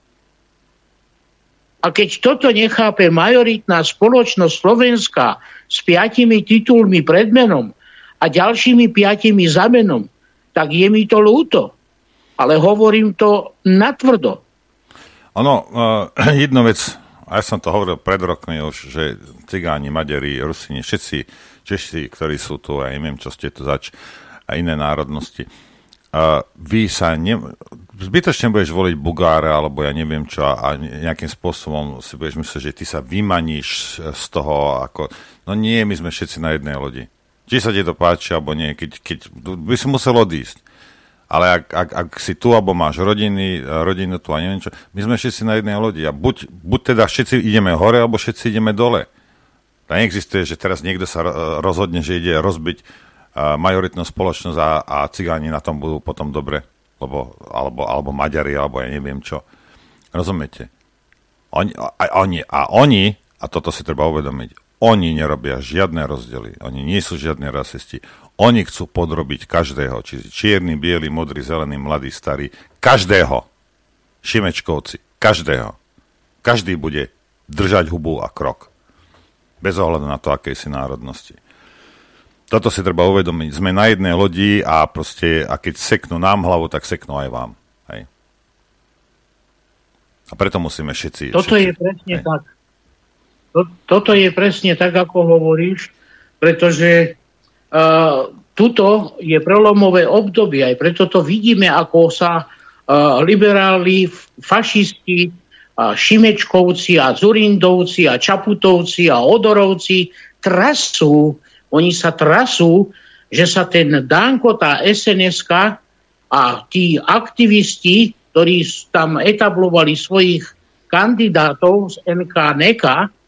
[SPEAKER 18] A keď toto nechápe majoritná spoločnosť slovenská s 5 titulmi pred menom a ďalšími 5 za menom, tak je mi to ľúto. Ale hovorím to natvrdo.
[SPEAKER 10] Ono, jednu vec, a ja som to hovoril pred rokmi už, že cigáni, Maďari, Rusini, všetci Češi, ktorí sú tu, a neviem, čo ste tu zač, a iné národnosti, vy sa zbytočne budeš voliť Bugára, alebo ja neviem čo, a nejakým spôsobom si budeš myslieť, že ty sa vymaníš z toho, ako... No nie, my sme všetci na jednej lodi. Či sa ti to páči, alebo nie, keď by si musel odísť. Ale ak si tu, alebo máš rodinu tu a neviem čo, my sme všetci na jednej lodi. A buď teda všetci ideme hore, alebo všetci ideme dole. To neexistuje, že teraz niekto sa rozhodne, že ide rozbiť majoritnú spoločnosť a cigáni na tom budú potom dobre, alebo Maďari, alebo ja neviem čo. Rozumiete? Oni, a toto si treba uvedomiť, oni nerobia žiadne rozdiely, oni nie sú žiadne rasisti. Oni chcú podrobiť každého, či čierny, biely, modrý, zelený, mladý, starý, každého. Šimečkovci, každého. Každý bude držať hubu a krok. Bez ohľadu na to, akej si národnosti. Toto si treba uvedomiť. Sme na jednej lodi a proste, a keď seknú nám hlavu, tak seknú aj vám. Hej. A preto musíme všetci...
[SPEAKER 18] Toto je presne tak. Toto je presne tak, ako hovoríš, pretože tuto je prelomové obdobie, aj preto to vidíme, ako sa liberáli, fašisti, Šimečkovci a Dzurindovci a Čaputovci a Odorovci trasú. Oni sa trasú, že sa ten Danko, tá SNS-ka a tí aktivisti, ktorí tam etablovali svojich kandidátov z NK-NK,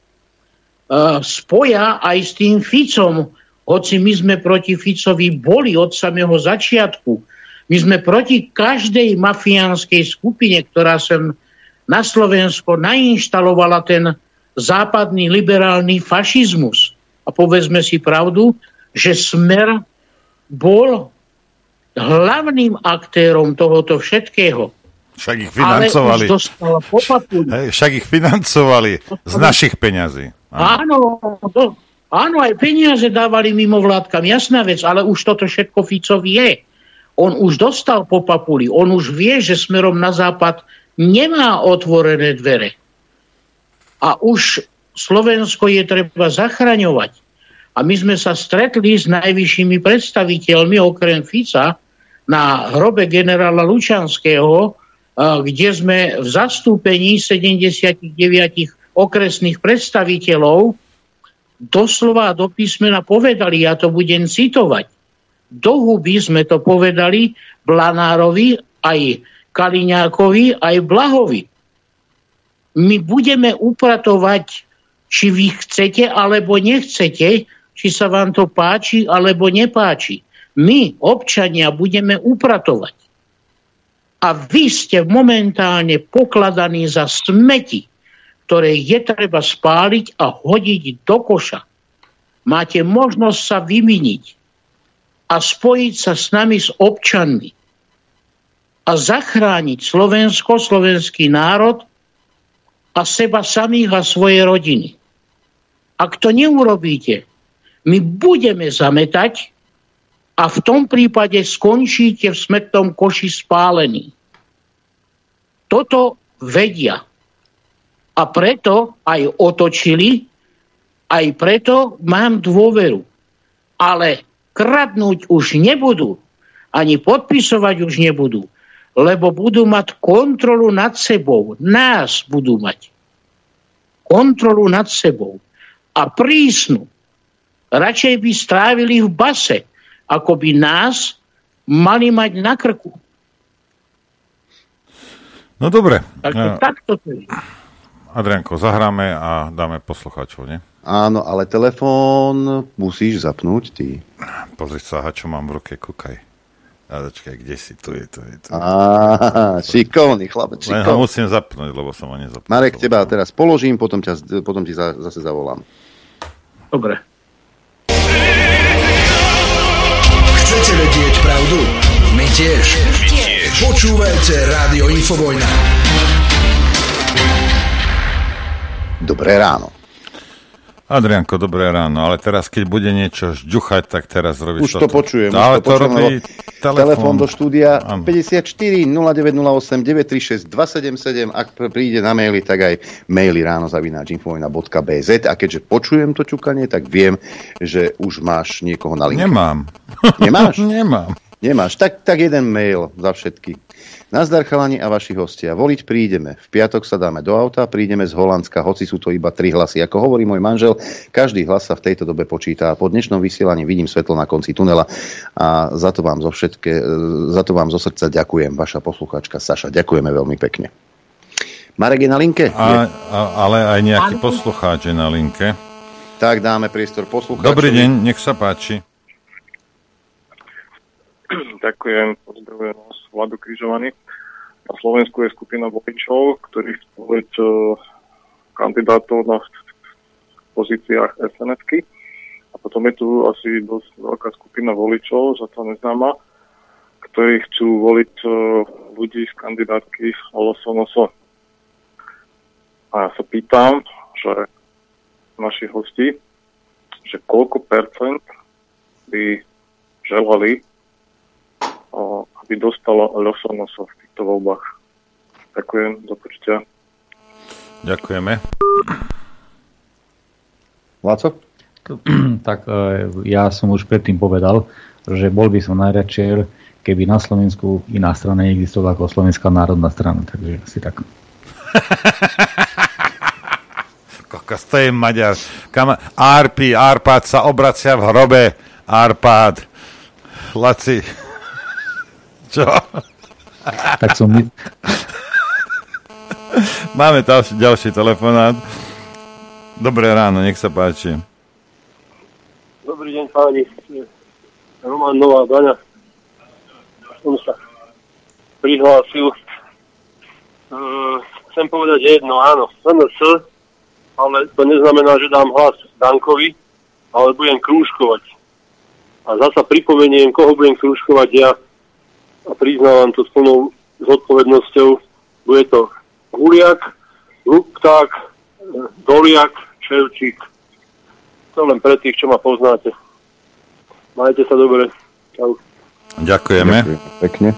[SPEAKER 18] spoja aj s tým Ficom. Hoci my sme proti Ficovi boli od samého začiatku. My sme proti každej mafiánskej skupine, ktorá sem na Slovensko nainštalovala ten západný liberálny fašizmus. A povedzme si pravdu, že Smer bol hlavným aktérom tohoto všetkého.
[SPEAKER 10] Však ich financovali.
[SPEAKER 18] Ale už dostala po papuli.
[SPEAKER 10] Však ich financovali z našich peňazí.
[SPEAKER 18] Áno, aj peniaze dávali mimovládkam, jasná vec, ale už toto všetko Fico vie. On už dostal po papuli, on už vie, že smerom na západ nemá otvorené dvere. A už Slovensko je treba zachraňovať. A my sme sa stretli s najvyššími predstaviteľmi, okrem Fica, na hrobe generála Lučanského, kde sme v zastúpení 79 okresných predstaviteľov doslova do písmena povedali, ja to budem citovať, do huby sme to povedali Blanárovi, aj Kaliňákovi, aj Blahovi. My budeme upratovať, či vy chcete, alebo nechcete, či sa vám to páči, alebo nepáči. My, občania, budeme upratovať. A vy ste momentálne pokladaní za smeti, ktoré je treba spáliť a hodiť do koša. Máte možnosť sa vymeniť a spojiť sa s nami, s občanmi a zachrániť Slovensko, slovenský národ a seba samých a svoje rodiny. Ak to neurobíte, my budeme zametať a v tom prípade skončíte v smetnom koši spálení. Toto vedia. A preto aj otočili, aj preto mám dôveru. Ale kradnúť už nebudú, ani podpisovať už nebudú, lebo budú mať kontrolu nad sebou. Nás budú mať. Kontrolu nad sebou. A prísnu. Radšej by strávili v base, ako by nás mali mať na krku.
[SPEAKER 10] No dobre.
[SPEAKER 18] Takže takto to je.
[SPEAKER 10] Adrianko, zahráme a dáme poslucháčov, nie?
[SPEAKER 2] Áno, ale telefón musíš zapnúť ty.
[SPEAKER 10] Pozri sa, čo mám v ruke, kúkaj. A počkaj, kde si? Tu je.
[SPEAKER 2] Šikovný chlapec, šikovný.
[SPEAKER 10] Len ho musím zapnúť, lebo som ho nezapnul.
[SPEAKER 2] Marek, teba teraz položím, potom ti zase zavolám.
[SPEAKER 18] Dobre.
[SPEAKER 14] Chcete vedieť pravdu? My tiež. Počúvajte Rádio Infovojna.
[SPEAKER 2] Dobré ráno.
[SPEAKER 10] Adrianko, dobré ráno, ale teraz, keď bude niečo žďuchať, tak teraz robíš
[SPEAKER 2] už to počujem.
[SPEAKER 10] Ale to robí
[SPEAKER 2] telefón do štúdia 54 0908 936 277. Ak príde na maily, tak aj maily ráno@infovojna.bz. A keďže počujem to čukanie, tak viem, že už máš niekoho na linke.
[SPEAKER 10] Nemám.
[SPEAKER 2] Nemáš?
[SPEAKER 10] Nemám.
[SPEAKER 2] Nemáš. Tak jeden mail za všetky. Nazdar chalani a vaši hostia. Voliť prídeme. V piatok sa dáme do auta, prídeme z Holandska, hoci sú to iba 3 hlasy. Ako hovorí môj manžel, každý hlas sa v tejto dobe počíta. Po dnešnom vysielaní vidím svetlo na konci tunela a za to vám zo srdca ďakujem. Vaša poslucháčka Saša. Ďakujeme veľmi pekne. Marek je na linke?
[SPEAKER 10] Ale aj nejaký poslucháč je na linke.
[SPEAKER 2] Tak dáme priestor poslucháčovi.
[SPEAKER 10] Dobrý deň, nech sa páči.
[SPEAKER 19] Ďakujem, pozdravujem vás, Vlado Križovaný. Na Slovensku je skupina voličov, ktorí chcú voliť kandidátov na pozíciách SNS-ky. A potom je tu asi dosť veľká skupina voličov, za to neznáma, ktorí chcú voliť ľudí z kandidátky LSNS. A ja sa pýtam, že naši hosti, že koľko percent by želali, aby dostalo LSNS v týchto voľbách. Ďakujem, do počutia.
[SPEAKER 10] Ďakujeme.
[SPEAKER 2] Láco?
[SPEAKER 17] Tak ja som už predtým povedal, že bol by som najradšej, keby na Slovensku iná strana neexistovala ako Slovenská národná strana. Takže asi tak.
[SPEAKER 10] Kokos, to je Maďar. Árpád sa obracia v hrobe. Árpád. Laci. Čo?
[SPEAKER 17] Tak som...
[SPEAKER 10] Máme ďalší telefonát. Dobré ráno, nech sa páči.
[SPEAKER 20] Dobrý deň, páni. Roman Nová Baňa. Som sa prihlásil. Chcem povedať jedno, áno, SNS, ale to neznamená, že dám hlas Dankovi, ale budem krúžkovať. A zasa pripomeniem, koho budem krúžkovať ja, a priznávam to s plnou zodpovednosťou, Bude to Huliak, Lupták, Doliak, Ševčík. To len pre tých, čo ma poznáte. Majte sa dobre. Čau.
[SPEAKER 10] Ďakujeme.
[SPEAKER 2] Pekne.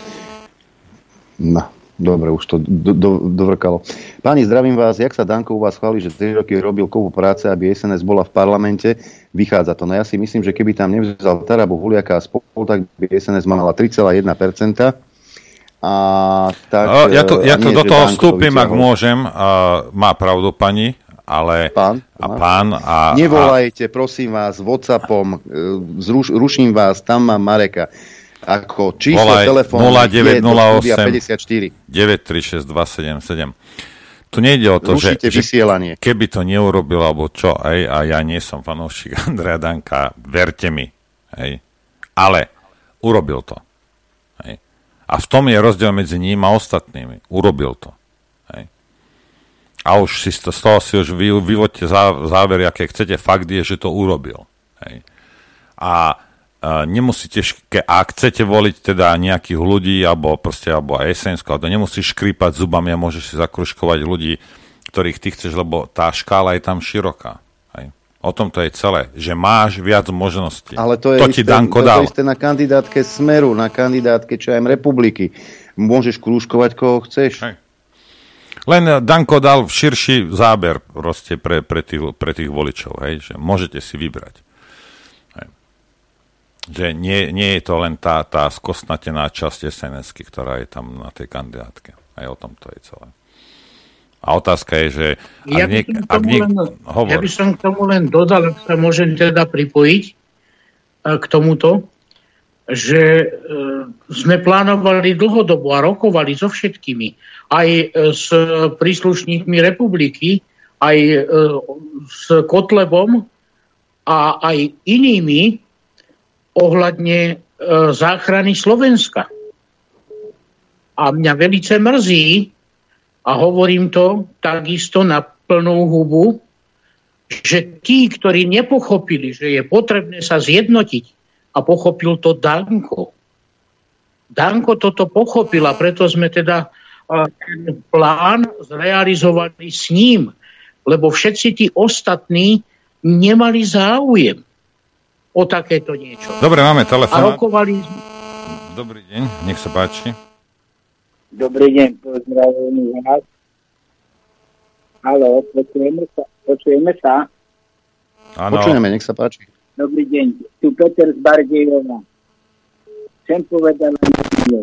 [SPEAKER 2] No, dobre, už to dovrkalo. Páni, zdravím vás. Jak sa Danko u vás chváli, že 3 roky robil kopu práce, aby SNS bola v parlamente? Vychádza to. No ja si myslím, že keby tam nevzal Tarabu, Huliaka a spol, tak by SNS mala 3,1%. A tak,
[SPEAKER 10] ja to do toho vstúpim, ak môžem. Má pravdu pani, ale... Pán?
[SPEAKER 2] Nevolajte, prosím vás, WhatsAppom, ruším vás, tam mám Mareka. Ako číslo telefónu
[SPEAKER 10] 0908 54 936 277. Tu nejde o to, že keby to neurobil, alebo čo, a ja nie som fanúšik Andreja Danka, verte mi, ale urobil to. A v tom je rozdiel medzi ním a ostatnými. Urobil to. A už z toho si už vyvodte záver, aké chcete. Fakt je, že to urobil. A nemusíte, ak chcete voliť teda nejakých ľudí, alebo SNS-ko, ale nemusíš škrípať zubami a môžeš si zakružkovať ľudí, ktorých ty chceš, lebo tá škála je tam široká. O tom to je celé, že máš viac možností.
[SPEAKER 2] Ale to je to isté na kandidátke Smeru, na kandidátke Republiky. Môžeš krúžkovať, koho chceš.
[SPEAKER 10] Len Danko dal širší záber proste pre tých voličov, že môžete si vybrať. Že nie je to len tá skostnatená časť SNS-ky, ktorá je tam na tej kandidátke. Aj o tom to je celé. A otázka je, že... Ja
[SPEAKER 18] by som k tomu len dodal, ak sa môžem teda pripojiť k tomuto, že sme plánovali dlhodobo a rokovali so všetkými, aj s príslušníkmi republiky, aj s Kotlebom a aj inými ohľadne záchrany Slovenska. A mňa velice mrzí, a hovorím to takisto na plnú hubu, že tí, ktorí nepochopili, že je potrebné sa zjednotiť, a pochopil to Danko. Danko toto pochopil a preto sme teda ten plán zrealizovali s ním, lebo všetci tí ostatní nemali záujem o takéto niečo.
[SPEAKER 10] Dobre, máme telefón.
[SPEAKER 18] Dobrý
[SPEAKER 10] deň, nech sa páči.
[SPEAKER 21] Dobrý deň, pozdravujem vás. Haló, počujeme sa?
[SPEAKER 2] Áno. Počujeme, nech sa páči.
[SPEAKER 21] Dobrý deň, tu Peter z Bardejova. Chcem povedať len jedno.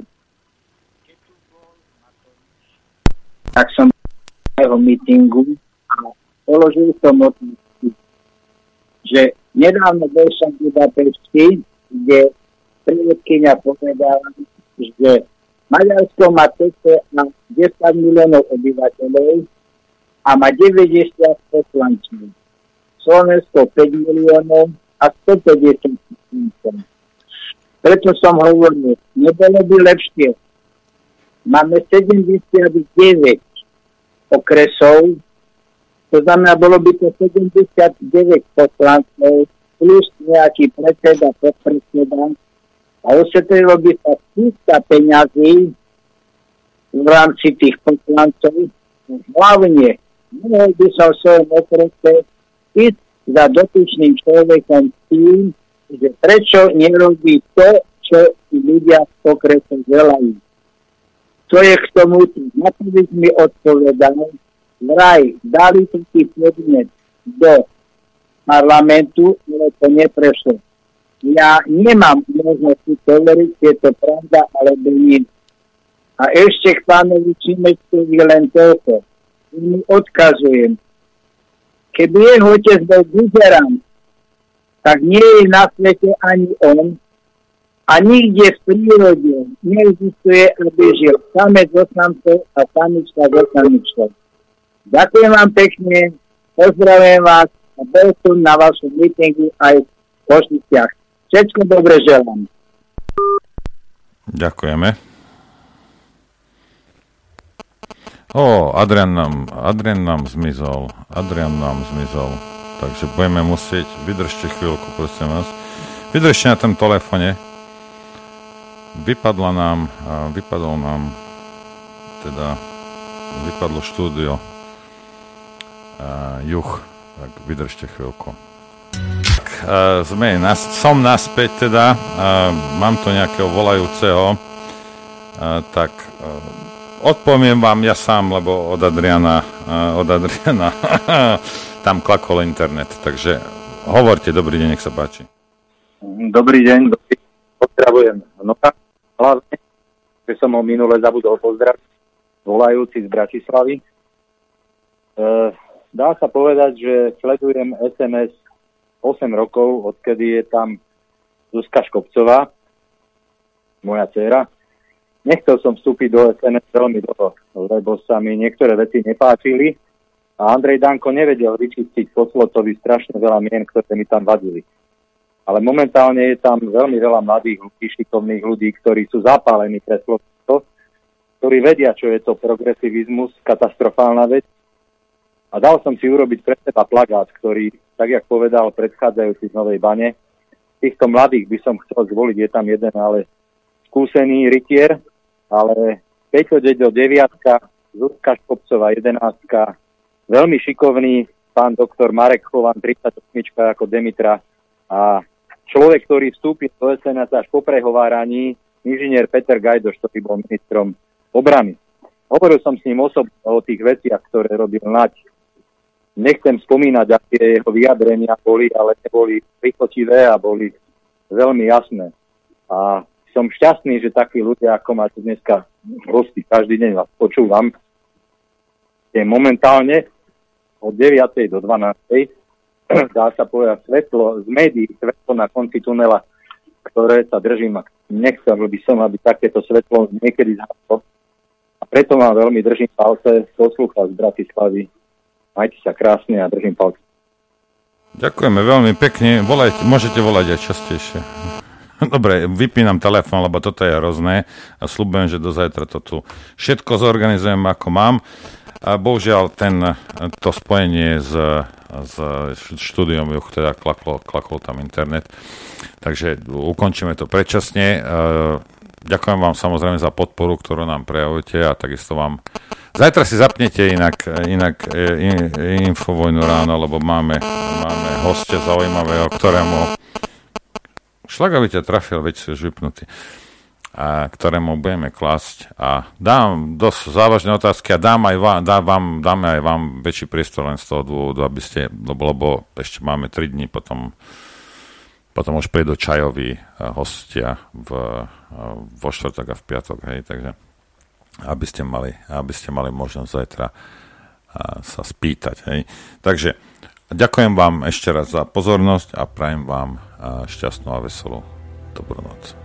[SPEAKER 21] Tak som na jeho mítingu a položil som otázku, že nedávno bol som v Budapešti, kde prírodkyňa povedala, že Maďarsko má 10 miliónov obyvateľov a má 90 poslancov. Slovensko 5 miliónov a 150 poslancov. Preto som hovoril, nebolo by lepšie. Máme 79 okresov, to znamená, bolo by to 79 poslancov plus nejaký predseda, podpredseda, a ošetrilo by sa 300 peňazí v rámci tých poslancov. Hlavne, mohol by som v svojom okrese ísť za dotyčným človekom tým, že prečo nerobí to, čo ľudia v okrese želajú. To je k tomu, na to by mi odpovedal, vraj, dali taký podnet do parlamentu, ale to neprešlo. Ja nemám možnosť poveriť, je to pravda, alebo nie. A ešte k pánovi Čimečkovi len toľko. Mu odkazujem. Keby jeho otec bol buzerant, tak nie je na svete ani on a nikde v prírode neexistuje, aby žil samec so samcov a samička so samičkou. Ďakujem vám pekne, pozdravujem vás a bol som na vašom mítingu aj v Košiciach. Všetko dobre želám.
[SPEAKER 10] Ďakujeme. Adrian nám zmizol. Takže budeme musieť, vydržte chvíľku, prosím vás. Vydržte na tom telefone. Vypadol nám teda vypadlo štúdio Juh, tak vydržte chvíľku. Tak, som naspäť teda, mám tu nejakého volajúceho, tak odpoviem vám ja sám, lebo od Adriana tam klakol internet, takže hovorte, dobrý deň, nech sa páči.
[SPEAKER 1] Dobrý deň, pozdravujem. No hlavne, že som ho minule zabudol pozdraviť, volajúci z Bratislavy. Dá sa povedať, že sledujem SNS 8 rokov, odkedy je tam Zuzka Škopcová, moja dcéra. Nechcel som vstúpiť do SNS veľmi dlho, lebo sa mi niektoré veci nepáčili a Andrej Danko nevedel vyčistiť po Slotovi strašne veľa mien, ktoré mi tam vadili. Ale momentálne je tam veľmi veľa mladých ľudí, šikovných ľudí, ktorí sú zapálení pre Slovensko, ktorí vedia, čo je to progresivizmus, katastrofálna vec. A dal som si urobiť pre seba plagát, ktorý, tak jak povedal predchádzajúci z Novej Bane, týchto mladých by som chcel zvoliť, je tam jeden, ale skúsený rytier, ale Peťo Deďo 9, Zuzka Škopcová 11, veľmi šikovný pán doktor Marek Chovan 38 ako Demitra a človek, ktorý vstúpil do SNS až po prehováraní, inžinier Peter Gajdoš, ktorý bol ministrom obrany. Hovoril som s ním osobne o tých veciach, ktoré robil Naď. Nechcem spomínať, aké jeho vyjadrenia boli, ale neboli prichotivé a boli veľmi jasné. A som šťastný, že takí ľudia, ako máte dneska hosti, každý deň vás počúvam, je momentálne od 9. do 12. dá sa povedať svetlo z médií, svetlo na konci tunela, ktoré sa držím a nechcel by som, aby takéto svetlo niekedy zhaslo. A preto vám veľmi držím palce, poslúchať z Bratislavy. Majte sa krásne a držím palce.
[SPEAKER 10] Ďakujeme veľmi pekne. Môžete volať aj častejšie. Dobre, vypínam telefón, lebo toto je hrozné a sľubujem, že do zajtra to tu všetko zorganizujem, ako mám. A bohužiaľ to spojenie s štúdiom Juh, teda klakol tam internet. Takže ukončíme to predčasne. Ďakujem vám samozrejme za podporu, ktorú nám prejavujete a takisto vám zajtra si zapnete inak Infovojnu ráno, lebo máme hostia zaujímavého, ktorému šľak, aby ťa trafil, veď si už vypnutý, a ktorému budeme klásť a dám dosť závažné otázky a dáme aj vám väčší priestor len z toho dôvodu, aby ste, lebo ešte máme 3 dní, potom už prídu čajoví hostia vo štvrtok a v piatok, hej, takže aby ste mali možnosť zajtra sa spýtať, hej. Takže ďakujem vám ešte raz za pozornosť a prajem vám šťastnú a veselú dobrú noc.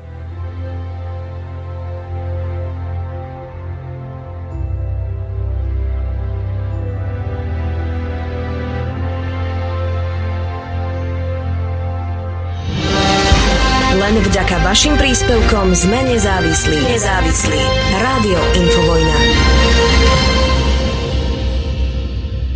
[SPEAKER 22] Len vďaka vašim príspevkom sme nezávislí. Rádio Infovojna.